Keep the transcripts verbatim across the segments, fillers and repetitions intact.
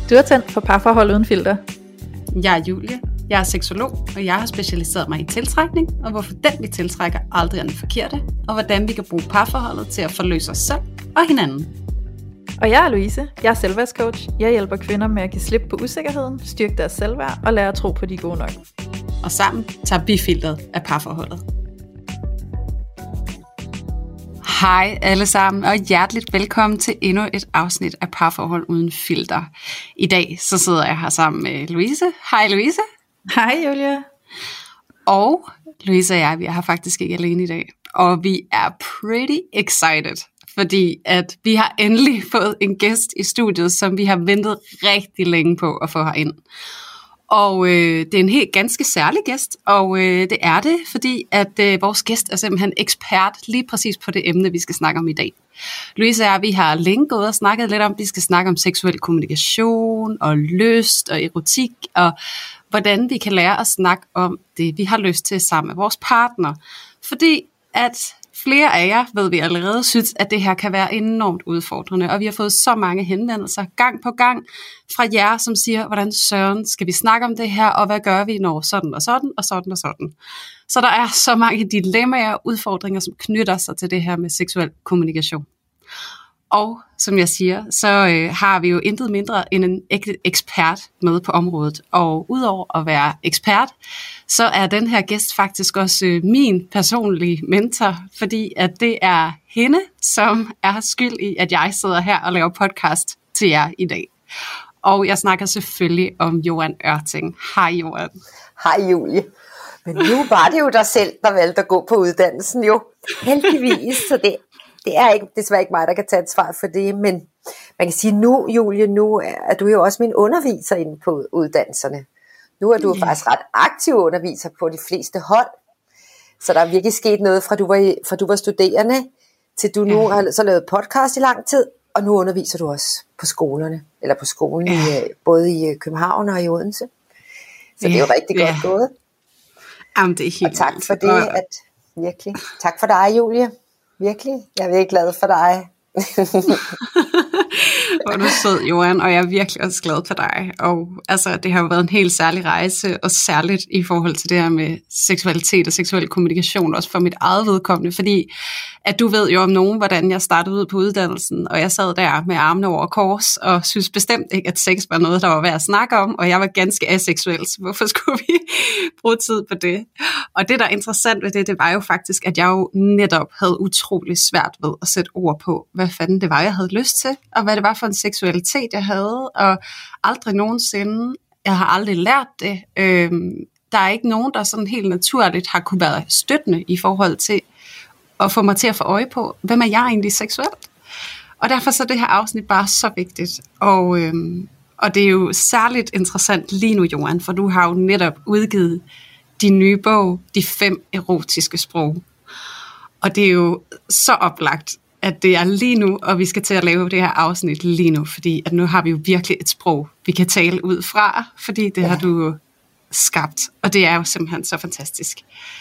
Du er tændt for parforhold uden filter. Jeg er Julie, jeg er seksolog, og jeg har specialiseret mig i tiltrækning, og hvorfor den vi tiltrækker aldrig er den forkerte, og hvordan vi kan bruge parforholdet til at forløse os selv og hinanden. Og jeg er Louise, jeg er selvværdscoach. Jeg hjælper kvinder med at give slip på usikkerheden, styrke deres selvværd og lære at tro på, de er gode nok. Og sammen tager vi filteret af parforholdet. Hej alle sammen, og hjerteligt velkommen til endnu et afsnit af Parforhold uden filter. I dag så sidder jeg her sammen med Louise. Hej Louise. Hej Julia. Og Louise og jeg, vi er her faktisk ikke alene i dag. Og vi er pretty excited, fordi at vi har endelig fået en gæst i studiet, som vi har ventet rigtig længe på at få herind. Og øh, det er en helt ganske særlig gæst, og øh, det er det, fordi at øh, vores gæst er simpelthen ekspert lige præcis på det emne, vi skal snakke om i dag. Louise og jeg, vi har længe gået og snakket lidt om, vi skal snakke om seksuel kommunikation og lyst og erotik, og hvordan vi kan lære at snakke om det, vi har lyst til sammen med vores partner. Fordi at flere af jer, ved vi allerede, synes, at det her kan være enormt udfordrende, og vi har fået så mange henvendelser gang på gang fra jer, som siger, hvordan søren skal vi snakke om det her, og hvad gør vi, når sådan og sådan og sådan og sådan. Så der er så mange dilemmaer og udfordringer, som knytter sig til det her med seksuel kommunikation. Og som jeg siger, så øh, har vi jo intet mindre end en ekspert med på området. Og udover at være ekspert, så er den her gæst faktisk også øh, min personlige mentor, fordi at det er hende, som er skyld i, at jeg sidder her og laver podcast til jer i dag. Og jeg snakker selvfølgelig om Joan Ørting. Hej Joan. Hej Julie. Men nu var det jo dig selv, der valgte at gå på uddannelsen jo. Heldigvis, så det Det er ikke, desværre ikke mig, der kan tage et svar for det, men man kan sige, nu, Julie, nu er du jo også min underviser inde på uddannelserne. Nu er du yeah. faktisk ret aktiv underviser på de fleste hold, så der er virkelig sket noget, fra du var, fra du var studerende, til du nu yeah. har så lavet podcast i lang tid, og nu underviser du også på skolerne, eller på skolen, yeah. i, både i København og i Odense. Så yeah. det er jo rigtig yeah. godt gået. Jamen, det er helt og tak for det, at, virkelig. Tak for dig, Julie. Virkelig. Jeg er virkelig glad for dig. Hvor er du sød, Joan, og jeg er virkelig også glad for dig. Og altså, det har jo været en helt særlig rejse, og særligt i forhold til det her med seksualitet og seksuel kommunikation, også for mit eget vedkommende, fordi at du ved jo om nogen, hvordan jeg startede ud på uddannelsen, og jeg sad der med armene over kors, og synes bestemt ikke, at sex var noget, der var værd at snakke om, og jeg var ganske aseksuel, så hvorfor skulle vi bruge tid på det? Og det, der er interessant ved det, det var jo faktisk, at jeg jo netop havde utrolig svært ved at sætte ord på, hvad fanden det var, jeg havde lyst til, og hvad det var for en seksualitet, jeg havde, og aldrig nogensinde, jeg har aldrig lært det. Øhm, der er ikke nogen, der sådan helt naturligt har kunne være støttende i forhold til at få mig til at få øje på, hvem er jeg egentlig seksuelt? Og derfor så er det her afsnit bare så vigtigt. Og, øhm, og det er jo særligt interessant lige nu, Joan, for du har jo netop udgivet din nye bog, De fem erotiske sprog. Og det er jo så oplagt, at det er lige nu, og vi skal til at lave det her afsnit lige nu, fordi at nu har vi jo virkelig et sprog, vi kan tale ud fra, fordi det ja. har du skabt, og det er jo simpelthen så fantastisk.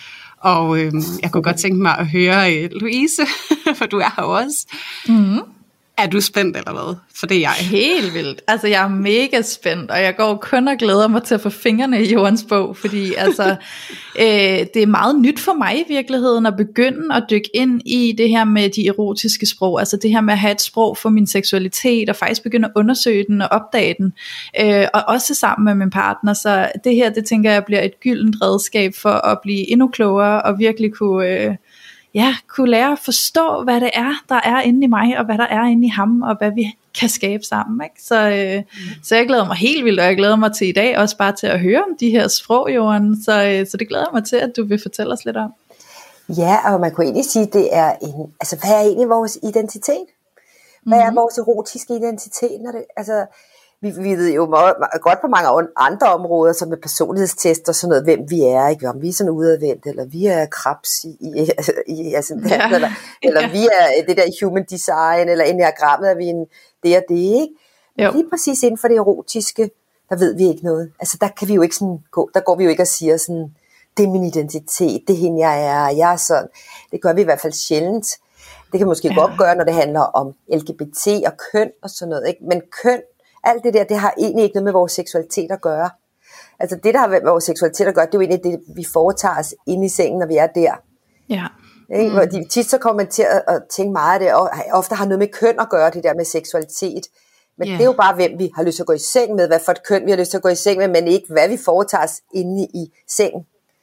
Og øhm, jeg kunne godt tænke mig at høre øh, Louise, for du er her også. Mm-hmm. Er du spændt eller hvad? For det er jeg. Helt vildt. Altså jeg er mega spændt, og jeg går kun og glæder mig til at få fingrene i Johans bog, fordi altså, øh, det er meget nyt for mig i virkeligheden at begynde at dykke ind i det her med de erotiske sprog, altså det her med at have et sprog for min seksualitet, og faktisk begynde at undersøge den og opdage den, øh, og også sammen med min partner, så det her, det tænker jeg bliver et gyldent redskab for at blive endnu klogere, og virkelig kunne... Øh, Ja, kunne lære at forstå, hvad det er, der er inde i mig, og hvad der er inde i ham, og hvad vi kan skabe sammen. Ikke? Så, øh, mm. så jeg glæder mig helt vildt, og jeg glæder mig til i dag, også bare til at høre om de her sprog, Johan. Så, øh, så det glæder jeg mig til, at du vil fortælle os lidt om. Ja, og man kunne egentlig sige, det er en, altså hvad er egentlig vores identitet? Hvad mm-hmm. er vores erotiske identitet? Når det, altså, vi, vi ved jo meget, godt på mange andre områder, som med personlighedstest og sådan noget, hvem vi er, ikke? Om vi er sådan udadvendt, eller vi er krebs i, i, i altså, ja. eller, eller ja. vi er det der human design, eller enneagrammet er vi en det og det, ikke? Men lige præcis inden for det erotiske, der ved vi ikke noget. Altså der kan vi jo ikke sådan gå, der går vi jo ikke og siger sådan, det er min identitet, det er hende jeg er, jeg er sådan. Det gør vi i hvert fald sjældent. Det kan måske ja. godt gøre, når det handler om L G B T og køn og sådan noget, ikke? Men køn alt det der, det har egentlig ikke noget med vores seksualitet at gøre. Altså det, der har med vores seksualitet at gøre, det er jo egentlig det, vi foretager os inde i sengen, når vi er der. Ja. Mm. Hvor de, tit så kommer man til at, at tænke meget af det, og ofte har noget med køn at gøre, det der med seksualitet. Men yeah. det er jo bare, hvem vi har lyst til at gå i seng med, hvad for et køn vi har lyst til at gå i seng med, men ikke hvad vi foretager os inde i sengen.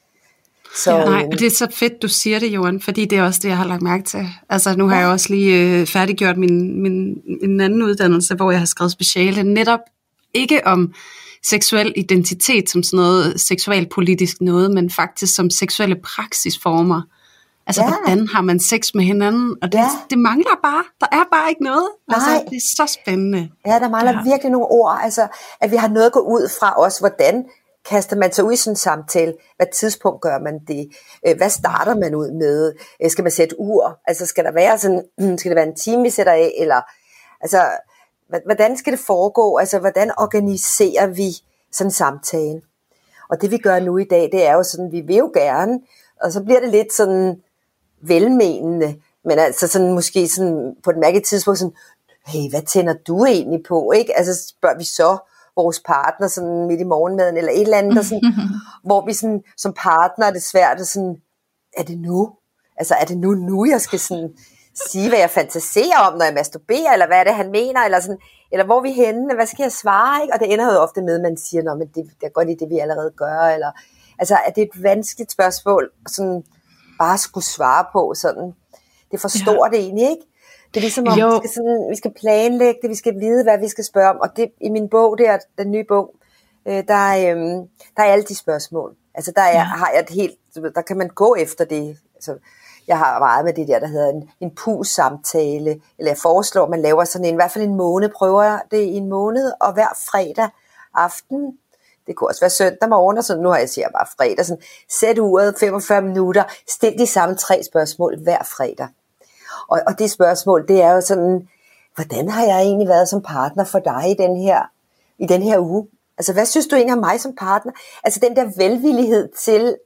Så, ja, nej, og det er så fedt, du siger det, Joan, fordi det er også det, jeg har lagt mærke til. Altså nu har ja. jeg også lige øh, færdiggjort min, min, min anden uddannelse, hvor jeg har skrevet speciale netop ikke om seksuel identitet som sådan noget seksualpolitisk noget, men faktisk som seksuelle praksisformer. Altså, ja. hvordan har man sex med hinanden? Og det, ja. det mangler bare. Der er bare ikke noget. Altså, Nej. det er så spændende. Ja, der mangler ja. virkelig nogle ord. Altså, at vi har noget at gå ud fra os. Hvordan kaster man sig ud i sådan en samtale? Hvad tidspunkt gør man det? Hvad starter man ud med? Skal man sætte ur? Altså, skal der være sådan, skal det være en time, vi sætter af? Eller, altså, hvordan skal det foregå? Altså, hvordan organiserer vi sådan en samtale? Og det vi gør nu i dag, det er jo sådan, vi vil jo gerne, og så bliver det lidt sådan velmenende, men altså sådan måske sådan på et mærkeligt tidspunkt sådan, hey, hvad tænder du egentlig på, ikke? Altså spørger vi så vores partner sådan midt i morgenmaden, eller et eller andet, der sådan, hvor vi sådan, som partner er det svært at sådan, er det nu? Altså er det nu, nu jeg skal sådan sige, hvad jeg fantaserer om, når jeg masturberer, eller hvad er det, han mener, eller sådan, eller hvor er vi henne, hvad skal jeg svare, ikke? Og det ender jo ofte med, at man siger, nå, men det, det er godt i det, vi allerede gør, eller, altså, er det et vanskeligt spørgsmål, sådan, bare skulle svare på, sådan, det forstår ja. det egentlig, ikke? Det er ligesom, om vi skal, sådan, vi skal planlægge det, vi skal vide, hvad vi skal spørge om, og det, i min bog, der, den nye bog, øh, der, øh, der er alle de spørgsmål, altså, der er, ja. har jeg et helt, der kan man gå efter det, altså, jeg har meget med det der, der hedder en, en pulssamtale, eller jeg foreslår, at man laver sådan en, i hvert fald en måned, prøver jeg det i en måned, og hver fredag aften, det kunne også være søndag morgen, og sådan, nu har jeg siger bare fredag, sådan, sæt uret femogfyrre minutter, stil de samme tre spørgsmål hver fredag. Og, og det spørgsmål, det er jo sådan, hvordan har jeg egentlig været som partner for dig i den her, i den her uge? Altså, hvad synes du egentlig om mig som partner? Altså, den der velvillighed til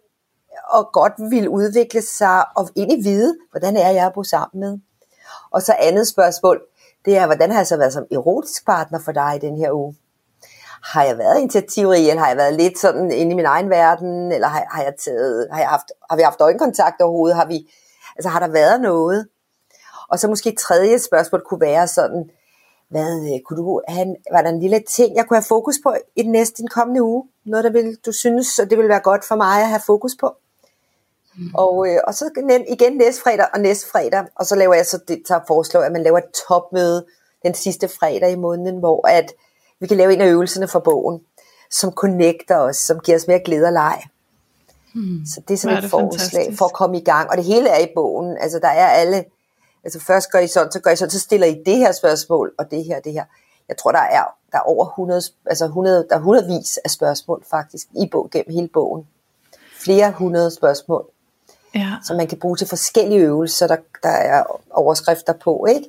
og godt vil udvikle sig og egentlig vide, hvordan er jeg at bo sammen med. Og så andet spørgsmål, det er, hvordan har jeg så været som erotisk partner for dig i den her uge? Har jeg været initiativrig, eller har jeg været lidt sådan inde i min egen verden, eller har, har jeg taget, har, jeg haft, har vi haft øjenkontakt overhovedet? Har vi, altså har der været noget? Og så måske et tredje spørgsmål kunne være sådan, hvad kunne du have, var der en lille ting, jeg kunne have fokus på i den næste, den kommende uge? Noget, der vil, du synes, og det vil være godt for mig at have fokus på? Mm. Og, øh, og så igen næste fredag og næste fredag, og så laver jeg så det, så foreslår, at man laver et topmøde den sidste fredag i måneden, hvor at vi kan lave en af øvelserne fra bogen, som connecter os, som giver os mere glæde og leg. Mm. Så det er sådan et forslag for at komme i gang, og det hele er i bogen, altså der er alle, altså først gør I sådan, så gør I sådan, så stiller I det her spørgsmål, og det her, det her. Jeg tror, der er, der er over hundrede, altså hundrede, der er hundredvis af spørgsmål faktisk i bog, gennem hele bogen. Flere hundrede spørgsmål. Ja. Som man kan bruge til forskellige øvelser, der, der er overskrifter på, ikke?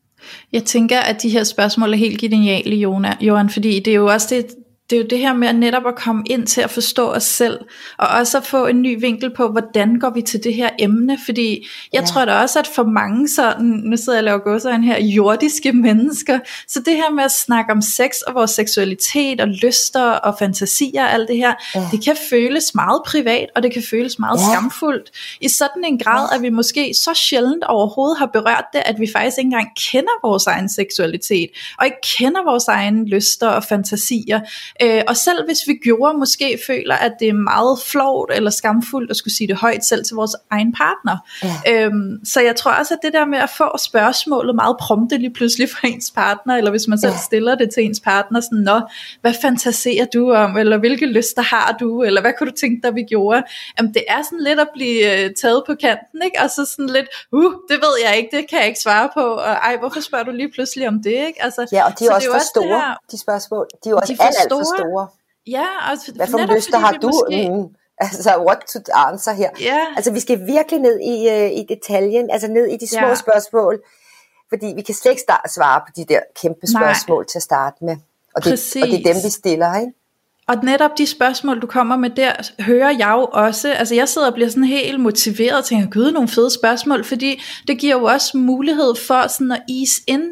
Jeg tænker, at de her spørgsmål er helt geniale, Johan, fordi det er jo også det, det er jo det her med netop at komme ind til at forstå os selv, og også at få en ny vinkel på, hvordan går vi til det her emne, fordi jeg ja. tror da også, at for mange sådan, nu sidder jeg og laver gåsøjne her, jordiske mennesker, så det her med at snakke om sex og vores seksualitet og lyster og fantasier og alt det her, ja. det kan føles meget privat, og det kan føles meget ja. skamfuldt, i sådan en grad, ja. at vi måske så sjældent overhovedet har berørt det, at vi faktisk ikke engang kender vores egen seksualitet, og ikke kender vores egen lyster og fantasier. Øh, og selv hvis vi gjorde, måske føler, at det er meget flovt eller skamfuldt at skulle sige det højt selv til vores egen partner. Ja. Øhm, så jeg tror også, at det der med at få spørgsmålet meget prompte lige pludselig fra ens partner, eller hvis man selv ja. stiller det til ens partner, sådan, nå, hvad fantaserer du om, eller hvilke lyster har du, eller hvad kunne du tænke dig, vi gjorde? Jamen, det er sådan lidt at blive øh, taget på kanten, ikke? Og så sådan lidt, uh, det ved jeg ikke, det kan jeg ikke svare på, og ej, hvorfor spørger du lige pludselig om det, ikke? Altså, ja, og de er også for store, her, de spørgsmål, de er også de alt, alt for store. Ja, altså, hvad for lyster har du? Måske... Mm, altså, what to answer her? Yeah. Altså, vi skal virkelig ned i, uh, i detaljen, altså ned i de små yeah. spørgsmål, fordi vi kan slet ikke start, svare på de der kæmpe spørgsmål Nej. til at starte med. Og det, og det er dem, vi stiller, ikke? Og netop de spørgsmål, du kommer med der, hører jeg jo også, altså jeg sidder og bliver sådan helt motiveret og tænker, gud, nogle fede spørgsmål, fordi det giver jo også mulighed for sådan at ease ind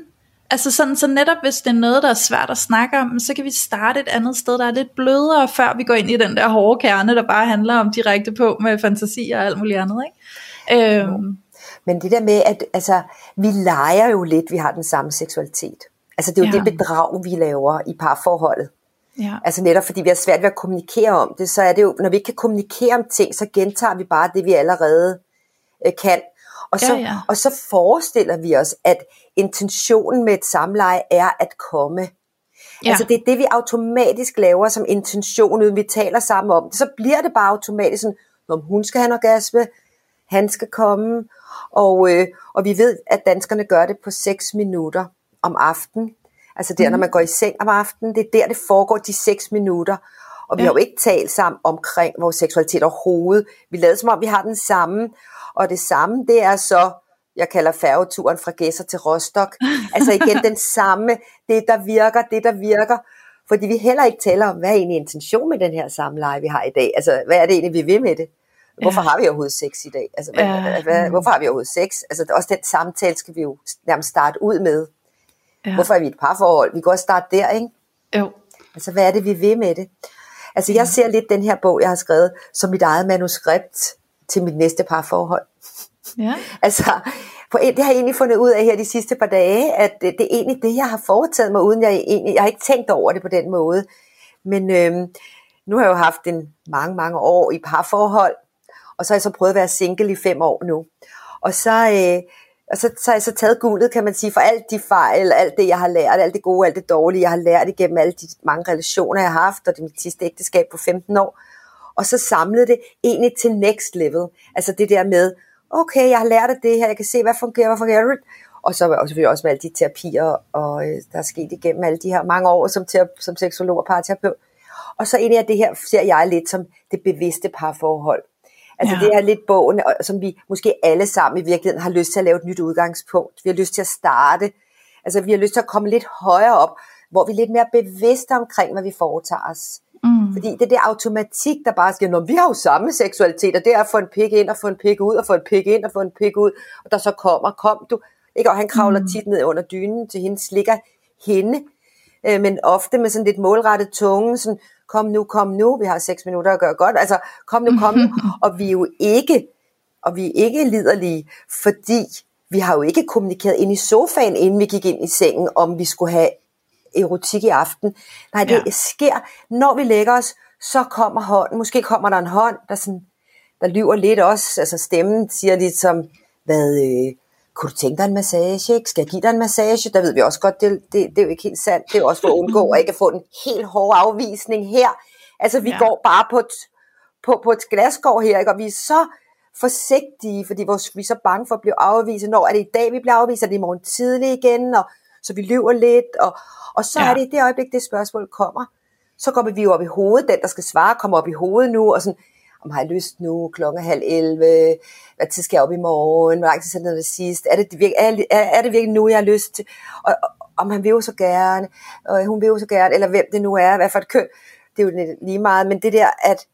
Altså sådan, så netop hvis det er noget, der er svært at snakke om, så kan vi starte et andet sted, der er lidt blødere, før vi går ind i den der hårde kerne, der bare handler om direkte på med fantasi og alt muligt andet, ikke? Øhm. Men det der med, at altså, vi leger jo lidt, vi har den samme seksualitet. Altså det er jo ja. det bedrag, vi laver i parforholdet. Ja. Altså netop fordi vi har svært ved at kommunikere om det, så er det jo, når vi ikke kan kommunikere om ting, så gentager vi bare det, vi allerede øh, kan. Og så, ja, ja. og så forestiller vi os, at intentionen med et samleje er at komme. Ja. Altså det er det, vi automatisk laver som intention, uden vi taler sammen om det. Så bliver det bare automatisk sådan, om hun skal have en orgasme, han skal komme. Og, øh, og vi ved, at danskerne gør det på seks minutter om aftenen. Altså der, mm. når man går i seng om aftenen, det er der, det foregår de seks minutter. Og vi ja. har jo ikke talt sammen omkring vores seksualitet overhovedet. Vi lader som om, vi har den samme. Og det samme, det er så, jeg kalder færgeturen fra Gedser til Rostock. Altså igen, den samme, det der virker, det der virker. Fordi vi heller ikke taler om, hvad er egentlig intention med den her samleje, vi har i dag. Altså, hvad er det egentlig, vi vil med det? Hvorfor ja. har vi overhovedet sex i dag? Altså, hvad, ja. hvad, hvorfor har vi overhovedet sex? Altså, også den samtale skal vi jo nærmest starte ud med. Ja. Hvorfor er vi et parforhold? Vi kan også starte der, ikke? Jo. Altså, hvad er det, vi vil med det? Altså, jeg ser lidt den her bog, jeg har skrevet, som mit eget manuskript til mit næste parforhold. Ja. Altså, for det har jeg egentlig fundet ud af her de sidste par dage, at det, det er egentlig det, jeg har foretaget mig, uden jeg egentlig, jeg har ikke tænkt over det på den måde. Men øhm, nu har jeg jo haft en mange, mange år i parforhold, og så har jeg så prøvet at være single i fem år nu. Og så, øh, og så, så har jeg så taget guldet, kan man sige, for alt de fejl, alt det, jeg har lært, alt det gode, alt det dårlige, jeg har lært igennem alle de mange relationer, jeg har haft, og det er mit sidste ægteskab på femten år. Og så samlede det egentlig til next level. Altså det der med, okay, jeg har lært af det her, jeg kan se, hvad fungerer, hvad fungerer. Og så og selvfølgelig også med alle de terapier, og øh, der er sket igennem alle de her mange år som, terapi, som seksolog og parterapeut. Og så egentlig er det her, ser jeg lidt som det bevidste parforhold. Altså ja. det er lidt bogen, som vi måske alle sammen i virkeligheden har lyst til at lave et nyt udgangspunkt. Vi har lyst til at starte, altså vi har lyst til at komme lidt højere op, hvor vi er lidt mere bevidste omkring, hvad vi foretager os. Mm. Fordi det er det automatik, der bare sker, når vi har jo samme seksualitet, og det er at få en pik ind, og få en pik ud, og få en pik ind, og få en pik ud, og der så kommer, kom du, ikke? Og han kravler mm. tit ned under dynen til hende, slikker hende, øh, men ofte med sådan lidt målrettet tunge, sådan, kom nu, kom nu, vi har seks minutter at gøre godt, altså, kom nu, kom nu, og vi er jo ikke, og vi er ikke liderlige, fordi vi har jo ikke kommunikeret ind i sofaen, inden vi gik ind i sengen, om vi skulle have erotik i aften. Nej, det ja. sker, når vi lægger os, så kommer hånden, måske kommer der en hånd, der, sådan, der lyver lidt også, altså stemmen siger lidt som, hvad, øh, kunne du tænke dig en massage, ikke? Skal jeg give dig en massage? Der ved vi også godt, det, det, det er jo ikke helt sandt, det er jo også for at undgå at ikke få en helt hård afvisning her. Altså vi ja. går bare på et, på, på et glasgård her, ikke? Og vi er så forsigtige, fordi vores, vi er så bange for at blive afvist, når er det i dag, vi bliver afvist, er det i morgen tidlig igen, og så vi lyver lidt, og, og så ja. er det i det øjeblik, det spørgsmål kommer, så går vi jo op i hovedet, den der skal svare, kommer op i hovedet nu, og sådan, om har jeg lyst nu, klokken halv elleve, hvad tid skal jeg op i morgen, hvor lang tid siden er det sidst, er det, virkelig, er, er, er det virkelig nu, jeg har lyst til, og, og om han vil jo så gerne, og hun vil jo så gerne, eller hvem det nu er, hvad for et køn, det er jo lige meget, men det der, at,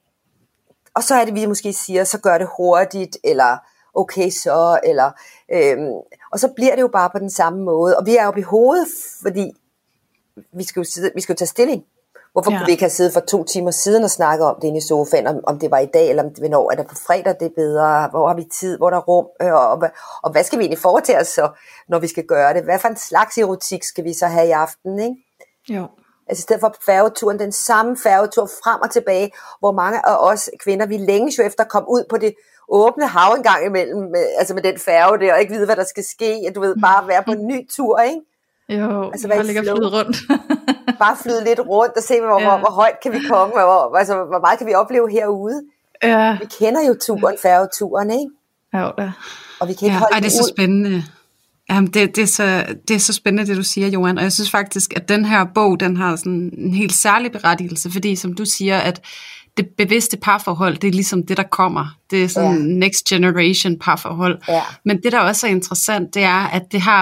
og så er det, vi måske siger, så gør det hurtigt, eller okay så, eller, øhm, og så bliver det jo bare på den samme måde, og vi er jo i hovedet, fordi vi skal jo, sidde, vi skal jo tage stilling. Hvorfor ja. kunne vi ikke have siddet for to timer siden og snakket om det inde i sofaen, om, om det var i dag, eller om det, hvornår er der på fredag, det er bedre, hvor har vi tid, hvor er der rum, øh, og, og, og hvad skal vi egentlig foretage os så, når vi skal gøre det? Hvad for en slags erotik skal vi så have i aften, ikke? Jo. Altså i stedet for færgeturen, den samme færgetur frem og tilbage, hvor mange af os kvinder, vi længes jo efter at komme ud på det åbne hav en gang imellem, med, altså med den færge der, og ikke vide, hvad der skal ske, at du ved, bare være på en ny tur, ikke? Jo, altså, bare ligge og flyde rundt. Bare flyde lidt rundt og se, hvor, ja. hvor, hvor højt kan vi komme, hvor, altså, hvor meget kan vi opleve herude. Ja. Vi kender jo turen, færgeturen, ikke? Jo da. Og vi kan ikke ja, holde ej, det er så ud. Spændende. Jamen, det, det, er så, det er så spændende, det du siger, Johan, og jeg synes faktisk, at den her bog, den har sådan en helt særlig berettigelse, fordi som du siger, at det bevidste parforhold, det er ligesom det, der kommer. Det er sådan ja. next generation parforhold. Ja. Men det, der også er interessant, det er, at det har også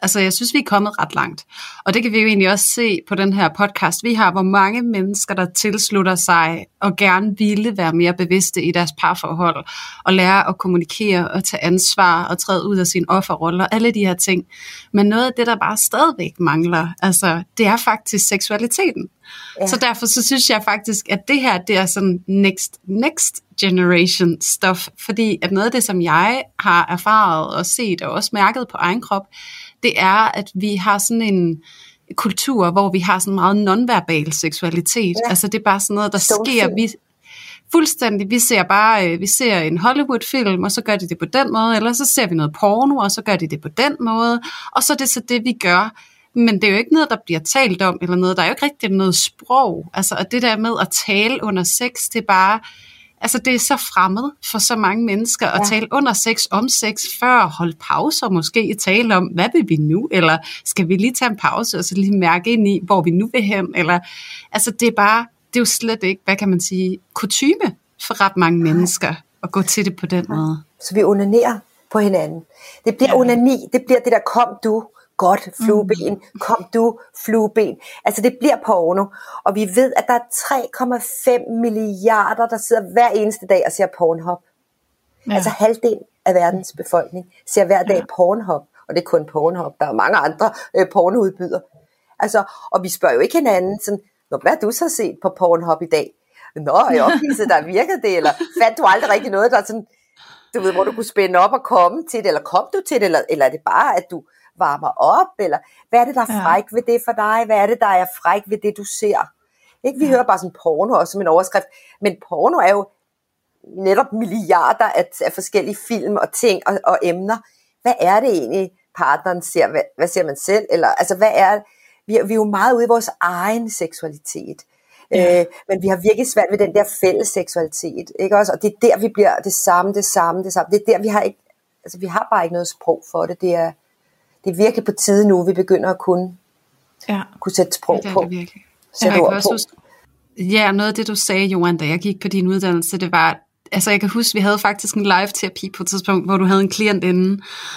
Altså, jeg synes, vi er kommet ret langt. Og det kan vi jo egentlig også se på den her podcast, vi har, hvor mange mennesker, der tilslutter sig og gerne ville være mere bevidste i deres parforhold, og lære at kommunikere og tage ansvar og træde ud af sine offerroller, alle de her ting. Men noget af det, der bare stadigvæk mangler, altså, det er faktisk seksualiteten. Ja. Så derfor så synes jeg faktisk, at det her, det er sådan next, next generation stuff, fordi at noget af det, som jeg har erfaret og set og også mærket på egen krop, det er, at vi har sådan en kultur, hvor vi har sådan meget nonverbal seksualitet. Ja. Altså det er bare sådan noget, der så sker. Vi, fuldstændig, vi ser bare, vi ser en Hollywood-film, og så gør de det på den måde, eller så ser vi noget porno, og så gør de det på den måde, og så er det så det, vi gør. Men det er jo ikke noget, der bliver talt om, eller noget, der er jo ikke rigtig noget sprog. Altså, og det der med at tale under sex, det er bare, altså det er så fremmed for så mange mennesker at ja. tale under sex, om sex, før holde pauser, måske tale om, hvad vil vi nu, eller skal vi lige tage en pause, og så lige mærke ind i, hvor vi nu vil hen, eller, altså det er bare, det er jo slet ikke, hvad kan man sige, kutyme for ret mange mennesker, at gå til det på den ja. måde. Så vi onanerer på hinanden. Det bliver ja. onani, det bliver det der, kom du, godt flueben, mm. kom du flueben. Altså det bliver porno, og vi ved, at der er tre komma fem milliarder, der sidder hver eneste dag og ser Pornhub. Ja. Altså halvdelen af verdens befolkning ser hver dag ja. Pornhub, og det er kun Pornhub, der er mange andre øh, pornoudbydere. Altså, og vi spørger jo ikke hinanden sådan, nå, hvad har du så set på Pornhub i dag? Nå, jeg opviser, der virker det, eller fandt du aldrig rigtig noget, der er sådan, du ved, hvor du kunne spænde op og komme til det, eller kom du til det, eller, eller er det bare, at du varmer op, eller hvad er det, der er fræk ved det for dig? Hvad er det, der er fræk ved det, du ser? Ikke? Vi ja. hører bare sådan porno også som en overskrift, men porno er jo netop milliarder af, af forskellige film og ting og, og emner. Hvad er det egentlig, partneren ser? Hvad, hvad ser man selv? Eller, altså, hvad er vi, vi er jo meget ude i vores egen seksualitet. Ja. Øh, men vi har virkelig svært ved den der fælles seksualitet. Ikke også? Og det er der, vi bliver det samme, det samme, det samme. Det er der, vi har ikke, altså, vi har bare ikke noget sprog for det. Det er Det er virkelig på tide nu, vi begynder at kunne, ja. kunne sætte sprog ja, det er det virkelig. på. Sætte ord på. Huske, ja, noget af det, du sagde, Johan, da jeg gik på din uddannelse, det var, altså jeg kan huske, vi havde faktisk en live-terapi på et tidspunkt, hvor du havde en klient inden,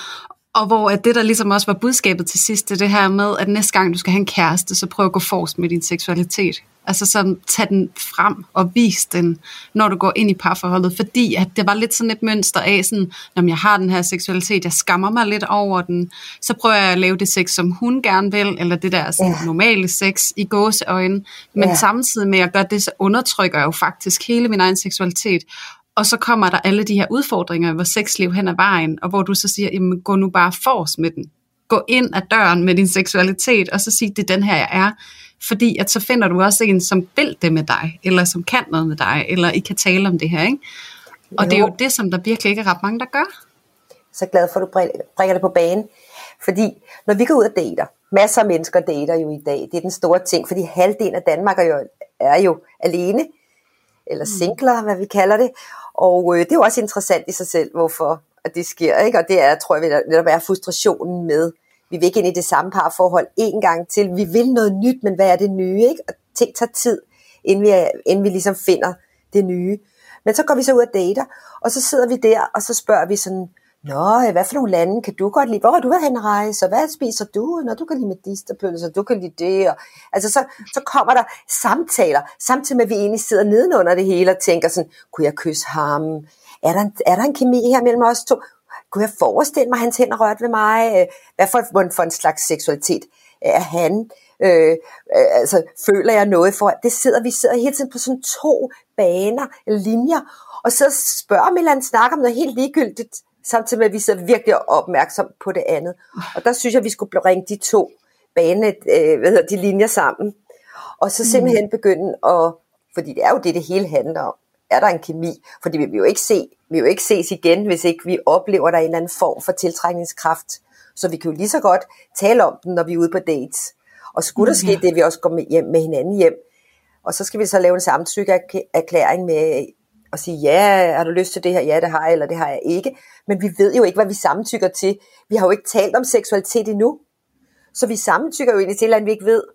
og hvor at det, der ligesom også var budskabet til sidst, det, det her med, at næste gang du skal have en kæreste, så prøv at gå forrest med din seksualitet. Altså sådan, tag den frem og vis den, når du går ind i parforholdet, fordi at det var lidt sådan et mønster af sådan, når jeg har den her seksualitet, jeg skammer mig lidt over den, så prøver jeg at lave det sex, som hun gerne vil, eller det der sådan, yeah. normale sex i gåseøjne, men yeah. samtidig med at gøre det, så undertrykker jeg jo faktisk hele min egen seksualitet, og så kommer der alle de her udfordringer i vores sexliv hen ad vejen, og hvor du så siger, jamen, gå nu bare forrest med den. Gå ind ad døren med din seksualitet, og så sig, det er den her, jeg er. Fordi at så finder du også en, som vil det med dig, eller som kan noget med dig, eller I kan tale om det her, ikke? Og jo. Det er jo det, som der virkelig ikke er ret mange, der gør. Så glad for, at du bringer det på banen. Fordi når vi går ud og dater, masser af mennesker dater jo i dag, det er den store ting, fordi halvdelen af Danmark er jo, er jo alene, eller singler, hvad vi kalder det. Og øh, det er jo også interessant i sig selv, hvorfor at det sker, ikke? Og det er, tror jeg, netop er frustrationen med, vi vil ikke ind i det samme parforhold en gang til. Vi vil noget nyt, men hvad er det nye, ikke? Og ting tager tid, inden vi, er, inden vi ligesom finder det nye. Men så går vi så ud og dater, og så sidder vi der, og så spørger vi sådan, nå, hvad for nogle lande kan du godt lide? Hvor har du været hen rejse? Og hvad spiser du? Når du kan lide medisterpølser, du kan lide det. Og, altså så, så kommer der samtaler, samtidig med at vi egentlig sidder nedenunder det hele og tænker sådan, kunne jeg kysse ham? Er der en, er der en kemi her mellem os to? Kunne jeg forestille mig, at hans hænder rørte ved mig? Hvad for, for en slags seksualitet er han? Øh, altså, føler jeg noget for? Det sidder, vi sidder hele tiden på sådan to baner, eller linjer, og så spørger om et eller andet, snakker om noget helt ligegyldigt, samtidig med, at vi sidder virkelig opmærksom på det andet. Og der synes jeg, at vi skulle bringe de to baner, øh, hvad hedder de linjer sammen, og så simpelthen begynde at, fordi det er jo det, det hele handler om. Er der en kemi? Fordi vi vil jo ikke se, vi vil jo ikke ses igen, hvis ikke vi oplever, der er en eller anden form for tiltrækningskraft. Så vi kan jo lige så godt tale om den, når vi er ude på dates. Og skulle der ske ja. det, vi også går med, hjem, med hinanden hjem. Og så skal vi så lave en samtykkeerklæring med at sige, ja, har du lyst til det her? Ja, det har jeg, eller det har jeg ikke. Men vi ved jo ikke, hvad vi samtykker til. Vi har jo ikke talt om seksualitet endnu. Så vi samtykker jo egentlig til, at vi ikke ved.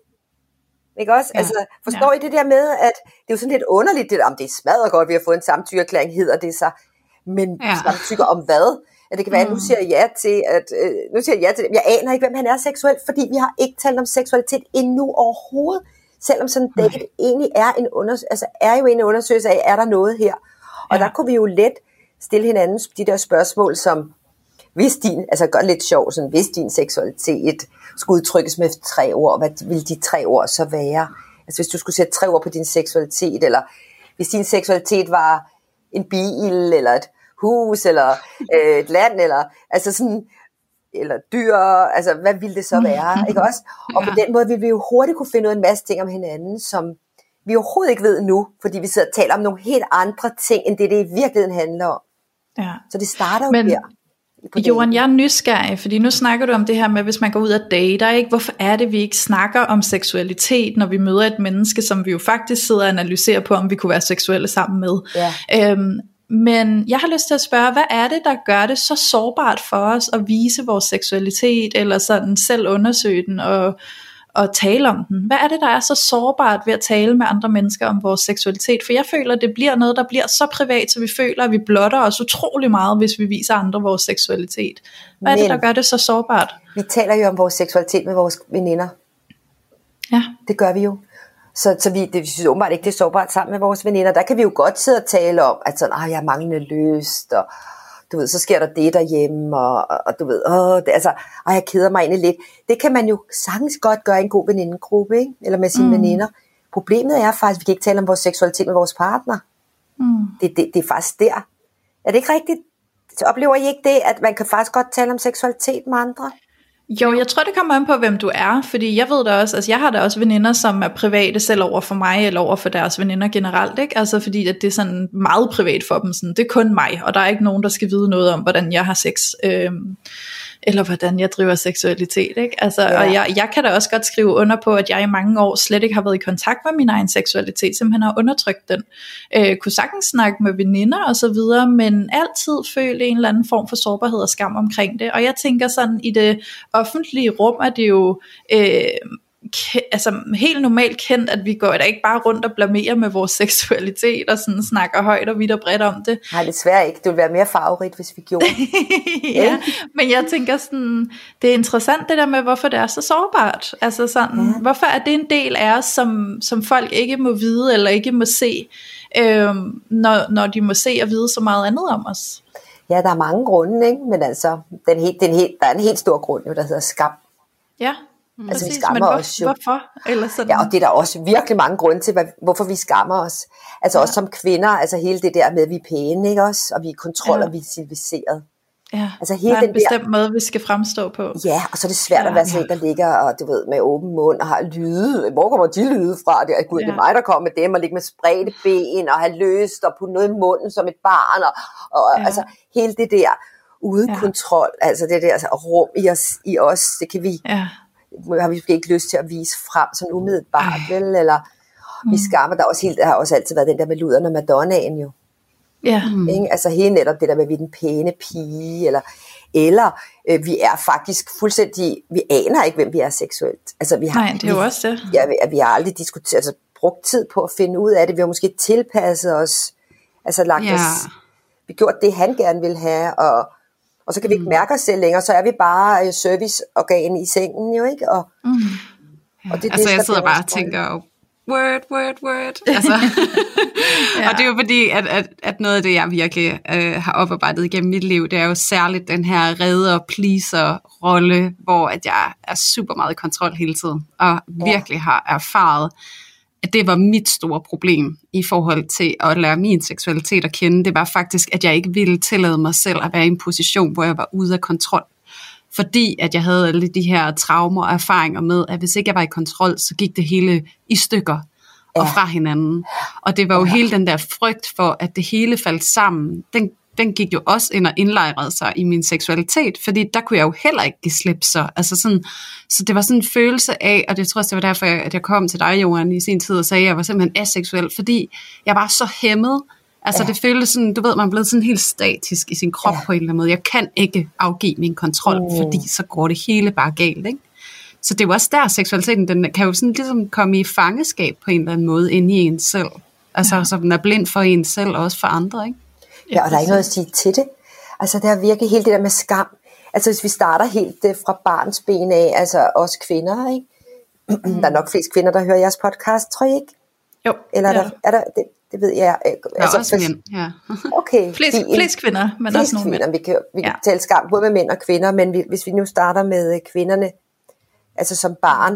Ikke også? Ja. Altså, forstår ja. I det der med, at det er jo sådan lidt underligt, det, om det er smadret godt, vi har fået en samtykkeerklæring, hedder det så. Men ja. samtykker om hvad? Ja, det kan være, at nu siger jeg ja til, at øh, nu siger jeg ja til det. Jeg aner ikke, hvem han er seksuelt, fordi vi har ikke talt om seksualitet endnu overhovedet. Selvom sådan en date egentlig er en undersøgelse, altså er jo en undersøgelse af, er der noget her? Og ja. Der kunne vi jo let stille hinanden de der spørgsmål, som hvis din, altså godt lidt sjov, sådan, hvis din seksualitet skulle udtrykkes med tre ord, hvad ville de tre ord så være? Altså hvis du skulle sætte tre ord på din seksualitet, eller hvis din seksualitet var en bil, eller et hus, eller øh, et land, eller altså sådan, eller dyr, altså hvad ville det så være, ikke også? Og på den måde ville vi jo hurtigt kunne finde ud af en masse ting om hinanden, som vi overhovedet ikke ved nu, fordi vi sidder og taler om nogle helt andre ting, end det, det i virkeligheden handler om. Ja. Så det starter jo Men, der. Johan, jeg er nysgerrig, fordi nu snakker du om det her med, hvis man går ud og dater, ikke? Hvorfor er det, vi ikke snakker om seksualitet, når vi møder et menneske, som vi jo faktisk sidder og analyserer på, om vi kunne være seksuelle sammen med? Ja. Øhm, men jeg har lyst til at spørge, hvad er det, der gør det så sårbart for os at vise vores seksualitet, eller sådan selv undersøge den og, og tale om den? Hvad er det, der er så sårbart ved at tale med andre mennesker om vores seksualitet? For jeg føler, at det bliver noget, der bliver så privat, så vi føler, at vi blotter os utrolig meget, hvis vi viser andre vores seksualitet. Hvad er Men, det, der gør det så sårbart? Vi taler jo om vores seksualitet med vores veninder. Ja. Det gør vi jo. Så, så vi, det, vi synes åbenbart ikke, det er sårbart sammen med vores veninder. Der kan vi jo godt sidde og tale om, at sådan, jeg er manglende lyst, og du ved, så sker der det derhjemme, og, og, og du ved, åh, det, altså, ej, jeg keder mig egentlig lidt. Det kan man jo sagtens godt gøre i en god venindegruppe, ikke? Eller med sine mm. veninder. Problemet er faktisk, at vi kan ikke tale om vores seksualitet med vores partner. Mm. Det, det, det er faktisk der. Er det ikke rigtigt? Så oplever I ikke det, at man kan faktisk godt tale om seksualitet med andre? Jo, jeg tror det kommer an på, hvem du er, fordi jeg ved da også, altså jeg har da også veninder, som er private selv over for mig, eller over for deres veninder generelt, ikke? Altså fordi at det er sådan meget privat for dem, sådan, det er kun mig, og der er ikke nogen, der skal vide noget om, hvordan jeg har sex, øhm, eller hvordan jeg driver seksualitet, ikke? Altså, ja. Og jeg, jeg kan da også godt skrive under på, at jeg i mange år slet ikke har været i kontakt med min egen seksualitet, simpelthen har undertrykt den. Øh, kunne sagtens snakke med veninder og så videre, men altid føle en eller anden form for sårbarhed og skam omkring det. Og jeg tænker sådan, i det offentlige rum er det jo øh, ke- altså helt normalt kendt, at vi går da ikke bare rundt og blamerer med vores seksualitet og sådan snakker højt og vidt og bredt om det. Nej, desværre ikke. Det ville være mere farverigt, hvis vi gjorde. Ja, men jeg tænker sådan, det er interessant det der med, hvorfor det er så sårbart. Altså sådan, ja. Hvorfor er det en del af os, som, som folk ikke må vide eller ikke må se, øhm, når, når de må se og vide så meget andet om os? Ja, der er mange grunde, ikke? Men altså, den helt, den helt, der er en helt stor grund, jo, der hedder skam. Ja, mm. altså, præcis, vi skammer men hvor, os jo. hvorfor? Eller sådan. Ja, og det er der også virkelig mange grunde til, hvorfor vi skammer os. Altså ja. Også som kvinder, altså hele det der med, at vi er pæne, ikke også? Og vi er i kontrol, ja. Og vi er civiliseret. Ja, altså, hele der er en den bestemt der... måde, vi skal fremstå på. Ja, og så er det svært ja, at være sådan en, der ligger og, du ved, med åben mund og har lyde. Hvor kommer de lyde fra? Det er, gud, ja. Det er mig, der kommer med dem, og ligge med spredte ben og have lyst og putte noget i munden som et barn. Og, og ja. Altså hele det der uden ja. Kontrol, altså det der altså, rum i os, i os, det kan vi, ja. Har vi ikke lyst til at vise frem sådan umiddelbart, vel? Eller mm. vi skammer, der, også helt, der har også altid været den der med luderne og Madonnaen jo. Ja. Mm. Altså hele netop det der med, at vi er den pæne pige, eller, eller øh, vi er faktisk fuldstændig, vi aner ikke, hvem vi er seksuelt. Altså, vi har, Nej, det er jo vi, også det. Ja, vi, vi har aldrig diskuteret, altså brugt tid på at finde ud af det, vi har måske tilpasset os, altså lagt ja. os, vi har gjort det, han gerne vil have, og, og så kan vi ikke mærke os selv længere, så er vi bare øh, serviceorgan i sengen jo, ikke? Og, mm. ja. og det, altså det, jeg sidder bare og tænker, word, word, word. Altså. ja. Og det er jo fordi, at, at, at noget af det, jeg virkelig øh, har oparbejdet igennem mit liv, det er jo særligt den her redder-pleaser-rolle, hvor at jeg er super meget i kontrol hele tiden, og virkelig har erfaret, at det var mit store problem i forhold til at lære min seksualitet at kende. Det var faktisk, at jeg ikke ville tillade mig selv at være i en position, hvor jeg var ude af kontrol. Fordi at jeg havde alle de her traumer og erfaringer med, at hvis ikke jeg var i kontrol, så gik det hele i stykker og fra hinanden. Og det var jo ja. hele den der frygt for, at det hele faldt sammen. Den, den gik jo også ind og indlejrede sig i min seksualitet, fordi der kunne jeg jo heller ikke give slip så. Altså sådan, så det var sådan en følelse af, og det tror jeg, det var derfor, at jeg kom til dig, Johan, i sin tid og sagde, at jeg var simpelthen aseksuel, fordi jeg var så hæmmet. Altså ja. Det føles sådan, du ved, man er blevet sådan helt statisk i sin krop ja. På en eller anden måde. Jeg kan ikke afgive min kontrol, mm. fordi så går det hele bare galt, ikke? Så det er jo også der, seksualiteten, den kan jo sådan ligesom komme i fangeskab på en eller anden måde inde i en selv. Altså, ja. Så den er blind for en selv og også for andre, ikke? Ja, og der er ikke noget at sige til det. Altså det er virkelig helt det der med skam. Altså hvis vi starter helt uh, fra barns ben af, altså os kvinder, ikke? Mm. Der er nok flest kvinder, der hører jeres podcast, tror I ikke? Jo. Eller er ja. der, er der det, det ved jeg. Der er altså, også mænd, ja. Okay. Flest, en, flest kvinder, men flest også nogle kvinder. mænd. Vi kan, vi kan ja. tale skam både med mænd og kvinder, men vi, hvis vi nu starter med kvinderne, altså som barn,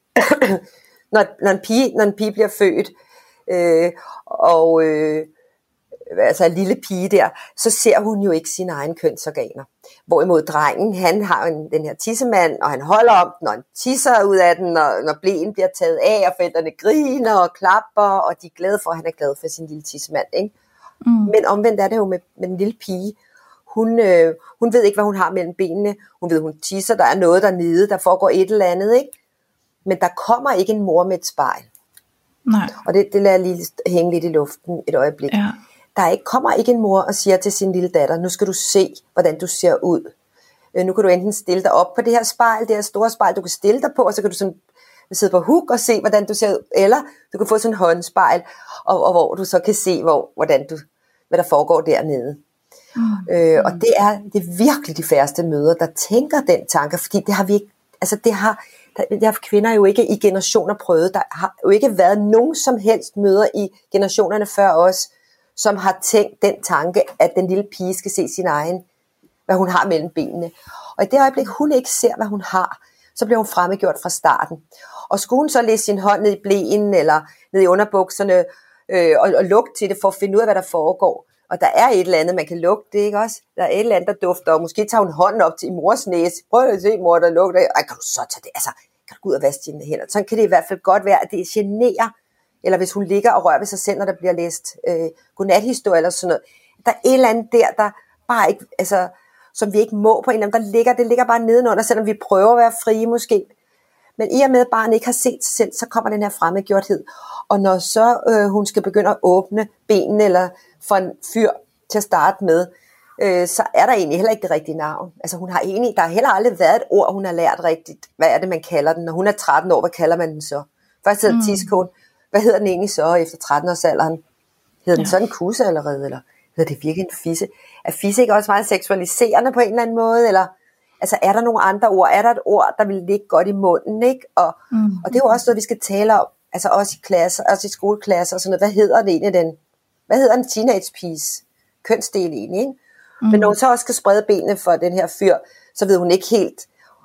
når, når, en pige, når en pige bliver født, øh, og øh, altså en lille pige der, så ser hun jo ikke sine egne kønsorganer. Hvorimod drengen, han har en, den her tissemand, og han holder om den, og han tisser ud af den, og når blæen bliver taget af, og forældrene griner og klapper, og de er glade for, at han er glad for sin lille tissemand, ikke? Mm. Men omvendt er det jo med, med den lille pige. Hun, øh, hun ved ikke, hvad hun har mellem benene. Hun ved, hun tisser, der er noget dernede, der foregår et eller andet, ikke? Men der kommer ikke en mor med et spejl. Nej. Og det, det lader jeg lige hænge lidt i luften et øjeblik. Ja. Der ikke, kommer ikke en mor og siger til sin lille datter, nu skal du se, hvordan du ser ud. Nu kan du enten stille dig op på det her spejl, det her store spejl, du kan stille dig på, og så kan du sådan sidde på huk og se, hvordan du ser ud. Eller du kan få sådan en håndspejl, og, og hvor du så kan se, hvor, hvordan du, hvad der foregår dernede. Mm. Øh, og det er, det er virkelig de færreste mødre, der tænker den tanke, fordi det har vi ikke, altså det har, det har kvinder jo ikke i generationer prøvet. Der har jo ikke været nogen som helst mødre i generationerne før os, som har tænkt den tanke, at den lille pige skal se sin egen, hvad hun har mellem benene. Og i det øjeblik, hun ikke ser, hvad hun har, så bliver hun fremmedgjort fra starten. Og skulle hun så lægge sin hånd ned i blæen, eller ned i underbukserne, øh, og, og lugte til det, for at finde ud af, hvad der foregår. Og der er et eller andet, man kan lugte, ikke også? Der er et eller andet, der dufter, og måske tager hun hånden op til mors næse. Prøv at se, mor, der lugter. Ej, kan du så tage det? Altså, kan du gå ud og vaske dine hænder? Sådan kan det i hvert fald godt være, at det generer, eller hvis hun ligger og rører ved sig selv, når der bliver læst øh, godnathistorie eller sådan noget. Der er et eller andet der, der bare ikke, altså, som vi ikke må på en eller anden, der ligger, det ligger bare nedenunder, selvom vi prøver at være frie måske. Men i og med, at barnet ikke har set sig selv, så kommer den her fremmedgjorthed. Og når så øh, hun skal begynde at åbne benene, eller få en fyr til at starte med, øh, så er der egentlig heller ikke det rigtige navn. Altså hun har egentlig, der har heller aldrig været et ord, hun har lært rigtigt. Hvad er det, man kalder den? Når hun er tretten år, hvad kalder man den så? Først hedder det mm. tidskone. Hvad hedder den egentlig så efter tretten-årsalderen? Hedder den ja. så en kusse allerede, eller hedder det virkelig en fisse? Er fisse ikke også meget seksualiserende på en eller anden måde, eller altså er der nogle andre ord? Er der et ord, der vil ligge godt i munden, ikke? Og, mm. og det er jo også noget, vi skal tale om, altså også i klasser, også i skoleklasser og sådan noget. Hvad hedder det egentlig, den, hvad hedder en teenage piece? Kønsdel egentlig, ikke? Mm. Men når hun så også skal sprede benene for den her fyr, så ved hun ikke helt,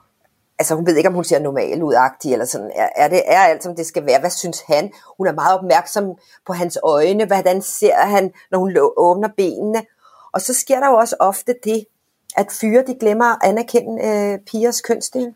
altså hun ved ikke, om hun ser normal ud-agtig, eller sådan, er, er det er alt, som det skal være, hvad synes han? Hun er meget opmærksom på hans øjne, hvordan ser han, når hun åbner benene. Og så sker der jo også ofte det, at fyre, de glemmer at anerkende øh, pigers kønsdel.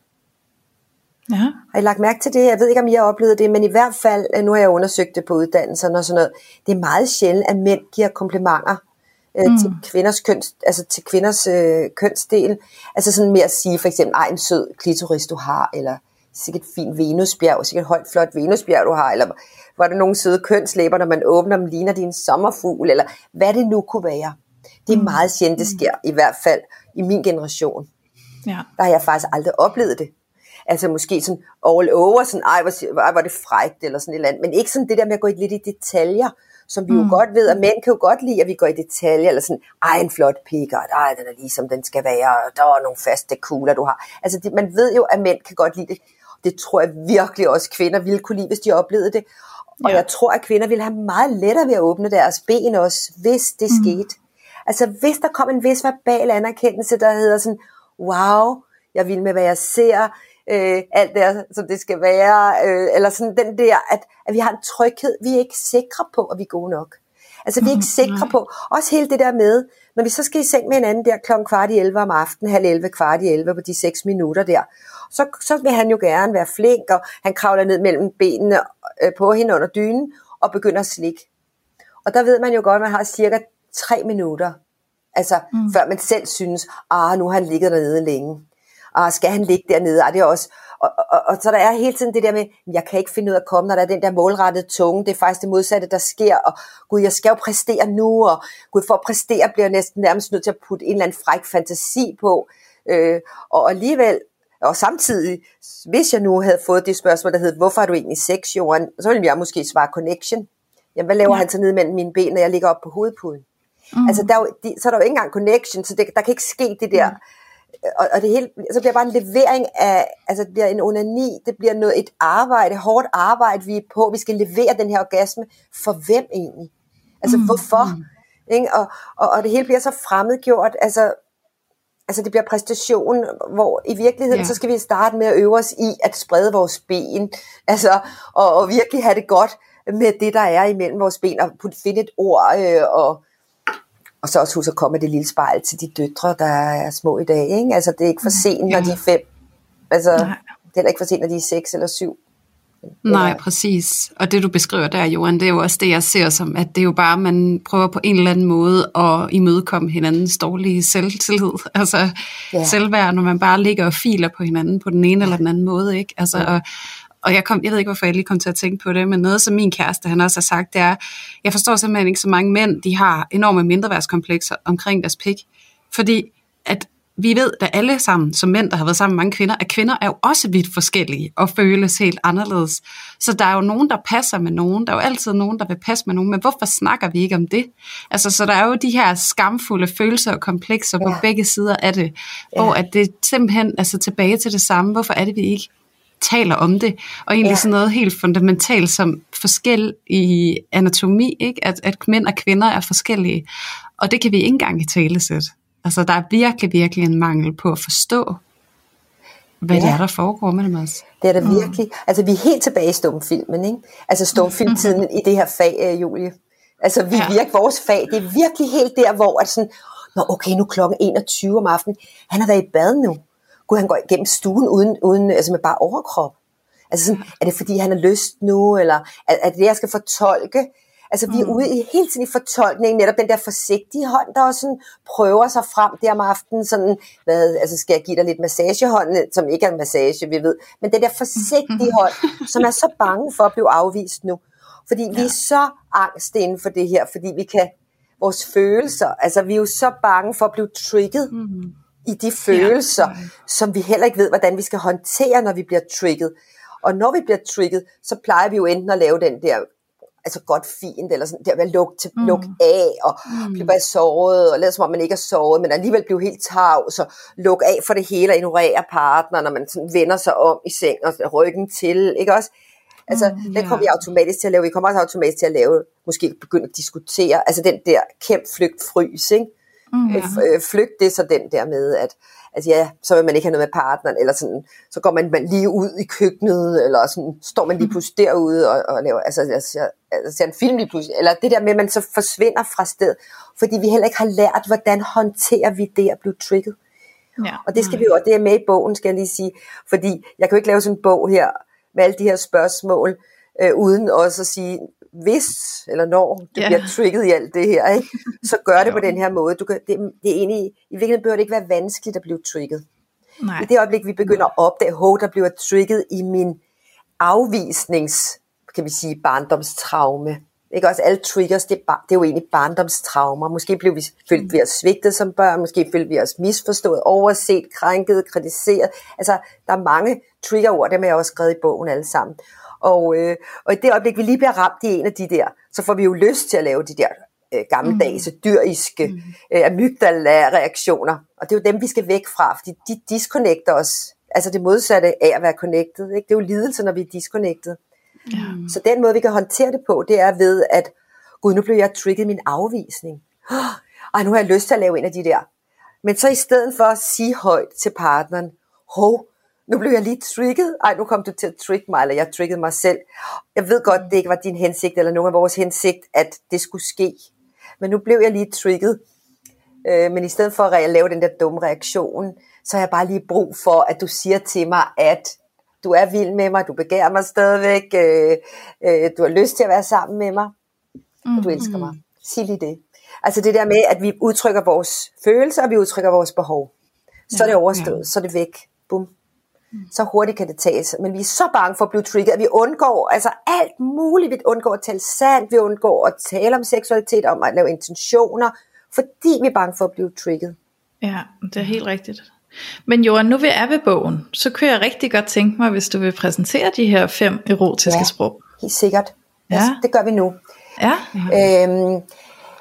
Ja. Har I lagt mærke til det? Jeg ved ikke, om I har oplevet det, men i hvert fald, nu har jeg undersøgt det på uddannelserne og sådan noget, det er meget sjældent, at mænd giver komplimenter øh, mm. til kvinders køns, altså til kvinders øh, kønsdel. Altså sådan mere at sige, for eksempel, ej, en sød klitoris du har, eller sikkert fint venusbjerg, sikkert højt flot venusbjerg du har, eller var der nogle søde kønslæber, når man åbner dem, ligner de en sommerfugl, eller hvad det nu kunne være. Det er mm. meget sjældent, det sker, i hvert fald i min generation. Ja. Der har jeg faktisk aldrig oplevet det. Altså måske sådan all over, sådan, ej, hvor, ej, hvor det frækt, eller sådan et eller andet. Men ikke sådan det der med at gå lidt i detaljer, som vi mm. jo godt ved, og mænd kan jo godt lide, at vi går i detaljer, eller sådan, ej, en flot pik, og ej, den er ligesom den skal være, og der er nogle faste kugler, du har. Altså det, man ved jo, at mænd kan godt lide det. Det tror jeg virkelig også kvinder ville kunne lide, hvis de oplevede det. Og ja. jeg tror, at kvinder ville have meget lettere ved at åbne deres ben også, hvis det mm. skete. Altså hvis der kom en vis verbal anerkendelse, der hedder sådan, wow, jeg vil med, hvad jeg ser, øh, alt der, som det skal være, øh, eller sådan den der, at, at vi har en tryghed, vi er ikke sikre på, at vi er gode nok. Altså vi er ikke sikre på, også hele det der med, når vi så skal i seng med hinanden der klokken kvart i elleve om aftenen, halv elleve, kvart i elleve på de seks minutter der, så, så vil han jo gerne være flink, og han kravler ned mellem benene øh, på hende under dynen, og begynder at slikke. Og der ved man jo godt, at man har cirka tre minutter, altså mm. før man selv synes, ah, nu har han ligget dernede længe. Ah, skal han ligge dernede? Ah, det er også, og, og, og, og så der er hele tiden det der med, jeg kan ikke finde ud af at komme, når der er den der målrettede tunge, det er faktisk det modsatte, der sker, og gud, jeg skal jo præstere nu, og gud, for at præstere bliver jeg næsten nærmest nødt til at putte en eller anden fræk fantasi på, øh, og alligevel, og samtidig, hvis jeg nu havde fået det spørgsmål, der hed, hvorfor har du egentlig sex, Johan? Så ville jeg måske svare connection. Jamen, hvad laver ja. han så nede mellem mine ben, når jeg ligger op på hovedpuden? Mm. Altså, der er jo, de, så er der jo ikke engang connection, så det, der kan ikke ske det der. Mm. Og, og det hele, så bliver bare en levering af, altså det bliver en onani, det bliver noget, et arbejde, hårdt arbejde, vi er på, vi skal levere den her orgasme. For hvem egentlig? Altså, mm. hvorfor? Mm. Ikke? Og, og, og det hele bliver så fremmedgjort, altså, altså det bliver præstation, hvor i virkeligheden, yeah. så skal vi starte med at øve os i at sprede vores ben, altså, og, og virkelig have det godt med det, der er imellem vores ben, og finde et ord, øh, og, og så også huske at komme med det lille spejl til de døtre, der er små i dag, ikke? Altså det er ikke for sent, når de er fem, altså Nej. det er heller ikke for sent, når de er seks eller syv. Nej, præcis. Og det du beskriver der, Johan, det er jo også det, jeg ser som, at det er jo bare, man prøver på en eller anden måde at imødekomme hinandens dårlige selvtillid, altså ja. selvværd, når man bare ligger og filer på hinanden på den ene eller den anden måde, ikke? Altså, og, og jeg, kom, jeg ved ikke, hvorfor jeg lige kom til at tænke på det, men noget, som min kæreste, han også har sagt, det er, jeg forstår simpelthen ikke så mange mænd, de har enorme mindreværdskomplekser omkring deres pik, fordi at vi ved da alle sammen, som mænd, der har været sammen med mange kvinder, at kvinder er jo også vidt forskellige og føles helt anderledes. Så der er jo nogen, der passer med nogen. Der er jo altid nogen, der vil passe med nogen. Men hvorfor snakker vi ikke om det? Altså, så der er jo de her skamfulde følelser og komplekser ja. på begge sider af det. Ja. Hvor at det simpelthen altså tilbage til det samme. Hvorfor er det, vi ikke taler om det? Og egentlig ja. sådan noget helt fundamentalt som forskel i anatomi, ikke? At, at mænd og kvinder er forskellige. Og det kan vi ikke engang i talesætte. Altså, der er virkelig, virkelig en mangel på at forstå, hvad ja. det er, der foregår mellem os. Det er der mm. virkelig. Altså, vi er helt tilbage i stumfilmen, ikke? Altså, stumfilmtiden mm. i det her fag, Julie. Altså, vi ja. virker vores fag. Det er virkelig helt der, hvor at sådan, nå, okay, nu er klokken enogtyve om aftenen. Han har været i bad nu. Gud, han går igennem stuen uden, uden altså med bare overkrop. Altså, sådan, er det fordi, han har lyst nu, eller er, er det det, jeg skal fortolke? Altså, vi er ude i hele tiden i fortolkningen, netop den der forsigtige hånd, der også sådan prøver sig frem der om aftenen, sådan, hvad, altså skal jeg give dig lidt massagehånd, som ikke er en massage, vi ved, men den der forsigtige hånd, som er så bange for at blive afvist nu, fordi ja. vi er så angst inden for det her, fordi vi kan, vores følelser, altså vi er jo så bange for at blive trigget mm-hmm. i de følelser, ja. som vi heller ikke ved, hvordan vi skal håndtere, når vi bliver trigget, og når vi bliver trigget, så plejer vi jo enten at lave den der altså godt fint, eller sådan, der ved at lukke, til, mm. lukke af, og mm. blive bare såret, og lade som om man ikke er såret, men alligevel blive helt tavs, og lukke af for det hele, og ignorere partneren, når man sådan vender sig om i seng, og ryggen til, ikke også? Altså, mm, yeah. den kommer vi automatisk til at lave, vi kommer også automatisk til at lave, måske begynde at diskutere, altså den der kæmp, flygt, frys, ikke? Mm, yeah. Flygt, det er så den der med, at altså ja, så vil man ikke have noget med partneren, eller sådan, så går man, man lige ud i køkkenet, eller sådan, står man lige pludselig derude, og, og laver, altså, altså, altså ser en film lige pludselig, eller det der med, at man så forsvinder fra sted, fordi vi heller ikke har lært, hvordan håndterer vi det at blive trigget. Ja. Og det skal vi jo, og det er med i bogen, skal jeg lige sige, fordi jeg kan jo ikke lave sådan en bog her, med alle de her spørgsmål, øh, uden også at sige, hvis eller når du yeah. bliver trigget i alt det her, ikke? Så gør det på den her måde. Du kan, det, det er egentlig, i virkeligheden bør det ikke være vanskeligt at blive trigget. Nej. I det øjeblik, vi begynder at opdage, at der bliver trigget i min afvisnings, kan vi sige, barndomstraume. Ikke også alle triggers, det er, bar, det er jo egentlig barndomstraumer. Måske blev vi, følte vi os svigtet som børn, måske følte vi os misforstået, overset, krænket, kritiseret. Altså, der er mange triggerord, dem har jeg også skrevet i bogen alle sammen. Og, øh, og i det øjeblik, vi lige bliver ramt i en af de der, så får vi jo lyst til at lave de der øh, gammeldags, mm. dyriske, mm. øh, amygdala-reaktioner. Og det er jo dem, vi skal væk fra, fordi de disconnecter os. Altså det modsatte af at være connected. Ikke? Det er jo lidelse, når vi er disconnected. Mm. Så den måde, vi kan håndtere det på, det er ved, at gud, nu blev jeg trigget min afvisning. Ej, nu har jeg lyst til at lave en af de der. Men så i stedet for at sige højt til partneren, hov, nu blev jeg lige trigget. Ej, nu kom du til at trigge mig, eller jeg triggede mig selv. Jeg ved godt, det ikke var din hensigt, eller nogen af vores hensigt, at det skulle ske. Men nu blev jeg lige trigget. Øh, men i stedet for at lave den der dumme reaktion, så har jeg bare lige brug for, at du siger til mig, at du er vild med mig, du begærer mig stadigvæk, øh, øh, du har lyst til at være sammen med mig, og du elsker mig. Sig lige det. Altså det der med, at vi udtrykker vores følelser, og vi udtrykker vores behov. Så ja, er det overstået, ja. Så er det væk. Bum. Så hurtigt kan det tages. Men vi er så bange for at blive trigget, at vi undgår altså alt muligt. Vi undgår at tale sandt, vi undgår at tale om seksualitet, om at lave intentioner, fordi vi er bange for at blive trigget. Ja, det er helt rigtigt. Men Johan, nu vi er ved bogen, så kunne jeg rigtig godt tænke mig, hvis du vil præsentere de her fem erotiske ja, sprog. Helt sikkert. Ja. Altså, det gør vi nu. Ja. Øhm,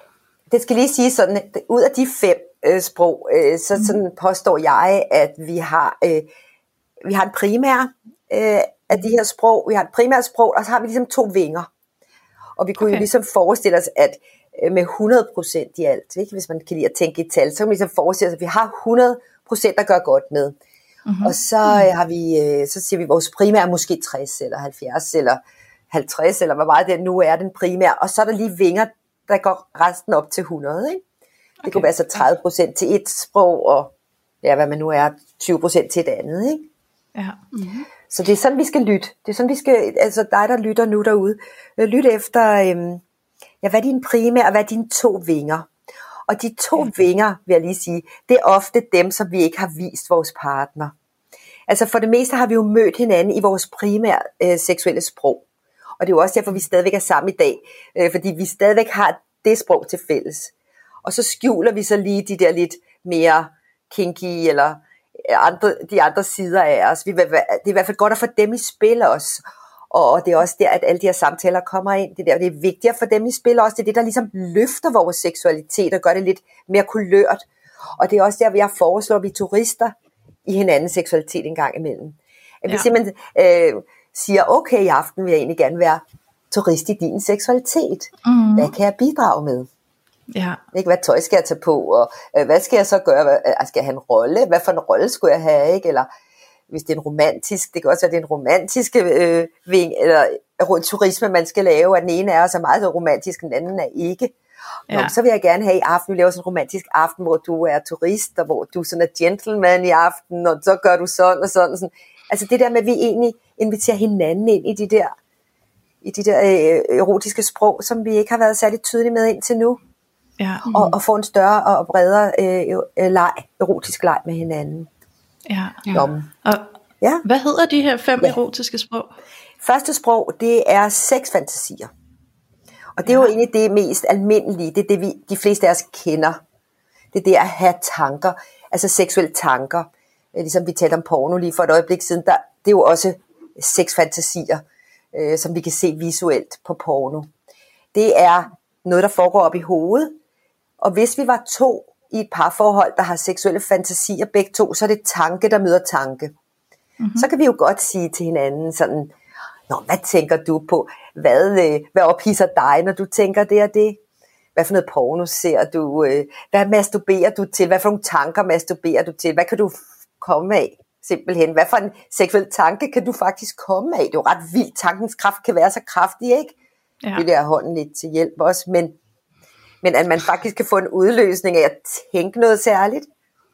det skal lige sige sådan, at ud af de fem øh, sprog, øh, så sådan påstår jeg, at vi har, øh, vi har en primær øh, af de her sprog. Vi har et primært sprog, og så har vi ligesom to vinger. Og vi kunne okay. jo ligesom forestille os, at øh, med hundrede procent i alt, ikke? Hvis man kan lide at tænke i tal, så kan vi ligesom forestille os, at vi har hundrede procent, der gør godt med. Mm-hmm. Og så øh, har vi, øh, så siger vi, at vores primære måske tres eller halvfjerds eller halvtreds, eller hvor meget det nu er den primære. Og så er der lige vinger, der går resten op til hundrede, ikke? Det okay. kunne være så tredive procent til et sprog, og ja, hvad man nu er, tyve procent til et andet, ikke? Ja. Mm-hmm. Så det er sådan, vi skal lytte. Det er sådan, vi skal, altså dig, der lytter nu derude, lyt efter, øhm, ja, hvad er din primære, og hvad er dine to vinger? Og de to ja. vinger, vil jeg lige sige, det er ofte dem, som vi ikke har vist vores partner. Altså for det meste har vi jo mødt hinanden i vores primære øh, seksuelle sprog. Og det er jo også derfor, vi stadigvæk er sammen i dag. Øh, fordi vi stadigvæk har det sprog til fælles. Og så skjuler vi så lige de der lidt mere kinky, eller andre, de andre sider af os. Vi vil, det er i hvert fald godt at få dem i spil også. Og det er også der, at alle de her samtaler kommer ind. Det, der, det er vigtigt at få dem i spil også. Det er det, der ligesom løfter vores seksualitet og gør det lidt mere kulørt. Og det er også der, hvor jeg foreslår, at vi turister i hinandens seksualitet en gang imellem. At vi ja. simpelthen øh, siger, okay, i aften vil jeg egentlig gerne være turist i din seksualitet. Mm. Hvad kan jeg bidrage med? Ja. Ikke, hvad tøj skal jeg tage på, og øh, hvad skal jeg så gøre? Hvad, skal jeg have en rolle? Hvad for en rolle skulle jeg have? Ikke? Eller hvis det er en romantisk, det kan også være, det er en romantisk øh, ving, eller turisme, man skal lave, at den ene er også meget så romantisk, den anden er ikke. Nå, ja. Så vil jeg gerne have i aften, vi laver sådan en romantisk aften, hvor du er turist, og hvor du sådan er gentleman i aften, og så gør du sådan og sådan og sådan. Altså det der med, at vi egentlig inviterer hinanden ind i de der, i de der øh, erotiske sprog, som vi ikke har været særlig tydelige med indtil nu. Ja. Mm. Og, og få en større og bredere øh, øh, leg, erotisk leg med hinanden. Ja. Ja. Og ja. Hvad hedder de her fem ja. erotiske sprog? Første sprog, det er sexfantasier. Og det er ja. jo egentlig det mest almindelige, det er det, vi, de fleste af os kender. Det er det at have tanker, altså seksuelle tanker. Ligesom vi talte om porno lige for et øjeblik siden, der, det er jo også sexfantasier, øh, som vi kan se visuelt på porno. Det er noget, der foregår op i hovedet. Og hvis vi var to i et parforhold, der har seksuelle fantasier begge to, så er det tanke, der møder tanke. Mm-hmm. Så kan vi jo godt sige til hinanden sådan, nå, hvad tænker du på? Hvad, øh, hvad ophidser dig, når du tænker det og det? Hvad for noget porno ser du? Øh, hvad masturberer du til? Hvad for nogle tanker masturberer du til? Hvad kan du komme af? Simpelthen. Hvad for en seksuel tanke kan du faktisk komme af? Det er jo ret vildt. Tankens kraft kan være så kraftig, ikke? Ja. Vi lærer hånden lidt til hjælp også, men, men at man faktisk kan få en udløsning af at tænke noget særligt,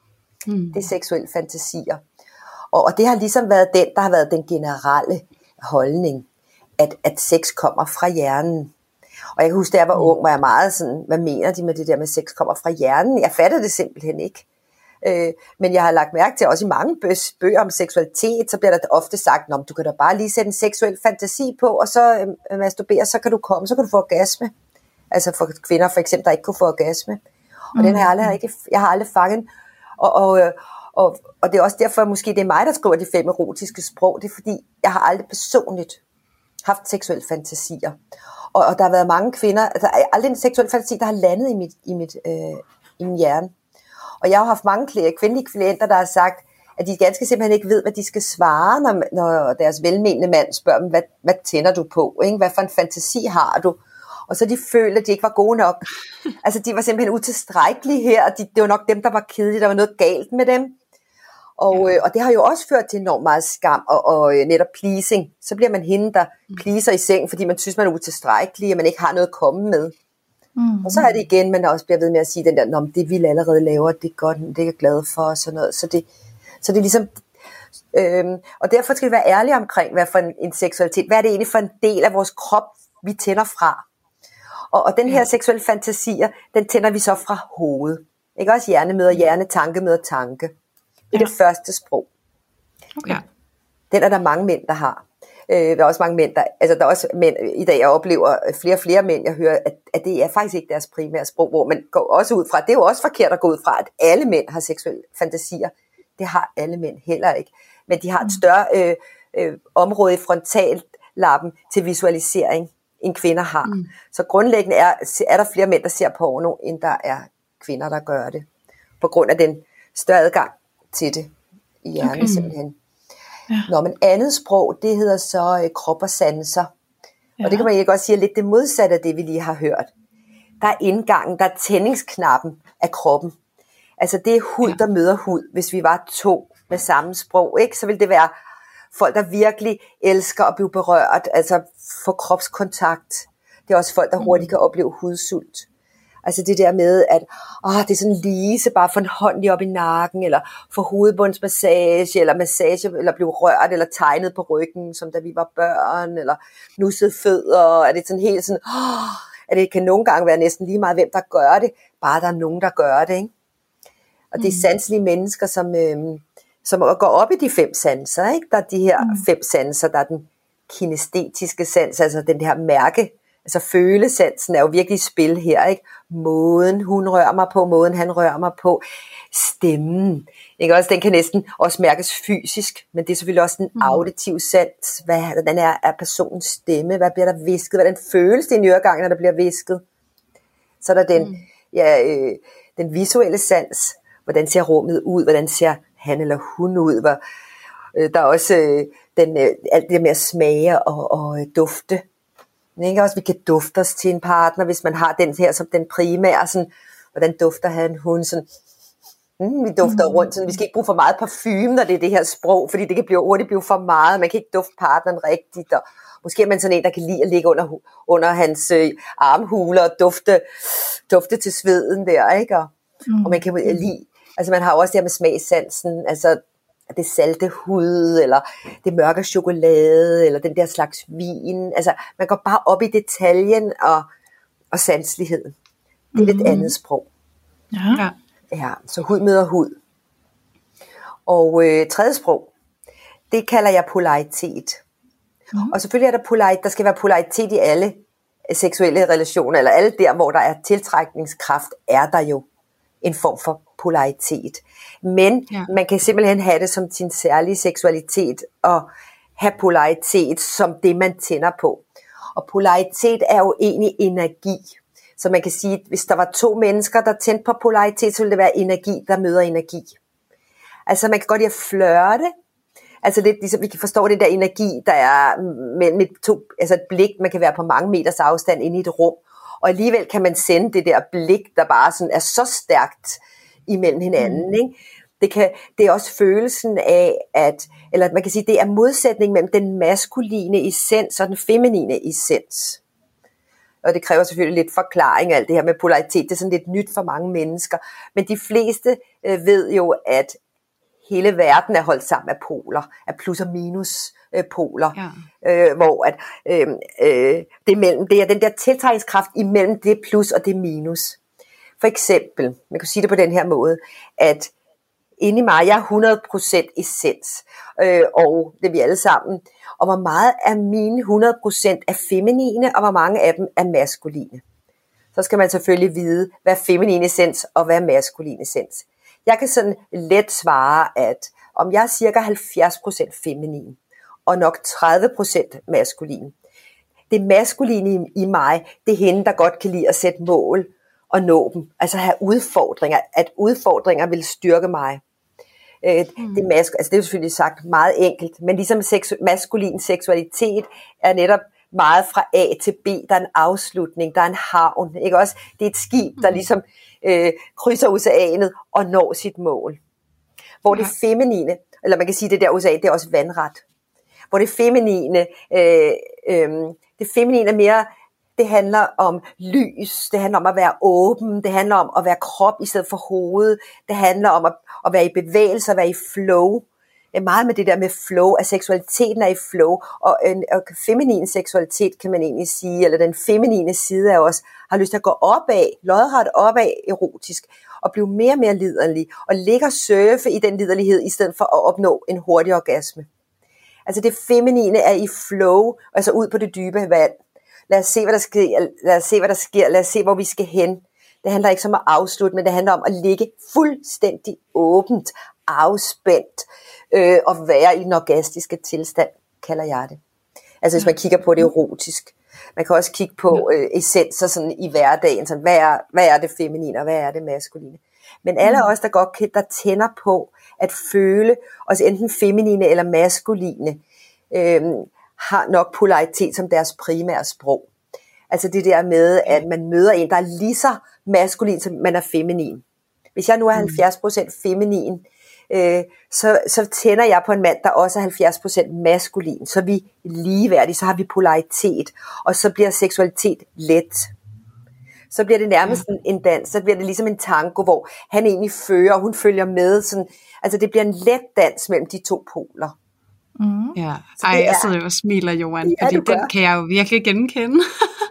mm. det er seksuelle fantasier. Og, og det har ligesom været den, der har været den generelle holdning, at, at sex kommer fra hjernen. Og jeg kan huske, da jeg var ung, var jeg meget sådan, hvad mener de med det der med, sex kommer fra hjernen? Jeg fattede det simpelthen ikke. Øh, men jeg har lagt mærke til, også i mange bøger om seksualitet, så bliver der ofte sagt, nå, du kan da bare lige sætte en seksuel fantasi på, og så øh, masturbere, så kan du komme, så kan du få orgasme. Altså for kvinder for eksempel, der ikke kunne få orgasme. Og mm. den har jeg aldrig, ikke, jeg har aldrig fanget. Og, og, og, og det er også derfor, måske det er mig, der skriver de fem erotiske sprog, det er fordi, jeg har aldrig personligt haft seksuelle fantasier. Og, og der har været mange kvinder, altså aldrig en seksuel fantasi, der har landet i, mit, i, mit, øh, i min hjerne. Og jeg har haft mange kvindelige klienter, der har sagt, at de ganske simpelthen ikke ved, hvad de skal svare, når, når deres velmenende mand spørger dem, hvad, hvad tænder du på? Ikke? Hvad for en fantasi har du? Og så de følte, at de ikke var gode nok. Altså de var simpelthen utilstrækkelige her, og de, det var nok dem, der var kedelige, der var noget galt med dem. Og, øh, og det har jo også ført til enormt meget skam og, og øh, netop pleasing. Så bliver man hende, der pleaser i seng, fordi man synes, man er utilstrækkelig, og man ikke har noget at komme med. Mm. Og så er det igen, man også bliver ved med at sige den der, nå, det vi allerede laver, det er godt, det er jeg glad for, og sådan noget. Så det, så det er ligesom, øhm, og derfor skal vi være ærlige omkring, hvad for en, en seksualitet, hvad er det egentlig for en del af vores krop, vi tænder fra. Og, og den her ja. seksuelle fantasier, den tænder vi så fra hovedet. Ikke også hjerne møder hjerne, tanke møder tanke. Det er ja. det første sprog. Okay. Den er der mange mænd, der har. Øh, der er også mange mænd, der, altså der er også mænd, i dag jeg oplever flere og flere mænd, jeg hører, at, at det er faktisk ikke deres primære sprog, hvor man går også ud fra, det er jo også forkert at gå ud fra, at alle mænd har seksuelle fantasier. Det har alle mænd heller ikke. Men de har et større øh, øh, område i frontallappen til visualisering, end kvinder har. Mm. Så grundlæggende er, er der flere mænd, der ser porno, end der er kvinder, der gør det. På grund af den større adgang til det i hjernen okay. simpelthen. Ja. Nå, men andet sprog, det hedder så øh, krop og sanser. Ja. Og det kan man egentlig godt sige er lidt det modsatte af det, vi lige har hørt. Der er indgangen, der er tændingsknappen af kroppen. Altså det er hud, ja. der møder hud. Hvis vi var to med samme sprog, ikke, så ville det være folk, der virkelig elsker at blive berørt, altså få kropskontakt. Det er også folk, der hurtigt kan opleve hudsult. Altså det der med, at åh, det er sådan lige, så bare få en hånd lige op i nakken, eller få hovedbundsmassage, eller massage, eller blive rørt, eller tegnet på ryggen, som da vi var børn, eller nussede fødder. Er det sådan helt sådan, åh, at det kan nogle gange være næsten lige meget, hvem der gør det, bare der er nogen, der gør det, ikke? Og det er sanselige mennesker, som, øhm, som går op i de fem sanser, ikke? Der er de her mm. fem sanser, der er den kinestetiske sans, altså den her mærke, altså følesansen er jo virkelig i spil her, ikke? Måden hun rører mig på, måden han rører mig på, stemmen, ikke? Også den kan næsten også mærkes fysisk, men det er selvfølgelig også en auditiv sans. Hvad, hvordan er, er personens stemme? Hvad bliver der visket? Hvordan føles det i øregangen, når der bliver visket? Så er der den, mm. ja, øh, den visuelle sans. Hvordan ser rummet ud? Hvordan ser han eller hun ud? Hvor, øh, der er også øh, den, øh, alt det med at smage og, og øh, dufte. Ikke? Også vi kan dufte os til en partner, hvis man har den her som den primære. Sådan, hvordan dufter han, hun? Sådan, mm, vi dufter mm. rundt. Sådan, vi skal ikke bruge for meget parfume, når det er det her sprog, fordi det kan blive hurtigt blive for meget. Man kan ikke dufte partneren rigtigt. Og måske er man sådan en, der kan lide at ligge under, under hans øh, armhuler og dufte, dufte til sveden der. Ikke? Og, mm. og man kan lide. Altså man har også det her med smagssansen, altså det salte hud, eller det mørke chokolade, eller den der slags vin. Altså man går bare op i detaljen og, og sanseligheden. Det er mm-hmm. et andet sprog. Ja. Ja, så hud møder hud. Og øh, tredje sprog, det kalder jeg polaritet. Mm. Og selvfølgelig er der polaritet, der skal være polaritet i alle seksuelle relationer, eller alle der, hvor der er tiltrækningskraft, er der jo en form for polaritet. Men ja. man kan simpelthen have det som sin særlige seksualitet, og have polaritet som det, man tænder på. Og polaritet er jo egentlig energi. Så man kan sige, at hvis der var to mennesker, der tændte på polaritet, så ville det være energi, der møder energi. Altså man kan godt lide at flirte. Altså lidt ligesom vi kan forstå det der energi, der er mellem to, altså et blik, man kan være på mange meters afstand inde i et rum. Og alligevel kan man sende det der blik, der bare sådan er så stærkt imellem hinanden. Mm. Ikke? Det, kan, det er også følelsen af, at, eller man kan sige, det er modsætning mellem den maskuline essens og den feminine essens. Og det kræver selvfølgelig lidt forklaring af alt det her med polaritet. Det er sådan lidt nyt for mange mennesker. Men de fleste øh, ved jo, at hele verden er holdt sammen af poler, af plus og minus øh, poler, ja. øh, hvor at, øh, øh, det, er mellem, det er den der tiltrækningskraft imellem det plus og det minus. For eksempel, man kan sige det på den her måde, at inde i mig, jeg er hundrede procent essens, øh, og det er vi alle sammen, og hvor meget af mine hundrede procent er feminine, og hvor mange af dem er maskuline. Så skal man selvfølgelig vide, hvad er feminin essens, og hvad er maskulin essens. Jeg kan sådan let svare, at om jeg er cirka halvfjerds procent feminin, og nok tredive procent maskulin. Det maskuline i, i mig, det er hende, der godt kan lide at sætte mål og nå dem. Altså have udfordringer, at udfordringer vil styrke mig. Øh, mm. det, mas- altså det er jo selvfølgelig sagt meget enkelt, men ligesom seksu- maskulin seksualitet er netop meget fra A til B. Der er en afslutning, der er en havn. Ikke også? Det er et skib, der ligesom øh, krydser oceanet og når sit mål. Hvor ja. det feminine, eller man kan sige, det der ocean, det er også vandret. Hvor det feminine, øh, øh, det feminine er mere, det handler om lys, det handler om at være åben, det handler om at være krop i stedet for hoved, det handler om at, at være i bevægelse, at være i flow. Det er meget med det der med flow, at seksualiteten er i flow, og, en, og feminin seksualitet kan man egentlig sige, eller den feminine side af os, har lyst til at gå opad, lodret opad erotisk, og blive mere og mere liderlig, og ligge og surfe i den liderlighed, i stedet for at opnå en hurtig orgasme. Altså det feminine er i flow, altså ud på det dybe vand. Lad os se, hvad der sker, lad os se, hvad der sker, lad os se, hvor vi skal hen. Det handler ikke om at afslutte, men det handler om at ligge fuldstændig åbent, afspændt, øh, og være i den orgastiske tilstand, kalder jeg det. Altså hvis man kigger på det erotisk. Man kan også kigge på øh, essenser sådan i hverdagen, sådan, hvad, er, hvad er det feminine, og hvad er det maskuline. Men alle mm. os, der godt kan, der tænder på at føle os enten feminine eller maskuline, øh, har nok polaritet som deres primære sprog. Altså det der med, at man møder en, der er lige så maskulin, som man er feminin. Hvis jeg nu er halvfjerds procent feminin, øh, så, så tænder jeg på en mand, der også er halvfjerds procent maskulin. Så er vi ligeværdige, så har vi polaritet, og så bliver seksualitet let. Så bliver det nærmest en, en dans, så bliver det ligesom en tango, hvor han egentlig fører, og hun følger med. Sådan, altså det bliver en let dans mellem de to poler. Mm. Ja, ej, jeg sidder jo og smiler, Joan, ja, fordi den gør. Kan jeg jo virkelig genkende.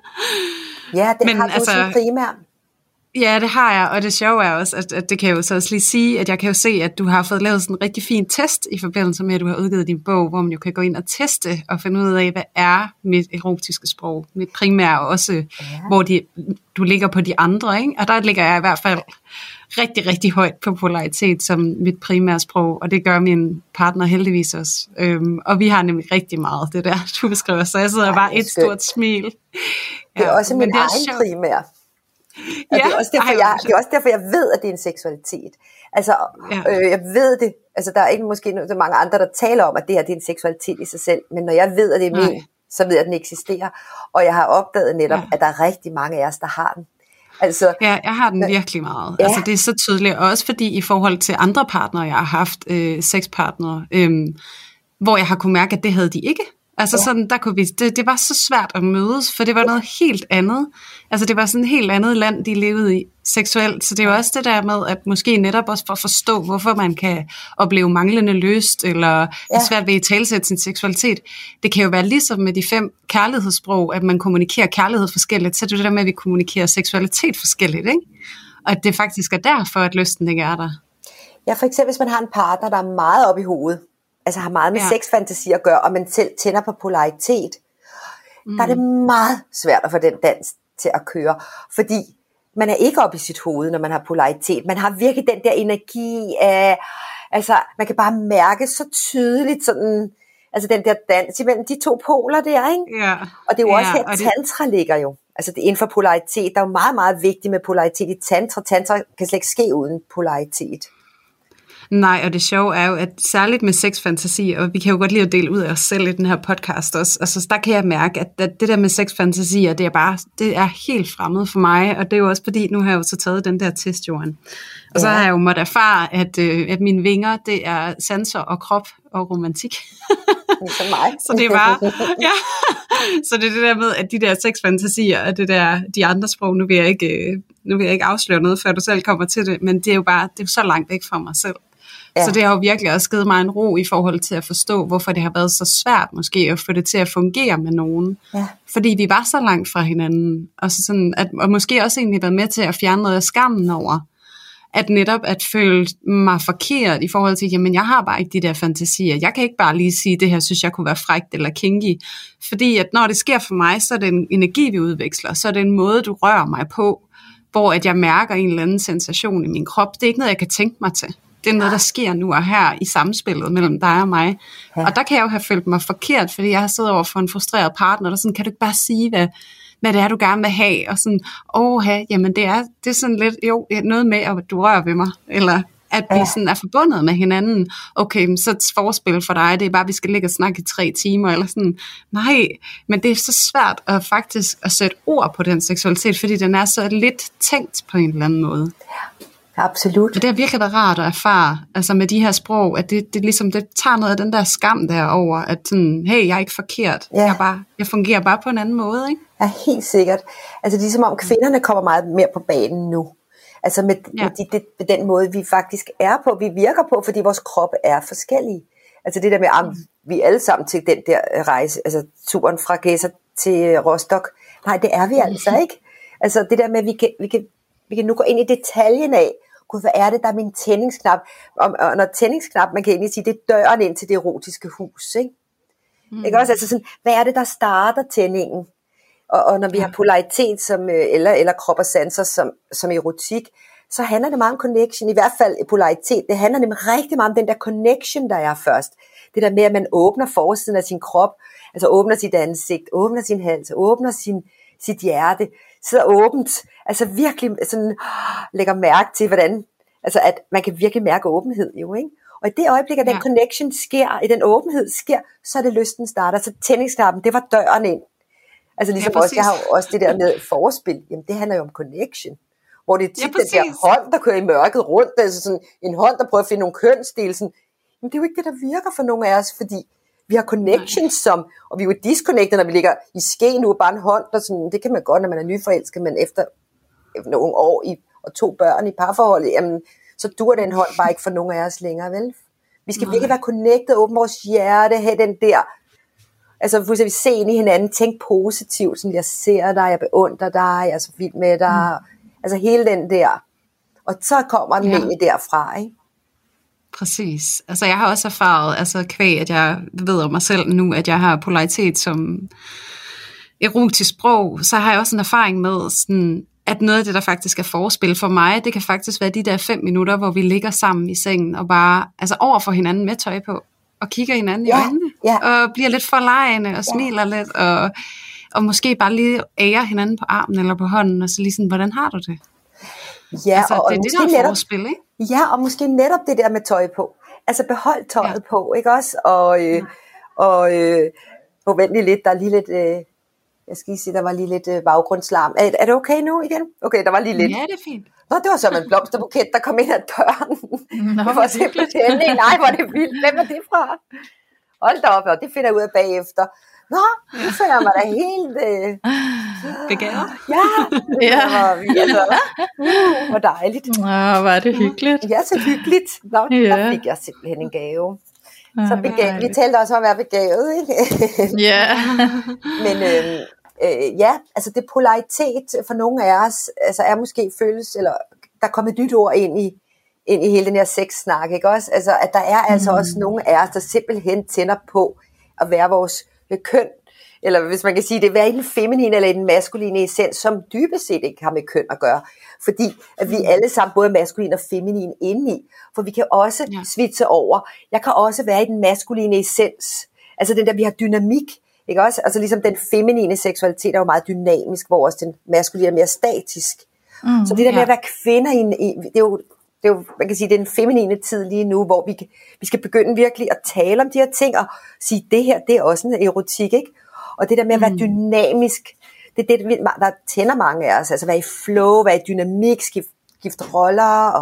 Ja, det Men, har du altså, som primær. Ja, det har jeg, og det sjove er også, at, at det kan jeg jo så også lige sige, at jeg kan jo se, at du har fået lavet sådan en rigtig fin test i forbindelse med, at du har udgivet din bog, hvor man jo kan gå ind og teste og finde ud af, hvad er mit erotiske sprog, mit primære også, ja. Hvor de, du ligger på de andre, ikke? Og der ligger jeg i hvert fald rigtig, rigtig højt på polaritet som mit primære sprog, og det gør min partner heldigvis også. Øhm, og vi har nemlig rigtig meget det der, du beskriver, så jeg sidder Ej, bare et stort smil. Ja, det er også min egen primære. Ja, det, er også derfor, jeg, det er også derfor, jeg ved, at det er en seksualitet. Altså, ja. øh, jeg ved det. Altså, der er ikke måske der er mange andre, der taler om, at det her det er en seksualitet i sig selv. Men når jeg ved, at det er min, så ved jeg, at den eksisterer. Og jeg har opdaget netop, ja. At der er rigtig mange af os, der har den. Altså, ja, jeg har den virkelig meget. Ja. Altså, det er så tydeligt. Også fordi i forhold til andre partnere, jeg har haft, øh, sexpartnere, øh, hvor jeg har kunne mærke, at det havde de ikke. Altså ja. Sådan, der kunne vi, det, det var så svært at mødes, for det var noget helt andet. Altså det var sådan et helt andet land, de levede i seksuelt. Så det er jo også det der med, at måske netop også for at forstå, hvorfor man kan opleve manglende lyst, eller ja. Det svært ved at talsætte sin seksualitet. Det kan jo være ligesom med de fem kærlighedssprog, at man kommunikerer kærlighed forskelligt. Så det er det der med, at vi kommunikerer seksualitet forskelligt, ikke? Og at det faktisk er derfor, at lysten ikke er der. Ja, for eksempel hvis man har en partner, der er meget op i hovedet, altså har meget med ja. Sexfantasi at gøre, og man selv tænder på polaritet, mm. der er det meget svært at få den dans til at køre, fordi man er ikke oppe i sit hoved, når man har polaritet. Man har virkelig den der energi af, altså man kan bare mærke så tydeligt sådan, altså den der dans imellem de to poler der, ikke? Ja. Og det er jo også ja, her, tantra det... ligger jo. Altså det inden for polaritet, der er jo meget, meget vigtigt med polaritet i tantra. Tantra kan slet ikke ske uden polaritet. Nej, og det sjove er jo, at særligt med sexfantasi, og vi kan jo godt lide at dele ud af os selv i den her podcast også, altså der kan jeg mærke, at, at det der med sexfantasier, det er bare, det er helt fremmed for mig, og det er jo også fordi, nu har jeg jo så taget den der test, Joan. Og ja. Så har jeg jo måttet erfare, at, øh, at mine vinger, det er sanser og krop og romantik. Ligesom mig. Så det er bare, ja, så det er det der med, at de der sexfantasier, og det der, de andre sprog, nu vil jeg ikke, nu vil jeg ikke afsløre noget, før du selv kommer til det, men det er jo bare, det er så langt væk fra mig selv. Ja. Så det har jo virkelig også givet mig en ro i forhold til at forstå, hvorfor det har været så svært måske at få det til at fungere med nogen. Ja. Fordi vi var så langt fra hinanden. Og, så sådan, at, og måske også egentlig været med til at fjerne noget af skammen over. At netop at føle mig forkert i forhold til, jamen jeg har bare ikke de der fantasier. Jeg kan ikke bare lige sige, det her synes jeg kunne være frækt eller kinky. Fordi at når det sker for mig, så er det en energi, vi udveksler. Så er det en måde, du rører mig på, hvor at jeg mærker en eller anden sensation i min krop. Det er ikke noget, jeg kan tænke mig til. Det er noget, der sker nu og her i samspillet mellem dig og mig. Ja. Og der kan jeg jo have følt mig forkert, fordi jeg har siddet over for en frustreret partner, der sådan, kan du ikke bare sige, hvad, hvad det er, du gerne vil have? Og sådan, åh, jamen det er, det er sådan lidt, jo, noget med, at du rører ved mig, eller at vi ja. Sådan er forbundet med hinanden. Okay, så et forspil for dig, det er bare, at vi skal ligge og snakke i tre timer, eller sådan, nej, men det er så svært at faktisk at sætte ord på den seksualitet, fordi den er så lidt tænkt på en eller anden måde. Ja. Absolut. Og det har virkelig været rart at erfare, altså med de her sprog, at det, det ligesom, det tager noget af den der skam derover, at sådan, hey, jeg er ikke forkert, ja. jeg, bare, jeg fungerer bare på en anden måde, ikke? Ja, helt sikkert. Altså det er som om kvinderne kommer meget mere på banen nu. Altså med, ja. med, de, det, med den måde, vi faktisk er på, vi virker på, fordi vores krop er forskellige. Altså det der med, at vi er alle sammen til den der rejse, altså turen fra Gedser til Rostock. Nej, det er vi altså ikke. Altså det der med, at vi kan, vi kan, vi kan nu gå ind i detaljen af, gud, hvad er det, der er min tændingsknap? Og, og når tændingsknap, man kan egentlig sige, det er døren ind til det erotiske hus, ikke? Mm. Ikke også? Altså sådan, hvad er det, der starter tændingen? Og, og når vi ja. Har polaritet, som, eller, eller krop og sanser som, som erotik, så handler det meget om connection, i hvert fald polaritet. Det handler nemlig rigtig meget om den der connection, der er først. Det der med, at man åbner forsiden af sin krop, altså åbner sit ansigt, åbner sin hals, åbner sin, sit hjerte, sidder åbent, altså virkelig sådan, lægger mærke til, hvordan, altså at man kan virkelig mærke åbenhed jo, ikke? Og i det øjeblik, at den ja. connection sker, i den åbenhed sker, så er det lysten starter, så tændingsknappen, det var døren ind. Altså ligesom ja, også, jeg har jo også det der med forspil, jamen det handler jo om connection. Hvor det er tit ja, den der hånd, der kører i mørket rundt, altså sådan en hånd, der prøver at finde nogle kønsdele, sådan, men det er jo ikke det, der virker for nogle af os, fordi vi har connections som, og vi er jo disconnected, når vi ligger i ske nu, bare en hånd, der sådan, det kan man godt, når man er nyforelsket, men efter nogle år i, og to børn i parforholdet, jamen, så dur den hånd bare ikke for nogle af os længere, vel? Vi skal Nej. virkelig være connected, åbne vores hjerte, have den der, altså for eksempel se ind i hinanden, tænk positivt, sådan, jeg ser dig, jeg beundrer dig, jeg er så vild med dig, mm. altså hele den der, og så kommer den ja. egentlig derfra, ikke? Præcis. Altså jeg har også erfaret, altså kvæg, at jeg ved om mig selv nu, at jeg har polaritet som erotisk sprog, så har jeg også en erfaring med sådan, at noget af det, der faktisk er forspil for mig, det kan faktisk være de der fem minutter, hvor vi ligger sammen i sengen og bare, altså over for hinanden med tøj på, og kigger hinanden ja, i øjnene, ja. og bliver lidt forlegende, og ja. smiler lidt, og, og måske bare lige ærer hinanden på armen eller på hånden, og så lige sådan, hvordan har du det? Ja, altså, og, det er og det, der er netop, forspil, ikke? Ja, og måske netop det der med tøj på. Altså behold tøjet ja. på, ikke også? Og, øh, ja. og øh, forvent lige lidt, der er lige lidt, øh, jeg skal lige sige, der var lige lidt øh, baggrundslarm. Er, er det okay nu igen? Okay, der var lige lidt. Ja, det er fint. Nå, det var som en blomsterbuket, der kom ind ad døren. Nå, det var simpelthen, nej, hvor er det vildt. Hvem er det fra? Hold da op, og det finder jeg ud af bagefter. Nå, nu føler jeg mig da helt... Øh... Begavet? Ja, ja. Altså, uh, hvor dejligt. Nå, var det hyggeligt. Ja, så hyggeligt. Nå, ja. Der fik jeg simpelthen en gave. Så bega- vi talte også om at være begavet, ikke? Ja. Men øh, øh, ja, altså det polaritet for nogle af os, altså er måske føles, eller der er kommet et nyt ord ind i, ind i hele den her sexsnak, ikke også? Altså at der er altså mm. også nogle af os, der simpelthen tænder på at være vores køn, eller hvis man kan sige det, være i den feminine eller i den maskuline essens, som dybest set ikke har med køn at gøre. Fordi at vi alle sammen både er maskuline og feminine indeni. For vi kan også ja. switche over. Jeg kan også være i den maskuline essens. Altså den der, vi har dynamik. Ikke også? Altså ligesom den feminine seksualitet er jo meget dynamisk, hvor også den maskuline er mere statisk. Mm, så det der med ja. at være kvinder, i, i, det, er jo, det er jo, man kan sige, det er den feminine tid lige nu, hvor vi, vi skal begynde virkelig at tale om de her ting, og sige, det her, det er også en erotik, ikke? Og det der med at være dynamisk, det er det, der tænder mange af os. Altså være i flow, være i dynamik, skifte, skifte roller. Og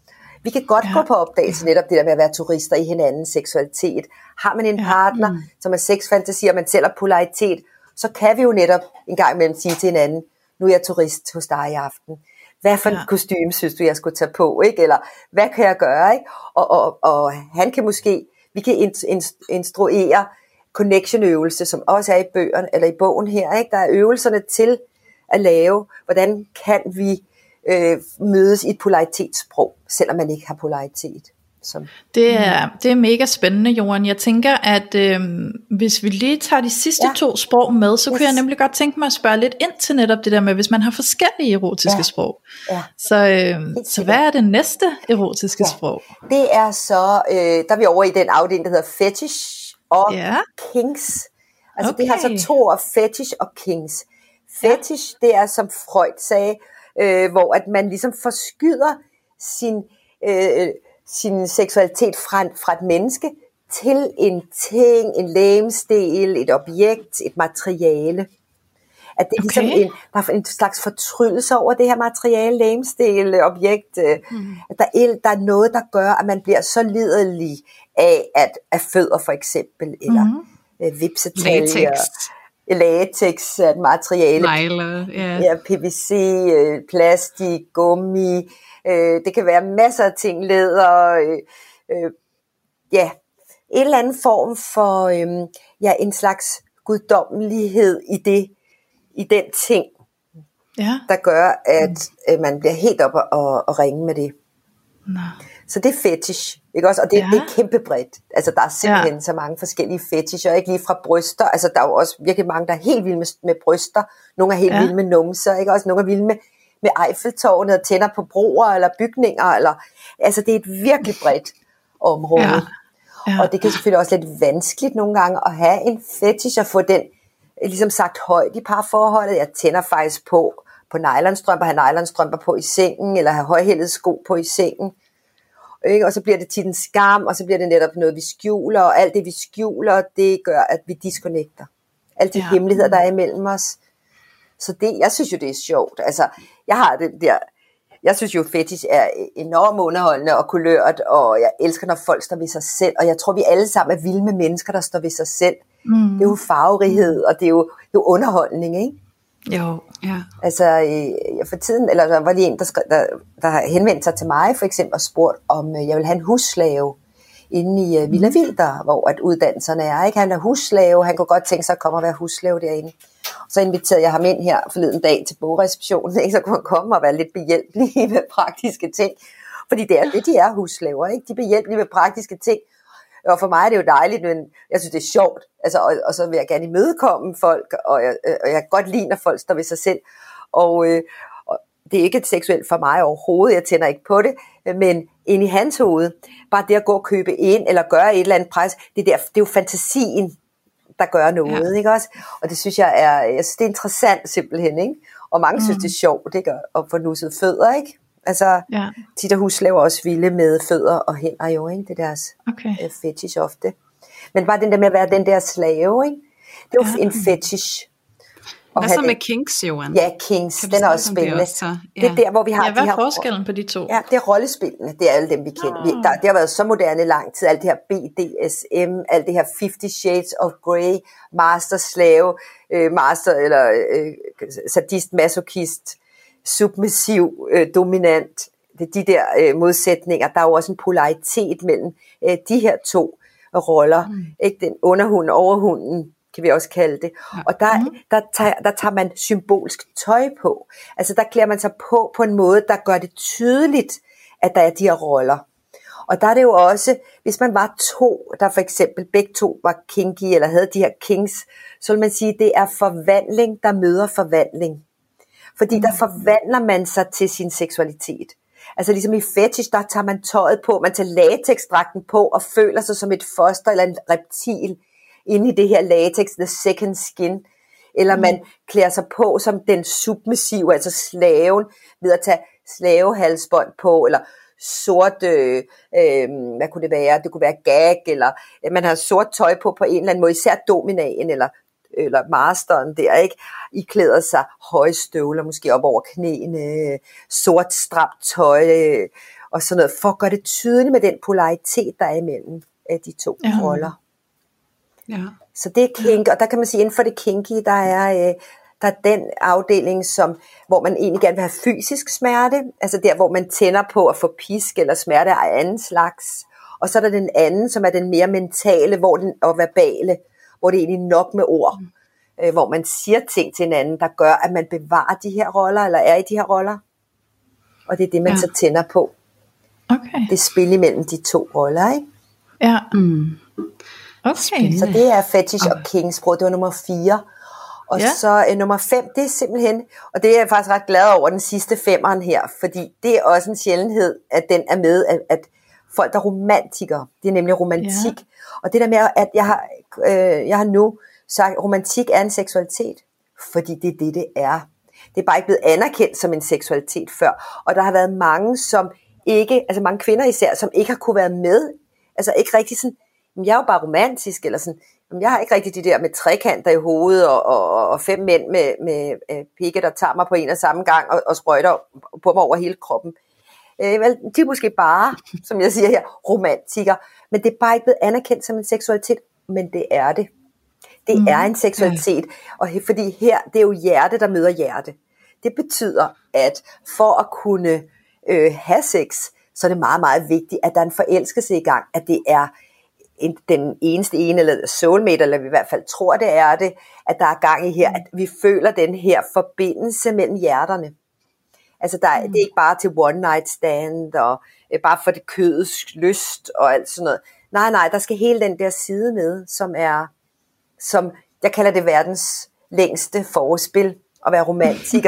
vi kan godt ja. gå på opdagelse netop det der med at være turister i hinandens seksualitet. Har man en ja. partner, mm. som er sexfantasi, og man sælger polaritet, så kan vi jo netop en gang imellem sige til hinanden, nu er jeg turist hos dig i aften. Hvad for en ja. kostume synes du, jeg skulle tage på? Ikke? Eller hvad kan jeg gøre? Ikke? Og, og, og han kan måske, vi kan instruere connection-øvelse, som også er i bøgerne, eller i bogen her, ikke? Der er øvelserne til at lave, hvordan kan vi øh, mødes i et polaritetssprog, selvom man ikke har polaritet. Som, det, er, det er mega spændende, Joan. Jeg tænker, at øh, hvis vi lige tager de sidste ja. to sprog med, så yes. kunne jeg nemlig godt tænke mig at spørge lidt ind til netop det der med, hvis man har forskellige erotiske ja. sprog. Ja. Så, øh, så hvad er det næste erotiske ja. sprog? Det er så, øh, der er vi over i den afdeling, der hedder fetish og ja. kinks. Altså okay. det har så to ord, fetish og kinks. Fetish, ja. det er som Freud sagde, øh, hvor at man ligesom forskyder sin, øh, sin seksualitet fra, fra et menneske til en ting, en legemsdel, et objekt, et materiale. At det er ligesom okay. en, der er en slags fortrydelse over det her materiale, legemsdel, objekt. Mm. At der, er, der er noget, der gør, at man bliver så liderlig af, at, af fødder for eksempel, eller mm. øh, vipsetaljer. Latex. Latex er et materiale. Nejler, yeah. ja. P V C, øh, plastik, gummi. Øh, det kan være masser af ting, læder. Øh, øh, ja, en eller anden form for øh, ja, en slags guddommelighed i det, i den ting, ja. der gør, at øh, man bliver helt op og, og, og ringe med det. Nå. Så det er fetish, ikke også? Og det, ja. det er kæmpe bredt. Altså der er simpelthen ja. så mange forskellige fetisher, ikke lige fra bryster. Altså der er jo også virkelig mange, der er helt vilde med, med bryster. Nogle er helt ja. vilde med numser, ikke også? Nogle er vilde med, med Eiffeltårnet og tænder på broer eller bygninger. Eller, altså det er et virkelig bredt område. Ja. Ja. Og det kan selvfølgelig også lidt vanskeligt nogle gange at have en fetish og få den ligesom sagt højt i parforholdet. Jeg tænder faktisk på på nylonstrømper, have nylonstrømper på i sengen, eller have højhælede sko på i sengen. Ikke? Og så bliver det tit en skam, og så bliver det netop noget, vi skjuler, og alt det, vi skjuler, det gør, at vi disconnecter. Alle de ja. hemmeligheder, der er imellem os. Så det, jeg synes jo, det er sjovt. Altså, jeg har det der, jeg synes jo, fetish er enormt underholdende og kulørt, og jeg elsker, når folk står ved sig selv, og jeg tror, vi alle sammen er vilde med mennesker, der står ved sig selv. Mm. Det er jo farverighed, og det er jo, det er jo underholdning, ikke? Jo, ja. Altså, jeg for tiden, eller der var lige en, der, skrev, der, der har henvendt sig til mig, for eksempel, og spurgt, om jeg vil have en husslave inde i uh, Villa Wilder, hvor at uddannelserne er, ikke? Han er husslave, han kunne godt tænke sig at komme og være husslave derinde. Så inviterede jeg ham ind her forleden dag til bogreceptionen, ikke? Så kunne han komme og være lidt behjælpelig med praktiske ting. Fordi det er det, de er husslaver, ikke? De er behjælpelige med praktiske ting. Og for mig er det jo dejligt, men jeg synes, det er sjovt. Altså, og, og så vil jeg gerne imødekomme folk, og jeg, og jeg kan godt lide, når folk står ved sig selv. Og, øh, og det er ikke seksuelt for mig overhovedet, jeg tænder ikke på det, men ind i hans hoved, bare det at gå og købe ind, eller gøre et eller andet pres, det, der, det er jo fantasien, der gør noget, ja. Ikke også? Og det synes jeg er, jeg synes, det er interessant simpelthen, ikke? Og mange mm. synes, det er sjovt, ikke? At få nusset fødder, ikke? Altså, ja. Tit og husslaver også vilde med fødder og hænder jo, ikke? Det er deres okay. uh, fetish ofte. Men bare den der med at være den der slave, ikke? Det er jo ja. En fetish. Hvad så med kinks, Johan? Ja, kinks, den er også spændende. Det, også, ja. Det er der, hvor vi har ja, hvad de her... er forskellen på de to? Ja, det er rollespillene, det er alle dem, vi kender. Vi, der, det har været så moderne i lang tid, alt det her B D S M, alt det her Fifty Shades of Grey, master, slave, øh, master, eller øh, sadist, masochist, submissiv, øh, dominant. Det er de der øh, modsætninger. Der er jo også en polaritet mellem øh, de her to roller. Mm. Ikke? Den underhunden, overhunden, kan vi også kalde det. Og der, mm. der, tager, der tager man symbolsk tøj på. Altså der klæder man sig på på en måde, der gør det tydeligt, at der er de her roller. Og der er det jo også, hvis man var to, der for eksempel begge to var kinky, eller havde de her kings, så vil man sige, at det er forvandling, der møder forvandling. Fordi mm. der forvandler man sig til sin seksualitet. Altså ligesom i fetish, der tager man tøjet på, man tager latexdragten på, og føler sig som et foster eller en reptil, inde i det her latex, the second skin, eller mm. man klæder sig på som den submissive, altså slaven, ved at tage slavehalsbånd på, eller sort, øh, øh, hvad kunne det være, det kunne være gag, eller man har sort tøj på på en eller anden måde, især dominaen, eller, eller masteren der, ikke? I klæder sig høje støvler, måske op over knæene, sort stramt tøj, øh, og sådan noget, for at gøre det tydeligt med den polaritet, der er imellem af de to ja. Roller. Ja. Så det er kink, og der kan man sige, inden for det kinky, der er, øh, der er den afdeling, som, hvor man egentlig gerne vil have fysisk smerte, altså der, hvor man tænder på at få pisk eller smerte af anden slags. Og så er der den anden, som er den mere mentale hvor den, og verbale, hvor det er egentlig nok med ord, mm. øh, hvor man siger ting til hinanden, der gør, at man bevarer de her roller, eller er i de her roller. Og det er det, man ja. Så tænder på. Okay. Det spil imellem de to roller, ikke? Ja. Mm. Okay. Så det er fetish okay. og kingsprog, det var nummer fire. Og ja. Så uh, nummer fem, det er simpelthen, og det er jeg faktisk ret glad over, den sidste femmeren her, fordi det er også en sjældenhed, at den er med, at, at folk der er romantikere, det er nemlig romantik. Ja. Og det der med, at jeg har, øh, jeg har nu sagt, at romantik er en seksualitet, fordi det er det, det er. Det er bare ikke blevet anerkendt som en seksualitet før. Og der har været mange, som ikke, altså mange kvinder især, som ikke har kunne være med, altså ikke rigtig sådan, jeg er jo bare romantisk, eller sådan, jeg har ikke rigtig de der med trekanter i hovedet, og, og, og fem mænd med, med øh, pikke, der tager mig på en og samme gang, og, og sprøjter på mig over hele kroppen. Øh, vel, de er måske bare, som jeg siger her, romantikere, men det er bare ikke blevet anerkendt som en seksualitet, men det er det. Det mm. er en seksualitet, og fordi her, det er jo hjerte, der møder hjerte. Det betyder, at for at kunne øh, have sex, så er det meget, meget vigtigt, at der er en forelskelse i gang, at det er den eneste ene, eller soulmate, eller vi i hvert fald tror, det er det, at der er gang i her, at vi føler den her forbindelse mellem hjerterne. Altså, der er, mm. det er ikke bare til one night stand, og øh, bare for det kødets lyst, og alt sådan noget. Nej, nej, der skal hele den der side med, som er, som jeg kalder det verdens længste forspil, at være romantiker.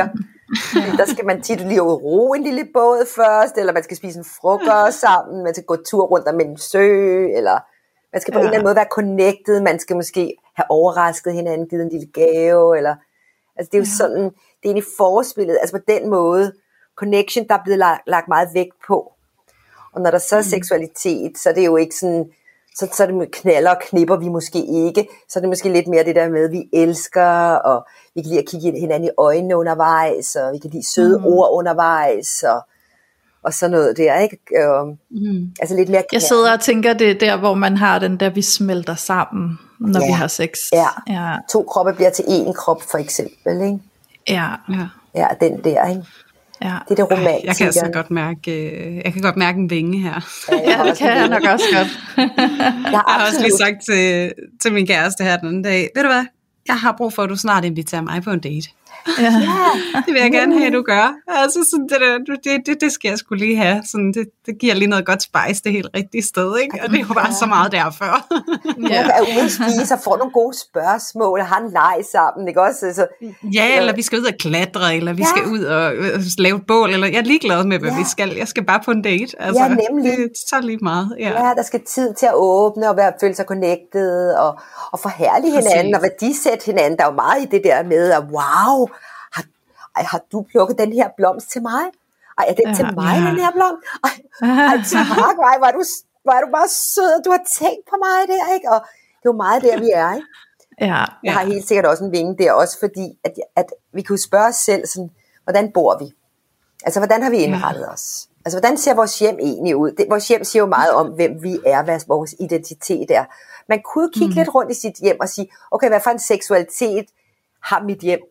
Ja. Der skal man tit lige ro en lille båd først, eller man skal spise en frokost sammen, man skal gå tur rundt om en sø, eller man skal på ja. en eller anden måde være connected, man skal måske have overrasket hinanden, givet en lille gave, eller, altså det er jo ja. sådan, det er egentlig forspillet, altså på den måde, connection, der er blevet lagt, lagt meget vægt på. Og når der så er mm. seksualitet, så er det jo ikke sådan, så, så er det knaller og knipper vi måske ikke, så er det måske lidt mere det der med, at vi elsker, og vi kan lide at kigge hinanden i øjnene undervejs, og vi kan lide søde mm. ord undervejs, og, og sådan noget der, ikke? Um, mm. Altså lidt mere knald. Jeg sidder og tænker, det er der, hvor man har den der, vi smelter sammen, når ja. vi har sex. Ja. ja, to kroppe bliver til én krop, for eksempel, ikke? Ja. Ja, ja den der, ikke? Ja. Det er det romantiske. Jeg kan altså godt mærke, jeg kan godt mærke en vinge her. Ja, ja det kan jeg nok også godt. jeg, har jeg har også lige sagt til, til min kæreste her den anden dag, ved du hvad, jeg har brug for, at du snart inviterer mig på en date. Ja. Det vil jeg gerne have, at du gør. Altså, sådan, det, der, det, det, det skal jeg skulle lige have. Sådan, det, det giver lige noget godt spice det helt rigtige sted, ikke? Og det er jo bare så meget derfor. Ja. Du er ude at spise og får nogle gode spørgsmål og har en leg sammen, ikke også? Altså, ja, eller vi skal ud og klatre, eller vi ja. skal ud og øh, lave et bål, eller jeg er ligeglad med, hvad ja. vi skal. Jeg skal bare på en date. Altså, ja, nemlig. Det er så lige meget. Ja. ja, der skal tid til at åbne og være, føle sig connected og, og forherlige hinanden og værdisætte hinanden. Der er jo meget i det der med, at wow, Ej, har du plukket den her blomst til mig? Ej, er den ja, til mig, ja. den her blomst? Ej, ej tak, ej, hvor er du, hvor er du bare sød, du har tænkt på mig der, ikke? Og det er jo meget der, vi er, ikke? Ja. Jeg har helt sikkert også en vinge der, også fordi, at, at vi kan jo spørge os selv, sådan, hvordan bor vi? Altså, hvordan har vi indrettet ja. os? Altså, hvordan ser vores hjem egentlig ud? Det, vores hjem siger jo meget om, hvem vi er, hvad vores identitet er. Man kunne kigge mm. lidt rundt i sit hjem og sige, okay, hvad for en seksualitet har mit hjem?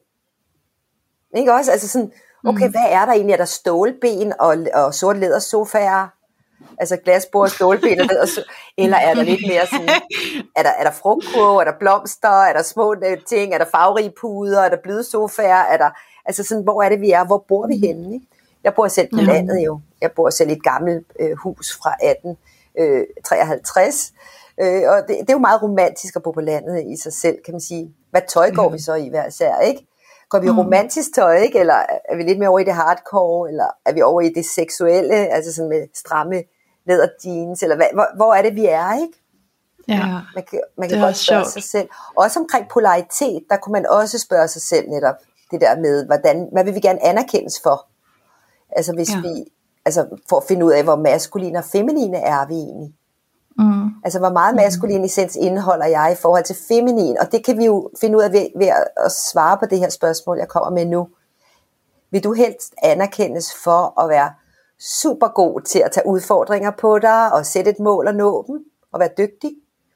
Ikke også? Altså sådan, okay, mm. hvad er der egentlig? Er der stålben og, og sort lædersofaer? Altså glasbord, stålben og lædersofaer? Eller er der lidt mere sådan, er der, er der frugtkurve, er der blomster, er der små ting, er der farverige puder, er der bløde sofaer, er der, altså sådan, hvor er det vi er? Hvor bor vi henne? Ikke? Jeg bor selv på mm. landet jo. Jeg bor selv i et gammelt øh, hus fra atten treoghalvtreds. Øh, og det, det er jo meget romantisk at bo på landet i sig selv, kan man sige. Hvad tøj går mm. vi så i hver sær, ikke? Går vi i romantisk tøj, ikke? Eller er vi lidt mere over i det hardcore, eller er vi over i det seksuelle, altså sådan med stramme læderjeans, eller hvad, hvor, hvor er det, vi er, ikke? Ja, man kan, man kan godt spørge sjovt. sig selv. Også omkring polaritet, der kunne man også spørge sig selv netop, det der med, hvordan, hvad vil vi gerne anerkendes for? Altså hvis ja. vi, altså for at finde ud af, hvor maskuline og feminine er vi egentlig. Mm. Altså hvor meget maskulin essens indeholder jeg i forhold til feminin, og det kan vi jo finde ud af ved, ved at svare på det her spørgsmål, jeg kommer med nu. Vil du helst anerkendes for at være super god til at tage udfordringer på dig, og sætte et mål og nå dem, og være dygtig?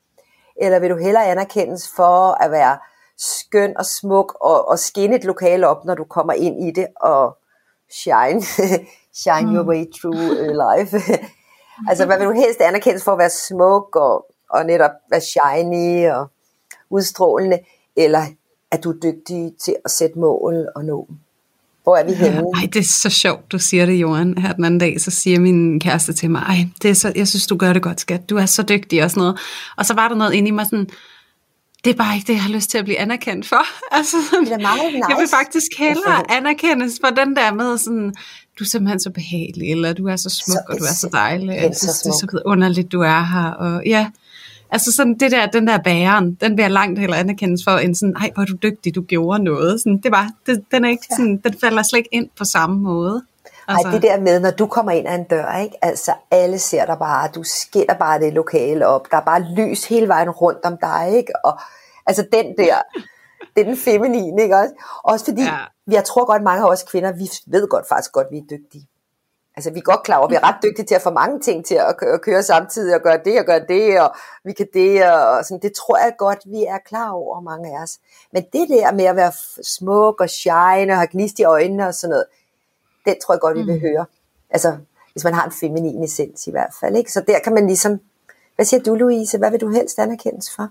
Eller vil du hellere anerkendes for at være skøn og smuk, og, og skinne et lokale op, når du kommer ind i det, og shine, shine mm. your way through life? Altså, hvad vil du helst anerkendes for at være smuk og, og netop være shiny og udstrålende, eller er du dygtig til at sætte mål og nå dem? Hvor er vi henne? Ja, ej, det er så sjovt, du siger det, Johan. Her den anden dag, så siger min kæreste til mig, ej, det er så, jeg synes, du gør det godt, skat. Du er så dygtig og sådan noget. Og så var der noget inde i mig sådan, det er bare ikke det, jeg har lyst til at blive anerkendt for. Altså, det er meget nice. Jeg vil faktisk hellere anerkendes for den der med sådan, du er simpelthen så behagelig, eller du er så smuk, så, og du er så dejlig. Jeg synes, det er så underligt, du er her. Og ja, altså sådan det der, den der bæren, den vil jeg langt heller anerkendes for, end sådan, ej, hvor er du dygtig, du gjorde noget. Sådan, det var, det, den er ikke sådan, den falder slet ikke ind på samme måde. Altså. Ej, det der med, når du kommer ind ad en dør, ikke? Altså alle ser dig bare, du skinner bare det lokale op, der er bare lys hele vejen rundt om dig, ikke? Og altså den der, det er den feminine, ikke også? Også fordi, ja. jeg tror godt, mange af os kvinder, vi ved godt faktisk godt, vi er dygtige. Altså vi er godt klar over, vi er ret dygtige til at få mange ting til at køre, at køre samtidig, og gøre det, og gøre det, og vi kan det, og sådan, det tror jeg godt, vi er klar over, mange af os. Men det der med at være smuk og shine, og have gnist i øjnene og sådan noget, den tror jeg godt, vi vil høre. Altså, hvis man har en feminin essens i hvert fald, ikke? Så der kan man ligesom, hvad siger du, Louise? Hvad vil du helst anerkendes for?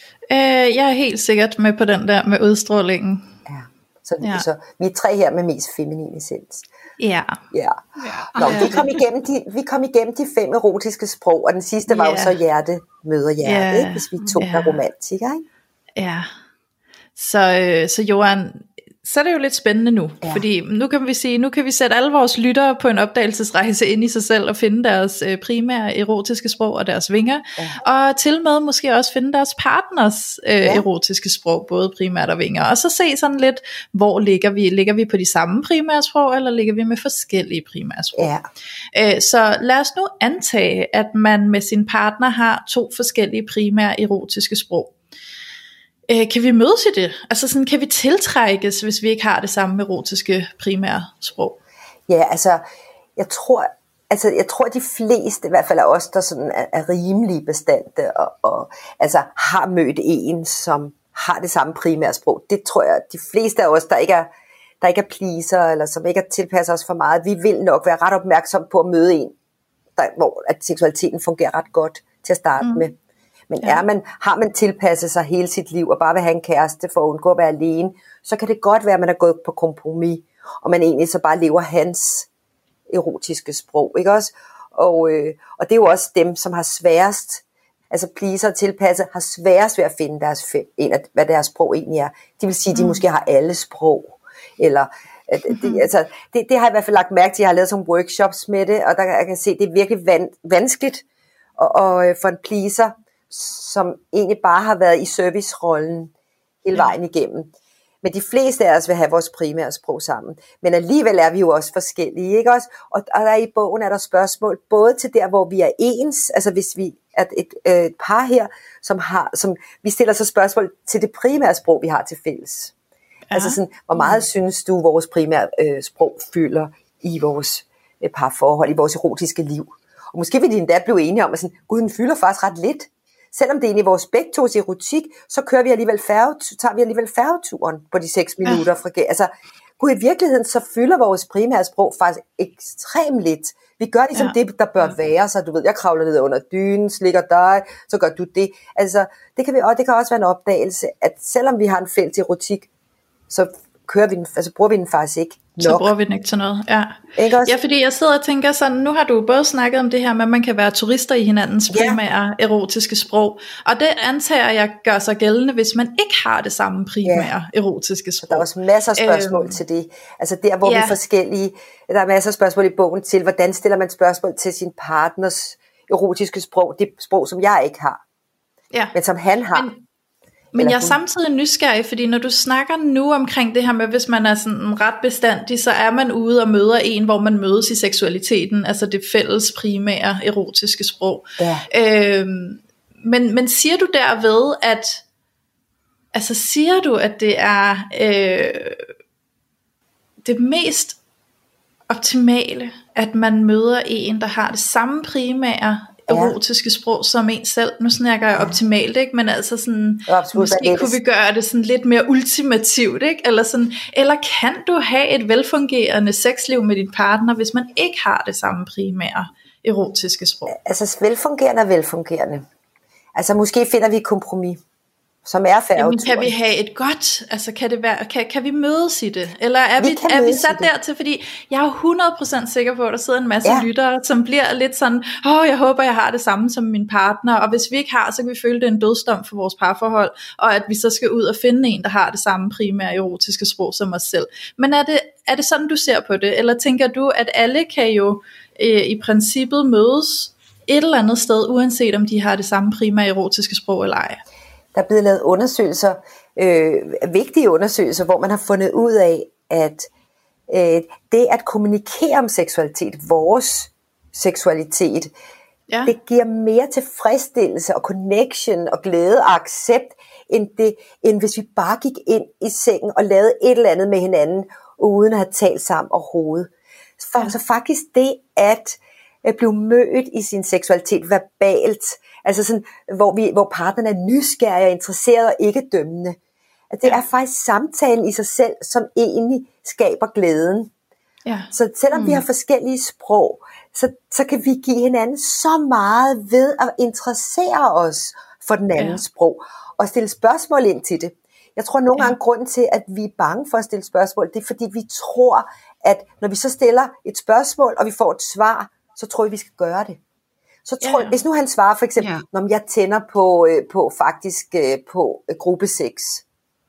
Øh, jeg er helt sikkert med på den der med udstrålingen. Ja, så, ja. så vi er tre her med mest feminin essens. Ja. Ja. Nå, vi kom igennem de, vi kom igennem de fem erotiske sprog, og den sidste var ja. jo så hjerte møder hjerte, ja. ikke? Hvis vi tog ja. der romantikere, ikke? Ja. Så, øh, så Johan, så er det jo lidt spændende nu, ja. Fordi nu kan vi sige, nu kan vi sætte alle vores lyttere på en opdagelsesrejse ind i sig selv, og finde deres øh, primære erotiske sprog og deres vinger, ja. Og til med måske også finde deres partners øh, ja. erotiske sprog, både primært og vinger, og så se sådan lidt, hvor ligger vi, ligger vi på de samme primære sprog, eller ligger vi med forskellige primære sprog. Ja. Øh, så lad os nu antage, at man med sin partner har to forskellige primære erotiske sprog. Kan vi mødes i det? Altså sådan, kan vi tiltrækkes, hvis vi ikke har det samme erotiske primære sprog? Ja, altså, jeg tror, altså, jeg tror de fleste, i hvert fald af os, der sådan er, er rimelige bestandte, og, og altså, har mødt en, som har det samme primære sprog. Det tror jeg, de fleste af os, der ikke er, der ikke er pleaser, eller som ikke er tilpasset os for meget, vi vil nok være ret opmærksom på at møde en, der, hvor at seksualiteten fungerer ret godt til at starte mm. med. Men ja. er man, har man tilpasset sig hele sit liv, og bare vil have en kæreste for at undgå at være alene, så kan det godt være, at man er gået på kompromis, og man egentlig så bare lever hans erotiske sprog, ikke også? Og, øh, og det er jo også dem, som har sværest, altså pleaser og tilpasset, har sværest ved at finde deres fem, en af, hvad deres sprog egentlig er. De vil sige, at de mm. måske har alle sprog, eller mm-hmm. det, altså, det, det har jeg i hvert fald lagt mærke til. Jeg har lavet some workshops med det, og der jeg kan se, at det er virkelig van, vanskeligt og, og, for en pleaser, som egentlig bare har været i servicerollen hele vejen igennem. Men de fleste af os vil have vores primære sprog sammen. Men alligevel er vi jo også forskellige, ikke også? Og, og der i bogen er der spørgsmål, både til der, hvor vi er ens, altså hvis vi er et, øh, et par her, som har, som vi stiller så spørgsmål til det primære sprog, vi har til fælles. Ja. Altså sådan, hvor meget mm. synes du, vores primære øh, sprog fylder i vores øh, parforhold, i vores erotiske liv? Og måske vil de endda blive enige om, at sådan, gud, den fylder faktisk ret lidt. Selvom det er inde i vores begge tos erotik, så kører vi alligevel færge, tager vi alligevel færgeturen på de seks minutter. Fra, altså, gud, i virkeligheden så fylder vores primære sprog faktisk ekstremt lidt. Vi gør ligesom ja. det, der bør være, så du ved, jeg kravler ned under dynen, slikker dig, så gør du det. Altså, det kan, vi, og det kan også være en opdagelse, at selvom vi har en fælles erotik, så kører vi den, altså bruger vi den faktisk ikke nok. Så bruger vi den ikke til noget, ja. Ja, fordi jeg sidder og tænker sådan, nu har du både snakket om det her med, at man kan være turister i hinandens primære ja. erotiske sprog, og det antager jeg gør sig gældende, hvis man ikke har det samme primære ja. erotiske sprog. Der er også masser af spørgsmål øhm, til det, altså der hvor ja. vi er forskellige, der er masser af spørgsmål i bogen til, hvordan stiller man spørgsmål til sin partners erotiske sprog, det sprog, som jeg ikke har, ja. men som han har. Men, Men jeg er samtidig nysgerrig, fordi når du snakker nu omkring det her med, hvis man er sådan ret bestandig, så er man ude og møder en, hvor man mødes i seksualiteten, altså det fælles primære erotiske sprog. Ja. Øhm, men, men siger du derved, at altså siger du, at det er øh, det mest optimale, at man møder en, der har det samme primære erotiske sprog som en selv. Nu snakker jeg optimalt, ikke? Men altså sådan, absolut, måske kunne vi gøre det sådan lidt mere ultimativt, ikke? Eller sådan, eller kan du have et velfungerende sexliv med din partner, hvis man ikke har det samme primære erotiske sprog? Altså velfungerende og velfungerende. Altså måske finder vi et kompromis, som er færgeturen. Kan vi have et godt, altså kan det være, kan, kan vi mødes i det? Eller er vi, vi, er vi sat dertil, fordi jeg er hundrede procent sikker på, at der sidder en masse ja. lyttere, som bliver lidt sådan, åh, oh, jeg håber, jeg har det samme som min partner, og hvis vi ikke har, så kan vi føle, det er en dødsdom for vores parforhold, og at vi så skal ud og finde en, der har det samme primære erotiske sprog som os selv. Men er det, er det sådan, du ser på det? Eller tænker du, at alle kan jo øh, i princippet mødes et eller andet sted, uanset om de har det samme primære erotiske sprog eller ej? Der er blevet lavet undersøgelser, øh, vigtige undersøgelser, hvor man har fundet ud af, at øh, det at kommunikere om seksualitet, vores seksualitet, ja. det giver mere tilfredsstillelse og connection og glæde og accept, end, det, end hvis vi bare gik ind i sengen og lavede et eller andet med hinanden, uden at have talt sammen overhovedet. For, ja. Så faktisk det at blive mødt i sin seksualitet verbalt, altså sådan, hvor, vi, hvor partneren er nysgerrig og interesseret og ikke dømmende. At det ja. er faktisk samtalen i sig selv, som egentlig skaber glæden. Ja. Så selvom mm. vi har forskellige sprog, så, så kan vi give hinanden så meget ved at interessere os for den anden ja. sprog, og stille spørgsmål ind til det. Jeg tror nogle gange, ja. grunden til, at vi er bange for at stille spørgsmål, det er fordi vi tror, at når vi så stiller et spørgsmål, og vi får et svar, så tror jeg, vi skal gøre det. Så tror, yeah. Hvis nu han svarer for eksempel, yeah. når jeg tænder på, øh, på faktisk øh, på øh, gruppe sex,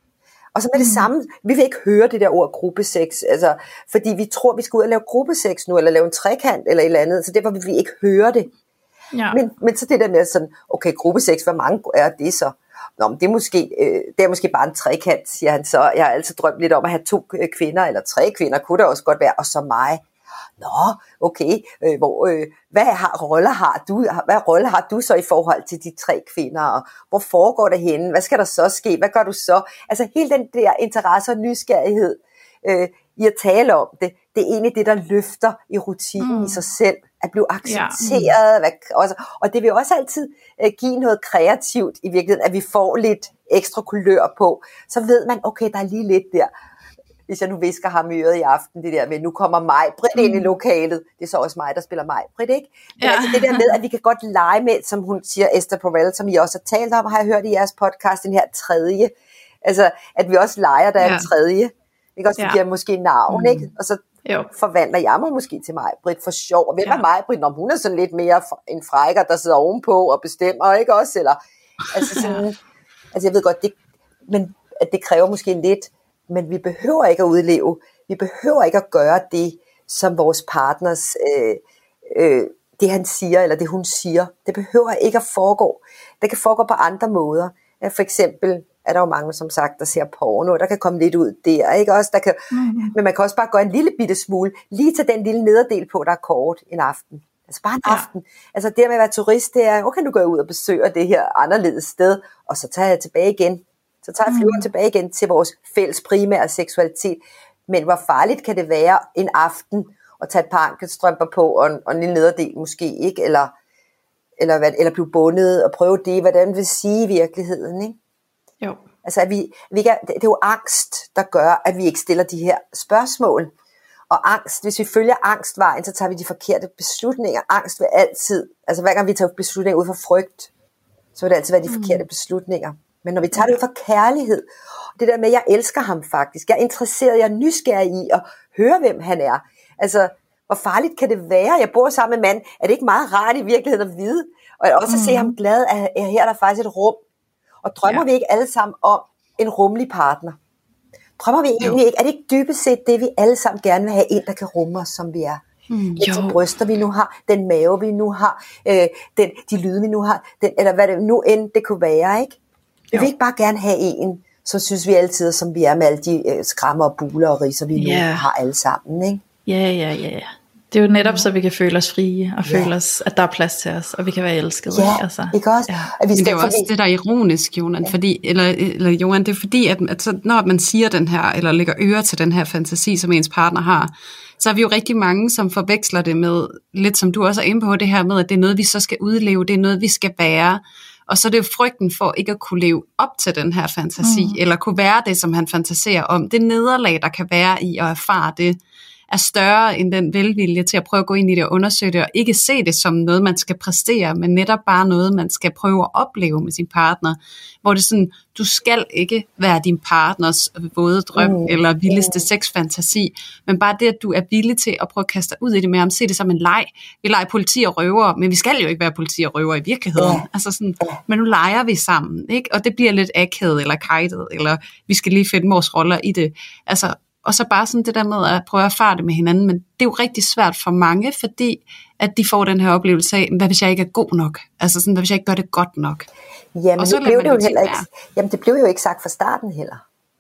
Og så med det mm. samme, vi vil ikke høre det der ord gruppesex, altså, fordi vi tror, vi skal ud og lave gruppesex nu, eller lave en trekant, eller et eller andet, så derfor vil vi ikke høre det. Ja. Men, men så det der med sådan, okay, gruppesex, hvor mange er det så? Nå, men det er, måske, øh, det er måske bare en trekant, siger han så. Jeg har altid drømt lidt om at have to kvinder, eller tre kvinder, kunne det også godt være, og så mig. Nå, okay, øh, hvor, øh, hvad har, roller har du, hvad rolle har du så i forhold til de tre kvinder, og hvor foregår det henne, hvad skal der så ske, hvad gør du så? Altså hele den der interesse og nysgerrighed øh, i at tale om det, det er egentlig det, der løfter erotischen mm. i sig selv, at blive accepteret, ja. hvad, også, og det vil også altid øh, give noget kreativt i virkeligheden, at vi får lidt ekstra kulør på, så ved man, okay, der er lige lidt der. Hvis jeg nu visker ham i øret i aften, det der med, nu kommer Maj-Brit ind i lokalet. Det er så også mig, der spiller Maj-Brit, ikke? Men ja. altså det der med, at vi kan godt lege med, som hun siger, Esther Perel, som I også har talt om, har jeg hørt i jeres podcast, den her tredje. Altså, at vi også leger, der er ja. en tredje. Ikke? Også, vi ja. giver måske navn, mm. ikke? Og så jo. forvandler jeg mig måske til Maj-Brit for sjov. Og hvem ja. er Maj-Brit? Når hun er sådan lidt mere en frækker, der sidder ovenpå og bestemmer, ikke også? Eller, altså, sådan, ja. altså jeg ved godt, det, men at det kræver måske lidt, men vi behøver ikke at udleve, vi behøver ikke at gøre det, som vores partners, øh, øh, det han siger, eller det hun siger, det behøver ikke at foregå. Det kan foregå på andre måder. For eksempel er der jo mange, som sagt, der ser porno, der kan komme lidt ud der, ikke også? Der kan, mm-hmm. Men man kan også bare gøre en lille bitte smule, lige tage den lille nederdel på, der er kort en aften. Altså bare en ja. aften. Altså det med at være turist, det er, okay, nu går jeg ud og besøger det her anderledes sted, og så tager jeg tilbage igen. Så tager flyveren mm. tilbage igen til vores fælles primære seksualitet. Men hvor farligt kan det være en aften at tage et par ankelstrømper på og en, og en lille nederdel måske, ikke? Eller, eller, hvad, eller blive bundet og prøve det, hvad det vil sige i virkeligheden, ikke? Jo. Altså, at vi, vi kan, det er jo angst, der gør, at vi ikke stiller de her spørgsmål. Og angst, hvis vi følger angstvejen, så tager vi de forkerte beslutninger. Angst vil altid, altså hver gang vi tager beslutninger ud fra frygt, så vil det altid være de forkerte mm. beslutninger. Men når vi tager det ud fra kærlighed, det der med, at jeg elsker ham faktisk, jeg er interesseret, jeg er nysgerrig i at høre, hvem han er. Altså, hvor farligt kan det være? Jeg bor sammen med en mand, er det ikke meget rart i virkeligheden at vide? Og også at se ham glad, at her er der faktisk et rum. Og drømmer ja. vi ikke alle sammen om en rummelig partner? Drømmer vi egentlig jo. ikke, er det ikke dybest set det, vi alle sammen gerne vil have, en der kan rumme os, som vi er? Mm, de bryster vi nu har, den mave vi nu har, øh, den, de lyde vi nu har, den, eller hvad det nu end det kunne være, ikke? Vi vil ikke bare gerne have en, så synes vi altid, som vi er med alle de øh, skrammer og buler og riser, vi nu yeah. har alle sammen, ikke? Ja, ja, ja, ja. Det er jo netop, så vi kan føle os frie, og føle yeah. os, at der er plads til os, og vi kan være elskede. Ja, altså. ikke også? Ja. At vi Men det er jo også det, der er ironisk, Johan, ja. fordi, eller, eller Johan, det er fordi, at, at så, når man siger den her, eller lægger øre til den her fantasi, som ens partner har, så er vi jo rigtig mange, som forveksler det med, lidt som du også er inde på, det her med, at det er noget, vi så skal udleve, det er noget, vi skal bære. Og så er det jo frygten for ikke at kunne leve op til den her fantasi, mm. eller kunne være det, som han fantaserer om. Det nederlag, der kan være i at erfare det, er større end den velvilje til at prøve at gå ind i det og undersøge det, og ikke se det som noget, man skal præstere, men netop bare noget, man skal prøve at opleve med sin partner, hvor det er sådan, du skal ikke være din partners våde drøm, mm. eller vildeste sexfantasi, men bare det, at du er villig til at prøve at kaste dig ud i det med ham, se det som en leg. Vi leger politi og røver, men vi skal jo ikke være politi og røver i virkeligheden. Yeah. Altså sådan, men nu leger vi sammen, ikke? Og det bliver lidt akavet eller kajtet, eller vi skal lige finde vores roller i det. Altså, og så bare sådan det der med at prøve at erfare det med hinanden, men det er jo rigtig svært for mange, fordi at de får den her oplevelse af, hvad hvis jeg ikke er god nok? Altså sådan, hvad hvis jeg ikke gør det godt nok? Jamen, det blev, det jo heller ikke, jamen det blev jo ikke sagt fra starten heller.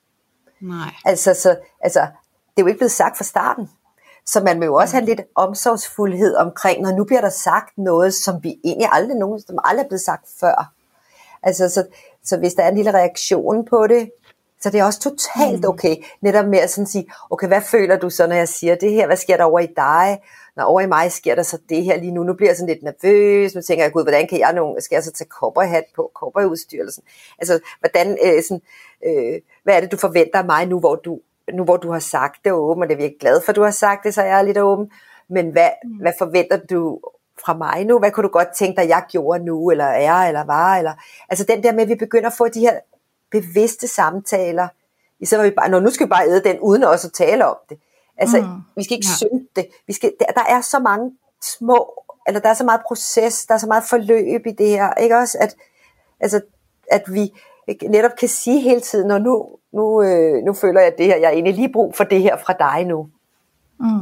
Nej. Altså, så, altså, det er jo ikke blevet sagt fra starten. Så man vil jo også have lidt omsorgsfuldhed omkring, når nu bliver der sagt noget, som vi egentlig aldrig nogen, som aldrig er blevet sagt før. Altså, så, så hvis der er en lille reaktion på det, så det er også totalt okay, netop med at sådan sige, okay, hvad føler du så, når jeg siger det her? Hvad sker der over i dig? Når over i mig sker der så det her lige nu. Nu bliver jeg sådan lidt nervøs. Nu tænker jeg, gud, hvordan kan jeg nu? Skal jeg så tage cowboyhat på, cowboyudstyr eller sådan? Altså, hvordan, øh, sådan, øh, hvad er det, du forventer af mig nu, hvor du, nu, hvor du har sagt det åben, og det er virkelig glad for, at du har sagt det, så jeg er lidt åben. Men hvad, mm. hvad forventer du fra mig nu? Hvad kunne du godt tænke dig, jeg gjorde nu, eller er, eller var? Eller, altså den der med, at vi begynder at få de her bevidste samtaler, i stedet for vi bare, når nu skal vi bare æde den, uden også at tale om det. Altså, mm. vi skal ikke ja. synge det. Vi skal, der, der er så mange små, eller der er så meget proces, der er så meget forløb i det her, ikke også? At, altså, at vi, netop kan sige hele tiden, når nu, nu, øh, nu føler jeg det her, jeg er egentlig lige brug for det her fra dig nu. Mm.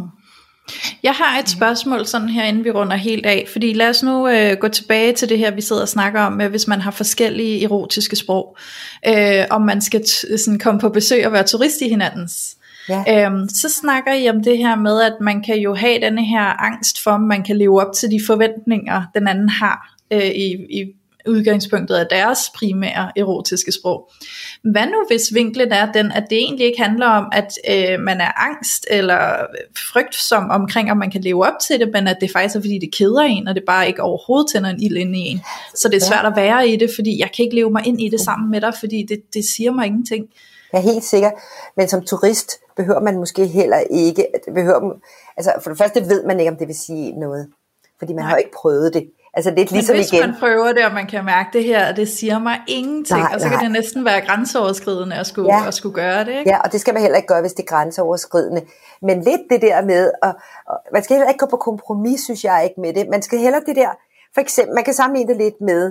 Jeg har et spørgsmål sådan her, inden vi runder helt af, fordi lad os nu øh, gå tilbage til det her, vi sidder og snakker om, med, hvis man har forskellige erotiske sprog, øh, om man skal t- sådan komme på besøg og være turist i hinandens. Ja. Øhm, så snakker I om det her med, at man kan jo have denne her angst for, om man kan leve op til de forventninger, den anden har øh, i, i udgangspunktet af deres primære erotiske sprog. Hvad nu hvis vinklen er den, at det egentlig ikke handler om, at øh, man er angst eller frygtsom omkring, om man kan leve op til det, men at det faktisk er, fordi det keder en, og det bare ikke overhovedet tænder en ild ind i en. Så det er svært at være i det, fordi jeg kan ikke leve mig ind i det sammen med dig, fordi det, det siger mig ingenting. Jeg er helt sikker, men som turist behøver man måske heller ikke, behøver, altså for det første ved man ikke, om det vil sige noget, fordi man Nej. har ikke prøvet det. Altså det er ligesom men hvis igen. Man prøver det, og man kan mærke det her, det siger mig ingenting, nej, og så nej. kan det næsten være grænseoverskridende at skulle, ja. at skulle gøre det, ikke? Ja, og det skal man heller ikke gøre, hvis det er grænseoverskridende. Men lidt det der med, og, og man skal heller ikke gå på kompromis, synes jeg ikke med det. Man skal heller det der, for eksempel, man kan sammenligne det lidt med,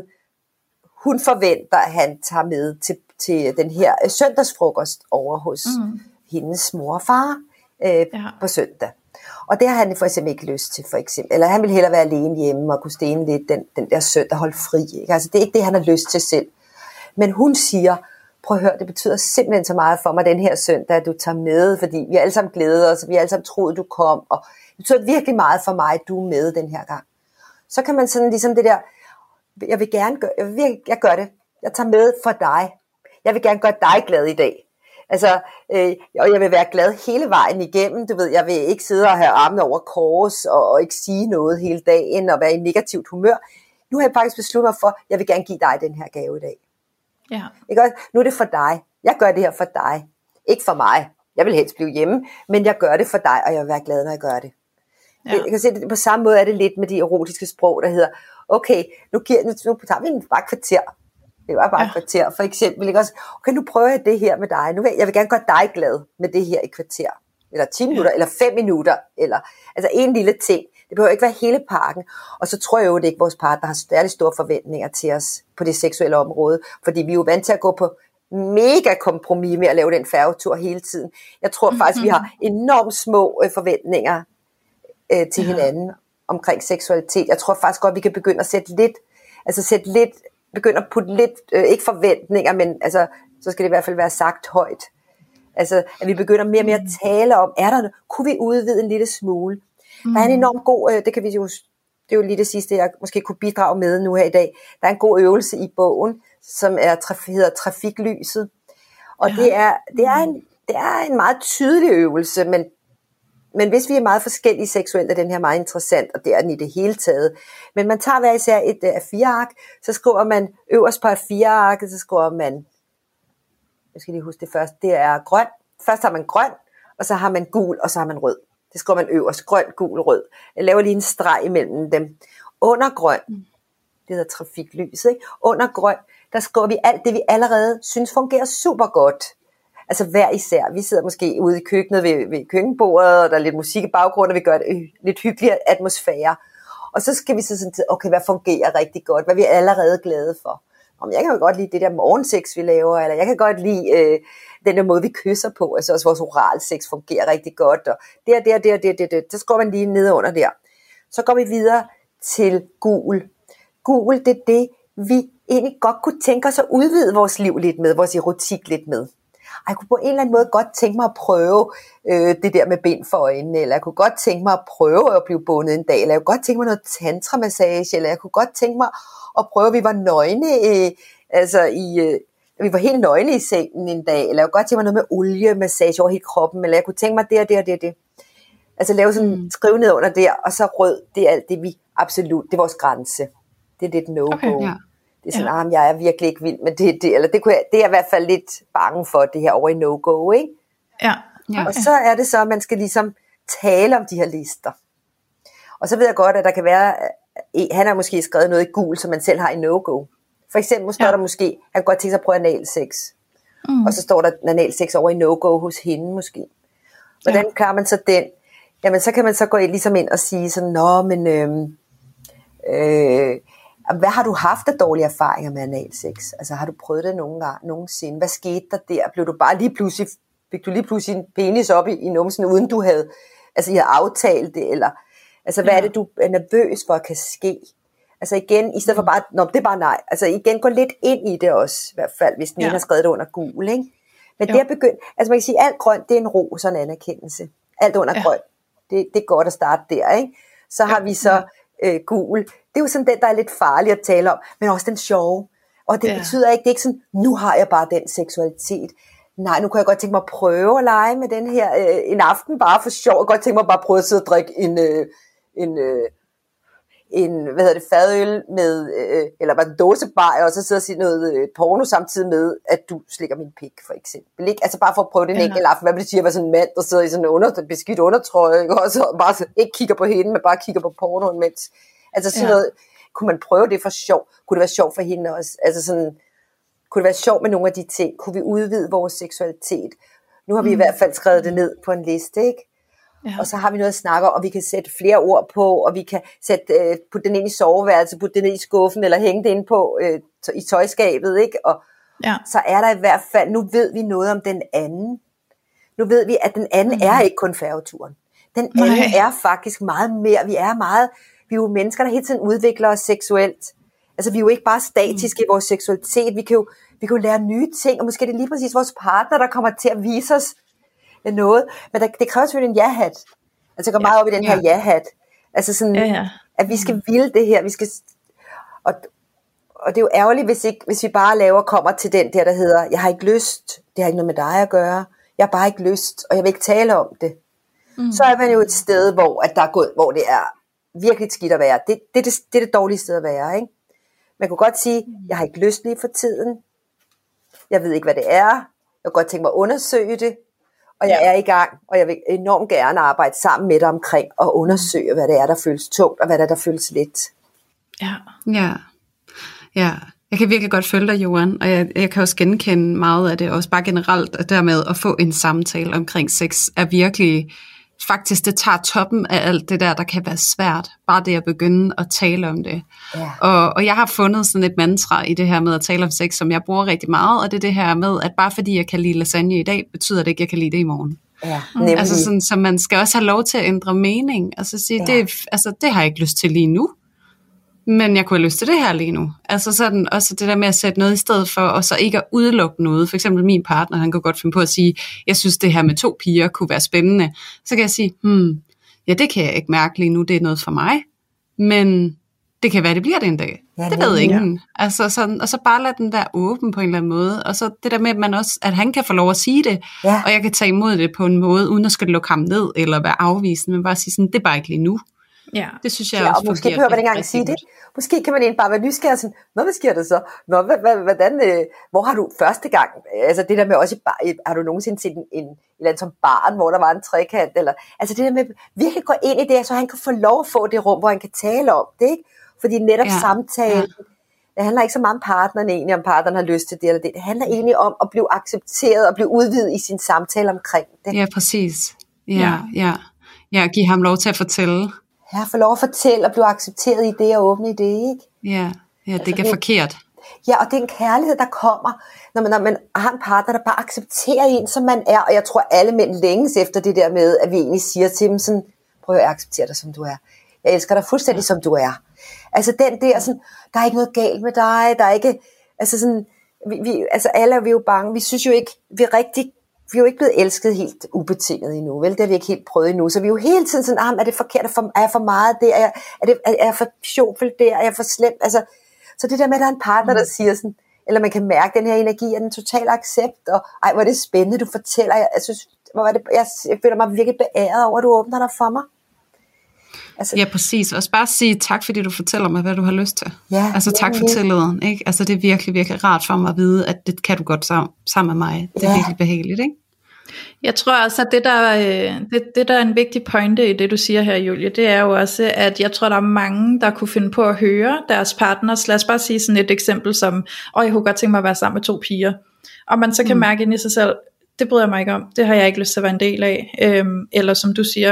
hun forventer, at han tager med til, til den her søndagsfrokost over hos mm. hendes mor og far øh, ja. på søndag. Og det har han for eksempel ikke lyst til, for eksempel. Eller han vil hellere være alene hjemme og kunne stene lidt den, den der søndag, holde fri. Ikke? Altså det er ikke det, han har lyst til selv. Men hun siger, prøv at høre, det betyder simpelthen så meget for mig den her søndag, at du tager med, fordi vi alle sammen glæder os, og vi alle sammen troede, du kom. Og det betyder virkelig meget for mig, at du er med den her gang. Så kan man sådan ligesom det der, jeg vil gerne gøre, jeg, vil, jeg gør det. Jeg tager med for dig. Jeg vil gerne gøre dig glad i dag. Altså, øh, og jeg vil være glad hele vejen igennem, du ved, jeg vil ikke sidde og have armene over kors, og, og ikke sige noget hele dagen, og være i negativt humør. Nu har jeg faktisk besluttet mig for, at jeg vil gerne give dig den her gave i dag. Ja. Ikke? Nu er det for dig. Jeg gør det her for dig. Ikke for mig. Jeg vil helst blive hjemme, men jeg gør det for dig, og jeg vil være glad, når jeg gør det. Ja. Jeg kan se, at på samme måde er det lidt med de erotiske sprog, der hedder, okay, nu, giver, nu, nu tager vi en bare kvarter. Det var bare ja. et kvarter, for eksempel. Ikke? Også, okay, nu prøver jeg det her med dig. Nu vil, jeg vil gerne gøre dig glad med det her i kvarter. Eller ti minutter, ja. eller fem minutter. Eller, altså en lille ting. Det behøver ikke være hele pakken. Og så tror jeg jo, det ikke vores partner har særlig store forventninger til os på det seksuelle område. Fordi vi er jo vant til at gå på mega kompromis med at lave den færgetur hele tiden. Jeg tror faktisk, vi har enormt små øh, forventninger øh, til ja. hinanden omkring seksualitet. Jeg tror faktisk godt, vi kan begynde at sætte lidt, altså sætte lidt, begynde at putte lidt, øh, ikke forventninger, men altså, så skal det i hvert fald være sagt højt. Altså, at vi begynder mere og mere at tale om, er der, kunne vi udvide en lille smule? Mm. Der er en enormt god, øh, det kan vi jo, det er jo lige det sidste, jeg måske kunne bidrage med nu her i dag. Der er en god øvelse i bogen, som er, hedder Trafiklyset. Og ja. det, er, det, er en, det er en meget tydelig øvelse, men, men hvis vi er meget forskellige seksuelt, er den her meget interessant, og det er den i det hele taget. Men man tager hver især et A fire ark, så skriver man øverst på A fire arket, så skriver man, jeg skal lige huske det først, det er grøn. Først har man grøn, og så har man gul, og så har man rød. Det skriver man øverst, grøn, gul, rød. Jeg laver lige en streg imellem dem. Under grøn, det hedder trafiklyset, ikke? Under grøn, der skriver vi alt det, vi allerede synes fungerer super godt. Altså hver især. Vi sidder måske ude i køkkenet ved, ved køkkenbordet, og der er lidt musik i baggrunden, og vi gør det øh, lidt hyggeligere atmosfære. Og så skal vi så sådan til, okay, hvad fungerer rigtig godt? Hvad vi er allerede glade for? Om jeg kan jo godt lide det der morgensex, vi laver, eller jeg kan godt lide øh, den der måde, vi kysser på. Altså også vores oralsex fungerer rigtig godt. Og der, der, der, der, der, der. Så går man lige ned under der. Så går vi videre til gul. Gul, det er det, vi egentlig godt kunne tænke os at udvide vores liv lidt med, vores erotik lidt med. Jeg kunne på en eller anden måde godt tænke mig at prøve øh, det der med bind for øjnene, eller jeg kunne godt tænke mig at prøve at blive bundet en dag, eller jeg kunne godt tænke mig noget tantramassage, eller jeg kunne godt tænke mig at prøve, at vi var nøgne, øh, altså i, øh, vi var helt nøgne i sengen en dag, eller jeg kunne godt tænke mig noget med oliemassage over hele kroppen, eller jeg kunne tænke mig det og det og det og det. Altså lave sådan, mm. skrive ned under der, og så rød, det er alt det vi absolut, det er vores grænse. Det er lidt no-go. Okay, ja. Det er sådan, ja. ah, jeg er virkelig ikke vild med det, det eller det, kunne jeg, det er jeg i hvert fald lidt bange for, det her over i no-go, ikke? Ja. Ja. Og så er det så, at man skal ligesom tale om de her lister. Og så ved jeg godt, at der kan være, han har måske skrevet noget i gul, som man selv har i no-go. For eksempel står ja. der måske, han kan godt tænke sig at prøve analsex. Mm. Og så står der analsex over i no-go hos hende måske. Hvordan ja. klarer man så den? Jamen så kan man så gå ind, ligesom ind og sige sådan, nå, men øh, øh, hvad har du haft af dårlige erfaringer med analsex? Altså har du prøvet det nogen gang, nogensinde? Hvad skete der der? Blev du bare lige pludselig, fik du lige pludselig en penis op i, i numsen, uden du havde, altså I havde aftalt det, eller altså hvad ja. er det, du er nervøs for, kan ske? Altså igen, i stedet for bare, nå, det er bare nej. Altså igen, gå lidt ind i det også, i hvert fald, hvis den ja. ene har skrevet det under gul, ikke? Men jo. det er begyndt, altså man kan sige, alt grønt, det er en ro, sådan en anerkendelse. Alt under ja. grønt, det, det er godt at starte der, ikke? Så ja. har vi så øh, gul. Det er jo sådan den, der er lidt farlig at tale om, men også den sjove. Og det ja. betyder ikke, det er ikke sådan, nu har jeg bare den seksualitet. Nej, nu kan jeg godt tænke mig at prøve at lege med den her øh, en aften, bare for sjov. Jeg kan godt tænke mig at bare prøve at sidde og drikke en... Øh, en øh, en, hvad hedder det, fadøl med, øh, eller bare en dåsebajer, og så sidder og sige noget øh, porno samtidig med, at du slikker min pik, for eksempel. Ikke? Altså bare for at prøve det en enkelt aften. Hvad vil det sige at være sådan en mand, der sidder i sådan en under, beskidt undertrøje, ikke? Og så bare så, ikke kigger på hende, men bare kigger på pornoen, mens... Altså sådan ja. noget, kunne man prøve det for sjov? Kunne det være sjovt for hende også? Altså sådan, kunne det være sjovt med nogle af de ting? Kunne vi udvide vores seksualitet? Nu har vi mm. i hvert fald skrevet det ned på en liste, ikke? Ja. Og så har vi noget at snakke om, og vi kan sætte flere ord på, og vi kan sætte, øh, putte den ind i soveværelset, putte den ned i skuffen, eller hænge det ind på øh, i tøjskabet, ikke? Og ja. så er der i hvert fald, nu ved vi noget om den anden. Nu ved vi, at den anden mm. er ikke kun færgeturen. Den anden Nej. er faktisk meget mere, vi er meget, vi er jo mennesker, der hele tiden udvikler os seksuelt. Altså vi er jo ikke bare statiske mm. i vores seksualitet, vi kan jo, vi kan jo lære nye ting, og måske er det lige præcis vores partner, der kommer til at vise os noget, men der, det kræver selvfølgelig en ja-hat. Altså jeg går meget op i den her ja. ja-hat. Altså sådan, ja, ja. at vi skal ville det her, vi skal, og, og det er jo ærgerligt, hvis, ikke, hvis vi bare laver, kommer til den der, der hedder, jeg har ikke lyst, det har ikke noget med dig at gøre, jeg har bare ikke lyst, og jeg vil ikke tale om det. Mm. Så er man jo et sted, hvor, at der er gået, hvor det er virkelig skidt at være. Det, det, det, det er det dårlige sted at være, ikke? Man kunne godt sige, jeg har ikke lyst lige for tiden, jeg ved ikke, hvad det er, jeg kunne godt tænke mig at undersøge det, og jeg ja. er i gang, og jeg vil enormt gerne arbejde sammen med dig omkring og undersøge, hvad det er, der føles tungt, og hvad det er, der føles let. Ja, ja, ja. Jeg kan virkelig godt følge dig, Joan, og jeg, jeg kan også genkende meget af det, også bare generelt, at dermed at få en samtale omkring sex, er virkelig, faktisk det tager toppen af alt det der, der kan være svært, bare det at begynde at tale om det. Ja. Og, og jeg har fundet sådan et mantra i det her med at tale om sex, som jeg bruger rigtig meget, og det er det her med, at bare fordi jeg kan lide lasagne i dag, betyder det ikke, at jeg kan lide det i morgen. Ja, nemlig. Altså sådan, så man skal også have lov til at ændre mening, altså sige, ja. det, altså, det har jeg ikke lyst til lige nu, men jeg kunne have lyst til det her lige nu. Altså sådan, også det der med at sætte noget i stedet for, og så ikke at udelukke noget. For eksempel min partner, han kan godt finde på at sige, jeg synes det her med to piger kunne være spændende. Så kan jeg sige, hmm, ja det kan jeg ikke mærke lige nu, det er noget for mig. Men det kan være, det bliver det en dag. Ja, det ved ingen. Ja. Altså sådan, og så bare lade den være åben på en eller anden måde. Og så det der med, at, man også, at han kan få lov at sige det, ja. og jeg kan tage imod det på en måde, uden at skulle lukke ham ned, eller være afvisende, men bare sige sådan, det er bare ikke lige nu. Ja. Det synes jeg ja, også og måske behøver man ikke engang sige det. Måske kan man egentlig bare være nysgerrig sådan, Nå, hvad sker der så? Nå, hvad, hvad, hvordan, øh, hvor har du første gang, altså det der med også, har du nogensinde set en, en, et eller andet som barn, hvor der var en trekant, eller, altså det der med virkelig gå ind i det, så han kan få lov at få det rum, hvor han kan tale om det, ikke? Fordi netop ja. samtalen, ja. det handler ikke så meget om partneren egentlig, om partneren har lyst til det eller det, det handler egentlig om at blive accepteret og blive udvidet i sin samtale omkring det. Ja, præcis. Ja, ja, ja. Ja, give ham lov til at fortælle. Ja, få lov at fortælle og blive accepteret i det og åbne i det, ikke? Ja, ja det altså, ikke er forkert. Ja, og det er en kærlighed, der kommer, når man, når man har en partner, der bare accepterer en, som man er. Og jeg tror, alle mænd længes efter det der med, at vi egentlig siger til dem sådan, prøv at acceptere dig, som du er. Jeg elsker dig fuldstændig, som du er. Altså den der, sådan, der er ikke noget galt med dig, der er ikke, altså sådan, vi, vi, altså alle er vi jo bange, vi synes jo ikke, vi er rigtig, vi er jo ikke blevet elsket helt ubetinget endnu, vel? Det har vi ikke helt prøvet endnu. Så vi er jo hele tiden sådan, ah, er det forkert? Er, for, er jeg for meget der? Er jeg, er, det, er jeg for sjovfuld der? Er jeg for slem? Altså, så det der med, at der er en partner, der siger sådan, eller man kan mærke den her energi, er den total accept, og ej, hvor er det spændende, du fortæller. Jeg, jeg synes, hvor er det, jeg, jeg føler mig virkelig beæret over, at du åbner dig for mig. Altså, ja, præcis. Også bare sige tak, fordi du fortæller mig, hvad du har lyst til. Ja, altså tak for tilliden, ikke? Altså det er virkelig, virkelig rart for mig at vide, at det kan du godt sammen, sammen med mig. Det er ja. virkelig behageligt, ikke? Jeg tror også, at det der, det, det der er en vigtig pointe i det, du siger her, Julie, det er jo også, at jeg tror, der er mange, der kunne finde på at høre deres partners. Lad os bare sige sådan et eksempel som, åh, jeg kunne godt tænke mig at være sammen med to piger. Og man så kan mm. mærke ind i sig selv, det bryder jeg mig ikke om, det har jeg ikke lyst til at være en del af. Øhm, eller som du siger,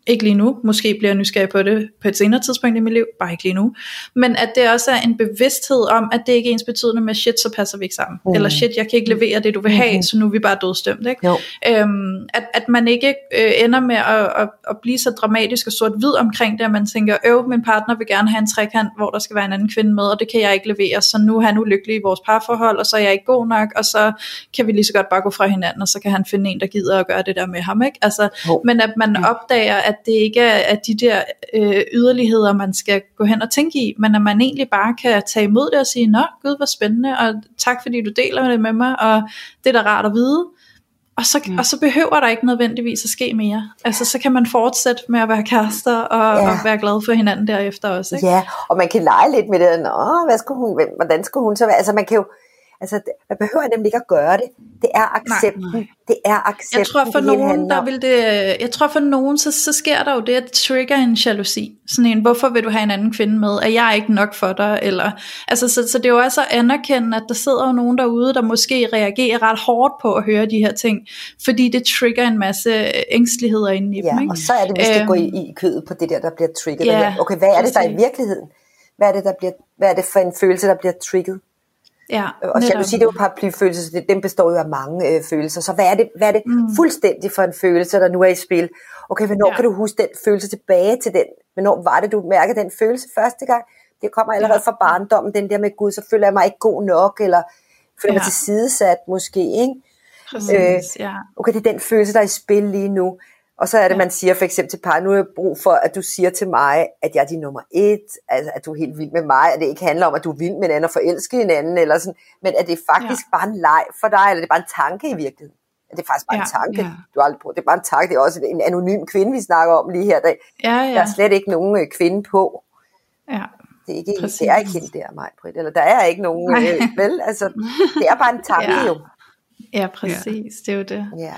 ikke lige nu, måske bliver jeg nysgerrig på det på et senere tidspunkt i mit liv, bare ikke lige nu, men at det også er en bevidsthed om, at det ikke er ens betydende med shit, så passer vi ikke sammen, mm. eller shit, jeg kan ikke levere det du vil have, mm. så nu er vi bare dødstømt, ikke? Øhm, at, at man ikke øh, ender med at, at, at blive så dramatisk og sort-hvid omkring det, at man tænker, øv, min partner vil gerne have en trekant, hvor der skal være en anden kvinde med, og det kan jeg ikke levere, så nu er han ulykkelig i vores parforhold, og så er jeg ikke god nok, og så kan vi lige så godt bare gå fra hinanden, og så kan han finde en, der gider at gøre det der med ham, ikke? Altså, oh. Men at man opdager, at det ikke er at de der øh, yderligheder, man skal gå hen og tænke i, men at man egentlig bare kan tage imod det og sige, nå, gud, hvor spændende, og tak fordi du deler det med mig, og det er da rart at vide. Og så, ja. og så behøver der ikke nødvendigvis at ske mere. Altså, så kan man fortsætte med at være kærester, og, ja. og være glad for hinanden derefter også, ikke? Ja, og man kan lege lidt med det, nå, hvad skulle hun, hvordan skulle hun så være? Altså, man kan jo, altså, man behøver nemlig ikke at gøre det. Det er accepten. Nej, nej. Det er accepten. Jeg tror for nogen, der vil det, jeg tror for nogen, så, så sker der jo det, at trigger en jalousi. Sådan en, hvorfor vil du have en anden kvinde med? Er jeg ikke nok for dig? Eller, altså, så, så det er jo også at anerkende, at der sidder jo nogen derude, der måske reagerer ret hårdt på at høre de her ting, fordi det trigger en masse ængsteligheder inde i ja, dem. Ikke? Og så er det, hvis det øhm, går i, i kødet på det der, der bliver trigget. Ja, okay, hvad er det der i virkeligheden? Hvad er det, der bliver, hvad er det for en følelse, der bliver trigget? Ja, og jalousi, det er jo paraplyfølelse, så det, den består jo af mange øh, følelser. Så hvad er det, hvad er det mm. fuldstændig for en følelse, der nu er i spil? Okay, hvornår ja. kan du huske den følelse tilbage til den? Hvornår var det, du mærkede den følelse første gang? Det kommer allerede ja. fra barndommen, den der med Gud, så føler jeg mig ikke god nok, eller føler ja. mig tilsidesat måske, ikke? Præcis, øh, ja. Okay, det er den følelse, der er i spil lige nu. Og så er det, ja. man siger for eksempel til par, nu har jeg brug for, at du siger til mig, at jeg er din nummer et, altså at du er helt vild med mig, at det ikke handler om, at du er vild med hinanden og forelsket hinanden, eller sådan, men at det er faktisk ja. bare en leg for dig, eller det er bare en tanke i virkeligheden. At det er faktisk bare ja. en tanke. Ja. Du har aldrig prøvet. Det er bare en tanke, det er også en anonym kvinde, vi snakker om lige her. Der, ja, ja. der er slet ikke nogen øh, kvinde på. Ja. Det er ikke, det er ikke helt der, Maj-Britt, eller der er ikke nogen, øh, vel, altså, det er bare en tanke ja. jo. Ja, præcis, ja. det er jo det. Ja.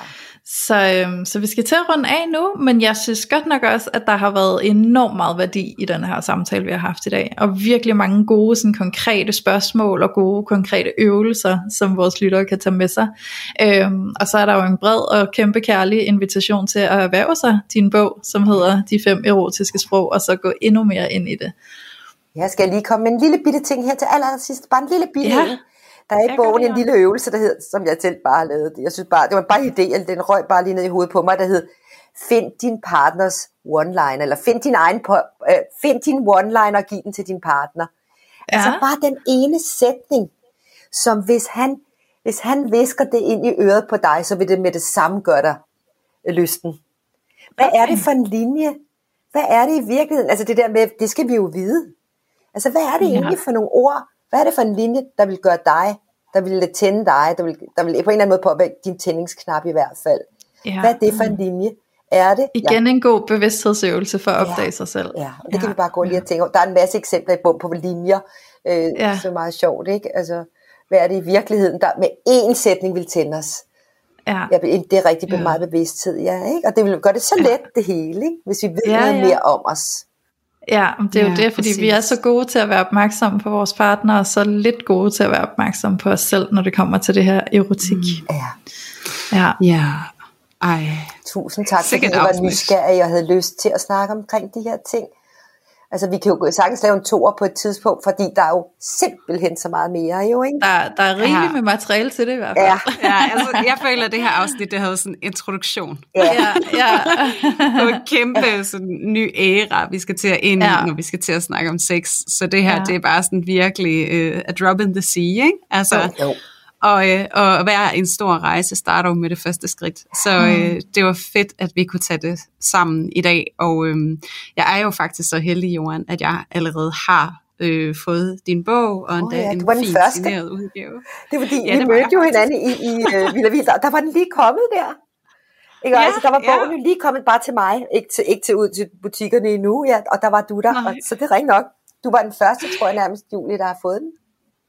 Så, øhm, så vi skal til at runde af nu, men jeg synes godt nok også, at der har været enormt meget værdi i den her samtale, vi har haft i dag, og virkelig mange gode, sådan, konkrete spørgsmål og gode, konkrete øvelser, som vores lyttere kan tage med sig. Øhm, og så er der jo en bred og kæmpe kærlig invitation til at erhverve sig din bog, som hedder De fem erotiske sprog, og så gå endnu mere ind i det. Jeg skal lige komme med en lille bitte ting her til allersidst, bare en lille bitte ja. Der er i bogen en lille øvelse, der hedder, som jeg selv bare har lavet. Jeg synes bare, det var bare idéen, den røg bare lige ned i hovedet på mig, der hed, find din partners one-liner, eller find din egen, øh, find din one-liner og giv den til din partner. Ja. Altså bare den ene sætning, som hvis han, hvis han visker det ind i øret på dig, så vil det med det samme gøre dig lysten. Hvad okay. er det for en linje? Hvad er det i virkeligheden? Altså det der med, det skal vi jo vide. Altså hvad er det ja. egentlig for nogle ord? Hvad er det for en linje, der vil gøre dig, der vil tænde dig, der vil, der vil på en eller anden måde påvirke din tændingsknap i hvert fald. Ja. Hvad er det for en linje? Er det? Igen ja. en god bevidsthedsøvelse for at opdage ja. sig selv. Ja, og det ja. kan vi bare gå lige og tænke. Der er en masse eksempler i bund på linjer, øh, ja. så meget sjovt, ikke? Altså, hvad er det i virkeligheden, der med én sætning vil tænde os? Ja. Ja, det er rigtig ja. meget bevidsthed, ja, ikke? Og det vil gøre det så let, ja. det hele, ikke? Hvis vi ved ja, noget ja. mere om os. Ja, det er jo ja, det, fordi præcis. vi er så gode til at være opmærksomme på vores partner, og så lidt gode til at være opmærksomme på os selv, når det kommer til det her erotik. Mm. Ja. Ja. Ja. Ej. Tusind tak, fordi du var nysgerrig og havde lyst til at snakke omkring de her ting. Altså vi kan jo sagtens lave en toer på et tidspunkt, fordi der er jo simpelthen så meget mere jo, ikke? Der, der er rigeligt ja. med materiale til det i hvert fald. Ja, ja altså, jeg føler at det her afsnit, det havde sådan en introduktion. Ja, ja. ja. Det var en kæmpe sådan, ny æra, vi skal til at ind i, ja. når vi skal til at snakke om sex. Så det her, ja. det er bare sådan virkelig uh, a drop in the sea, ikke? Altså, jo, jo. Og, øh, og hver en stor rejse starter jo med det første skridt. Så øh, det var fedt, at vi kunne tage det sammen i dag. Og øh, jeg er jo faktisk så heldig, Johan, at jeg allerede har øh, fået din bog, og endda oh, ja, en fin signeret udgave. Det er fordi, ja, vi mødte jo hinanden i, i uh, Villa Vildar. Der var den lige kommet der. Ikke? Ja, altså, der var bogen ja. jo lige kommet bare til mig, ikke til, ikke til ud til butikkerne endnu, ja, og der var du der. Og, så det er rigtig nok. Du var den første, tror jeg nærmest, Julie, der har fået den.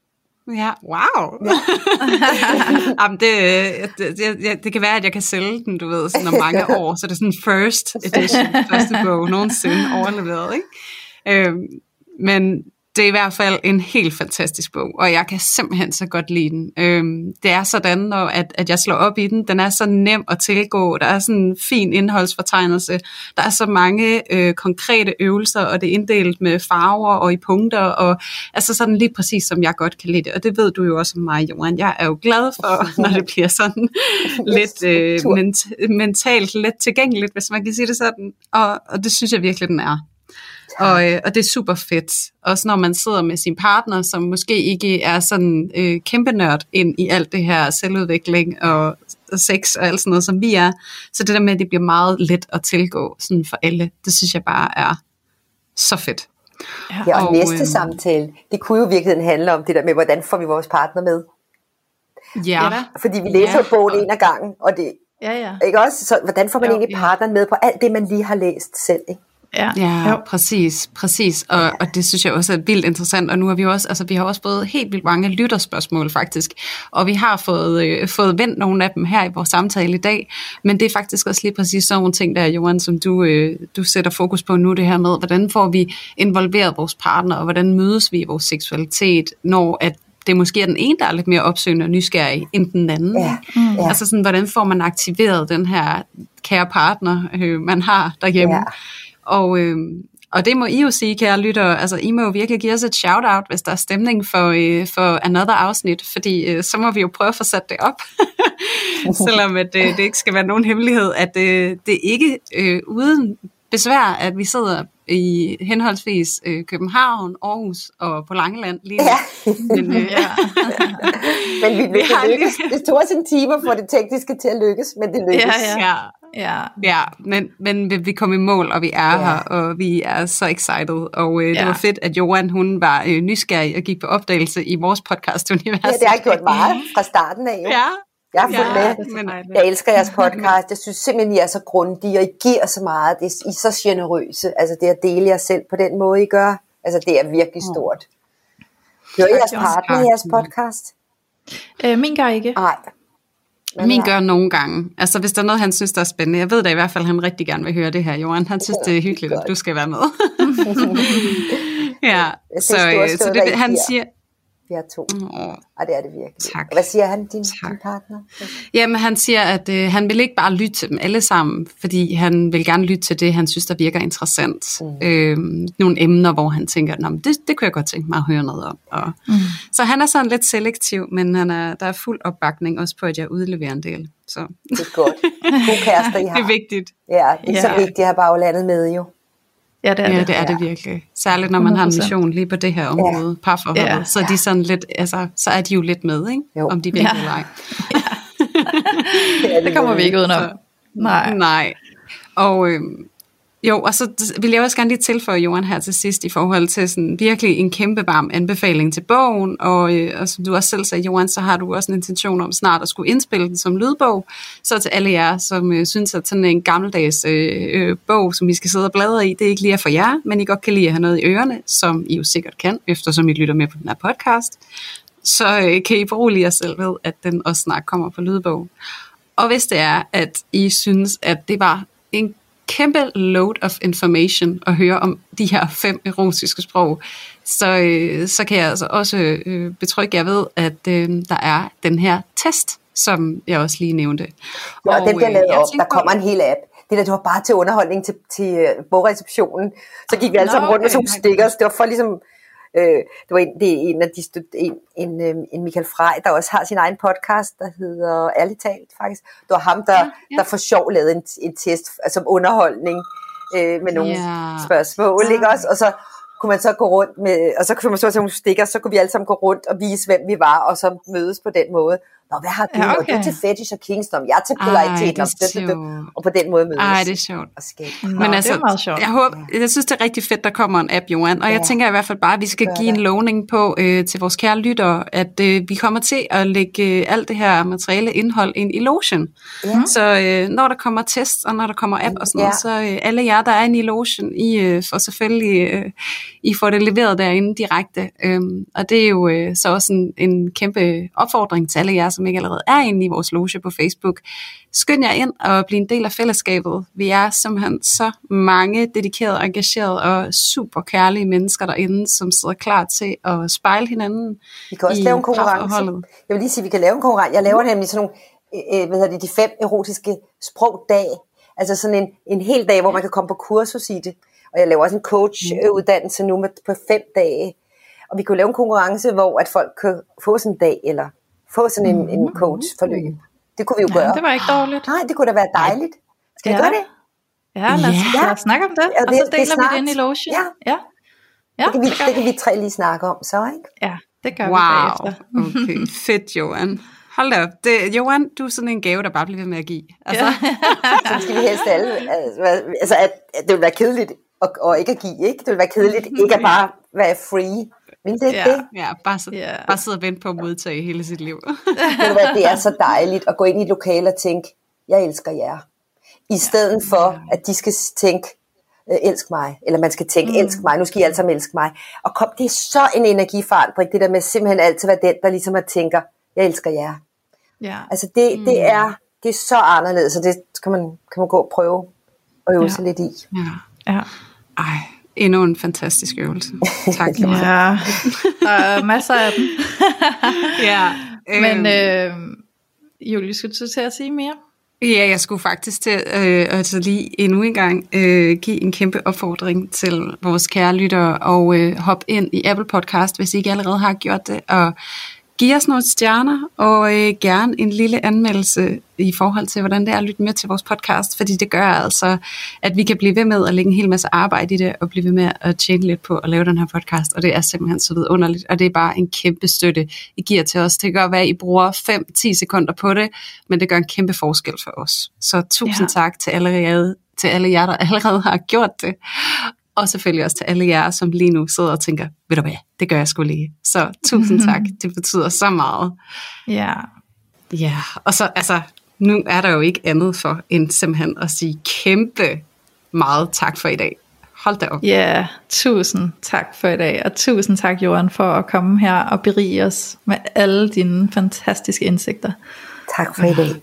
Ja, wow. Ja. Jamen, det, det, det, det kan være, at jeg kan sælge den, du ved, sådan om mange år, så det er sådan first edition, første bog nogensinde overleveret, ikke? Øhm, men Det er i hvert fald en helt fantastisk bog, og jeg kan simpelthen så godt lide den. Øhm, det er sådan, når, at, at jeg slår op i den. Den er så nem at tilgå. Der er sådan en fin indholdsfortegnelse. Der er så mange øh, konkrete øvelser, og det er inddelt med farver og i punkter, og altså sådan lige præcis, som jeg godt kan lide det. Og det ved du jo også om mig, Joan. Jeg er jo glad for, når det bliver sådan lidt øh, ment- mentalt let tilgængeligt, hvis man kan sige det sådan. Og, og det synes jeg virkelig, den er. Og, øh, og det er super fedt. Også når man sidder med sin partner, som måske ikke er sådan øh, kæmpe nørd ind i alt det her selvudvikling og, og sex og alt sådan noget, som vi er. Så det der med, at det bliver meget let at tilgå sådan for alle, det synes jeg bare er så fedt. Ja, og, og næste øh, samtale, det kunne jo virkelig handle om det der med, hvordan får vi vores partner med. Ja. Fordi vi læser ja. bogen en af gangen, og det, ja, ja. ikke også? Så hvordan får man jo, egentlig ja. partneren med på alt det, man lige har læst selv, ikke? Ja, ja jo. præcis, præcis. Og, og det synes jeg også er vildt interessant, og nu har vi også, altså vi har også fået helt vildt mange lytterspørgsmål faktisk, og vi har fået, øh, fået vendt nogle af dem her i vores samtale i dag, men det er faktisk også lige præcis sådan nogle ting der, Johan, som du, øh, du sætter fokus på nu, det her med, hvordan får vi involveret vores partner, og hvordan mødes vi i vores seksualitet, når at det måske er den ene, der er lidt mere opsøgende og nysgerrig end den anden. Ja, ja. Altså sådan, hvordan får man aktiveret den her kære partner, øh, man har derhjemme. Ja. Og, øh, og det må I jo sige, kære lyttere, altså I må jo virkelig give os et shout-out, hvis der er stemning for, øh, for another afsnit, fordi øh, så må vi jo prøve at få sat det op, selvom at, øh, det ikke skal være nogen hemmelighed, at øh, det ikke øh, uden besvær, at vi sidder i henholdsvis øh, København, Aarhus og på Langeland lige nu. Ja. Men, øh, ja. men vi, vi det, lykkes. Det tog os en time for det tekniske til at lykkes, men det lykkes. Ja, ja. ja. Ja, ja men, men vi kom i mål, og vi er ja. her, og vi er så excited. Og øh, det ja. var fedt, at Joan, hun var øh, nysgerrig og gik på opdagelse i vores podcast-univers. Ja, det har jeg gjort meget fra starten af. Jo. Ja. Jeg har fulgt ja, med. Men, jeg elsker jeres podcast. Jeg synes simpelthen, I er så grundige, og I giver så meget. I er så generøse. Altså det at dele jer selv på den måde, I gør. Altså det er virkelig stort. Hører I jeres partner i jeres podcast? Øh, min gør ikke. Nej. Min gør nogle gange. Altså hvis der er noget, han synes, der er spændende. Jeg ved da i hvert fald, at han rigtig gerne vil høre det her, Johan. Han synes, det er hyggeligt, at du skal være med. ja, så, så det, han siger... Vi har to. Oh. Og det er det virkelig. Tak. Hvad siger han, din, din partner? Jamen han siger, at øh, han vil ikke bare lytte til dem alle sammen, fordi han vil gerne lytte til det, han synes, der virker interessant. Mm. Øh, nogle emner, hvor han tænker, Nå, det, det kunne jeg godt tænke mig at høre noget om. Og, mm. Så han er sådan lidt selektiv, men han er, der er fuld opbakning også på, at jeg udleverer en del. Så. Det er godt. God kærester, I har. Det er vigtigt. Ja, det er ja. så vigtigt at have baglandet med jo. Ja, det er, ja, det. det, er det virkelig. Særligt når man har en mission lige på det her område, ja. parforholdet, ja. så er de sådan lidt, altså, så er de jo lidt med, ikke? Jo. Om de vil ja. eller ej. Ja. Det kommer vi ikke udenom. Så, nej. Nej. Og øh, jo, og så vil jeg også gerne lige tilføje, Johan, her til sidst i forhold til sådan virkelig en kæmpe varm anbefaling til bogen, og, øh, og som du også selv sagde, Johan, så har du også en intention om snart at skulle indspille den som lydbog, så til alle jer, som øh, synes, at sådan en gammeldags øh, øh, bog, som I skal sidde og bladre i, det er ikke lige for jer, men I godt kan lide at have noget i ørerne, som I jo sikkert kan, eftersom I lytter med på den her podcast, så øh, kan I berolige jer selv ved, at den også snart kommer på lydbog. Og hvis det er, at I synes, at det var en kæmpe load of information at høre om de her fem erotiske sprog, så, øh, så kan jeg altså også øh, betrygge jer ved, at øh, der er den her test, som jeg også lige nævnte. Ja, og, og den bliver lavet øh, op. Der kommer en hel app. Det der, det var bare til underholdning til, til uh, bogreceptionen. Så gik vi alle sammen rundt med sådan nogle stickers. Det var for ligesom... Øh, det var en, det er en af de stud- en, en, en Michael Frey, der også har sin egen podcast, der hedder Ærligt Talt faktisk. Det var ham, der, ja, ja. der for sjov lavede en, en test altså underholdning øh, med nogle ja. spørgsmål, ikke også? Og så kunne man så gå rundt med, og så kunne man så tage nogle stikker, så kunne vi alle sammen gå rundt og vise, hvem vi var, og så mødes på den måde. Nå, hvad har du? Ja, okay. Du er til fetish og kingsdom, jeg er til polaritet, og, det, det, det, og på den måde mødes. Ej, det er sjovt. Nå, men altså, det er meget sjovt. Jeg, håber, jeg synes, det er rigtig fedt, der kommer en app, Johan, og ja. jeg tænker i hvert fald bare, at vi skal give en lovning på øh, til vores kære lyttere, at øh, vi kommer til at lægge øh, alt det her materiale indhold ind i Lotion. Ja. Så øh, når der kommer tests, og når der kommer app og sådan noget, ja. så øh, alle jer, der er inde i Lotion, I øh, får selvfølgelig øh, I får det leveret derinde direkte. Øhm, og det er jo øh, så også en, en kæmpe opfordring til alle jer, som ikke allerede er inde i vores loge på Facebook. Skynd jer ind og bliv en del af fællesskabet. Vi er simpelthen så mange dedikerede, engagerede og super kærlige mennesker derinde, som sidder klar til at spejle hinanden. Vi kan også lave en konkurrence. Jeg vil lige sige, at vi kan lave en konkurrence. Jeg laver nemlig sådan nogle, øh, hvad hedder det, de fem erotiske sprogdag. Altså sådan en, en hel dag, hvor man kan komme på kursus i det. Og jeg laver også en coachuddannelse nu med, på fem dage. Og vi kan lave en konkurrence, hvor at folk kan få sådan en dag, eller få sådan en, en coachforløb. Det kunne vi jo ja, gøre. Det var ikke dårligt. Nej, det kunne da være dejligt. Skal vi ja. gøre det? Ja, lad os, ja. lad os snakke om det. Ja, det og så deler det vi det ind i logen. Ja. Ja. Ja, det, kan vi, det, det kan vi tre lige snakke om, så ikke? Ja, det gør wow. vi bagefter. Okay, fedt, Joan. Hold da op. Det, Joan, du er sådan en gave, der bare bliver ved med at give. Altså. Ja. Så skal vi helst alle. Altså, at, at det vil være kedeligt at, og ikke at give, ikke? Det vil være kedeligt ikke at bare være free. Men det er ja, det. Ja, bare, så, yeah. bare sidde og vente på at modtage hele sit liv. Det er så dejligt at gå ind i et lokale og tænke, jeg elsker jer. I stedet ja. for, at de skal tænke, elsk mig. Eller man skal tænke, mm. elsk mig. Nu skal I alle sammen elske mig. Og kom, det er så en energiforandring, det der med simpelthen altid være den, der ligesom at tænker, jeg elsker jer. Ja. Altså det, mm. det, er, det er så anderledes, så det kan man, kan man gå og prøve og øve ja. sig lidt i. Ja. Ja. Ej, endnu en fantastisk øvelse. Tak, Joan. Ja, der er masser af dem. ja. Men øh, Julie, skulle du til at sige mere? Ja, jeg skulle faktisk til øh, altså lige endnu en gang øh, give en kæmpe opfordring til vores kære lyttere og øh, hoppe ind i Apple Podcast, hvis I ikke allerede har gjort det, og giv os nogle stjerner, og øh, gerne en lille anmeldelse i forhold til, hvordan det er at lytte med til vores podcast, fordi det gør altså, at vi kan blive ved med at lægge en hel masse arbejde i det, og blive ved med at tjene lidt på at lave den her podcast, og det er simpelthen så vidunderligt, og det er bare en kæmpe støtte, I giver til os. Det kan godt være, at I bruger fem til ti sekunder på det, men det gør en kæmpe forskel for os. Så tusind ja. tak til alle, til alle jer, der allerede har gjort det. Og selvfølgelig også til alle jer, som lige nu sidder og tænker, ved du hvad, det gør jeg sgu lige. Så tusind tak, det betyder så meget. Ja. Ja, og så altså, nu er der jo ikke andet for, end simpelthen at sige kæmpe meget tak for i dag. Hold da op. Ja, tusind tak for i dag, og tusind tak, Joan, for at komme her og berige os med alle dine fantastiske indsigter. Tak for i dag.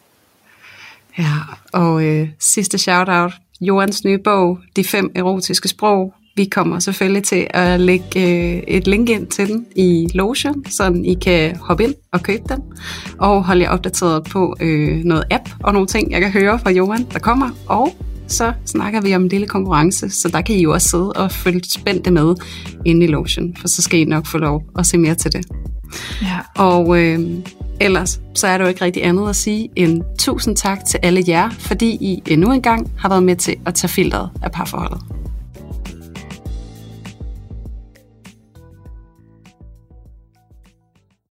Ja, og øh, sidste shout-out. Joans nye bog, De fem erotiske sprog. Vi kommer selvfølgelig til at lægge øh, et link ind til den i logen, så I kan hoppe ind og købe den, og holde jer opdateret på øh, noget app og nogle ting, jeg kan høre fra Joan, der kommer. Og så snakker vi om en lille konkurrence, så der kan I jo også sidde og følge spændte med inde i logen, for så skal I nok få lov at se mere til det. Ja. Og øh, ellers så er der jo ikke rigtig andet at sige end tusind tak til alle jer, fordi I endnu en gang har været med til at tage filteret af parforholdet.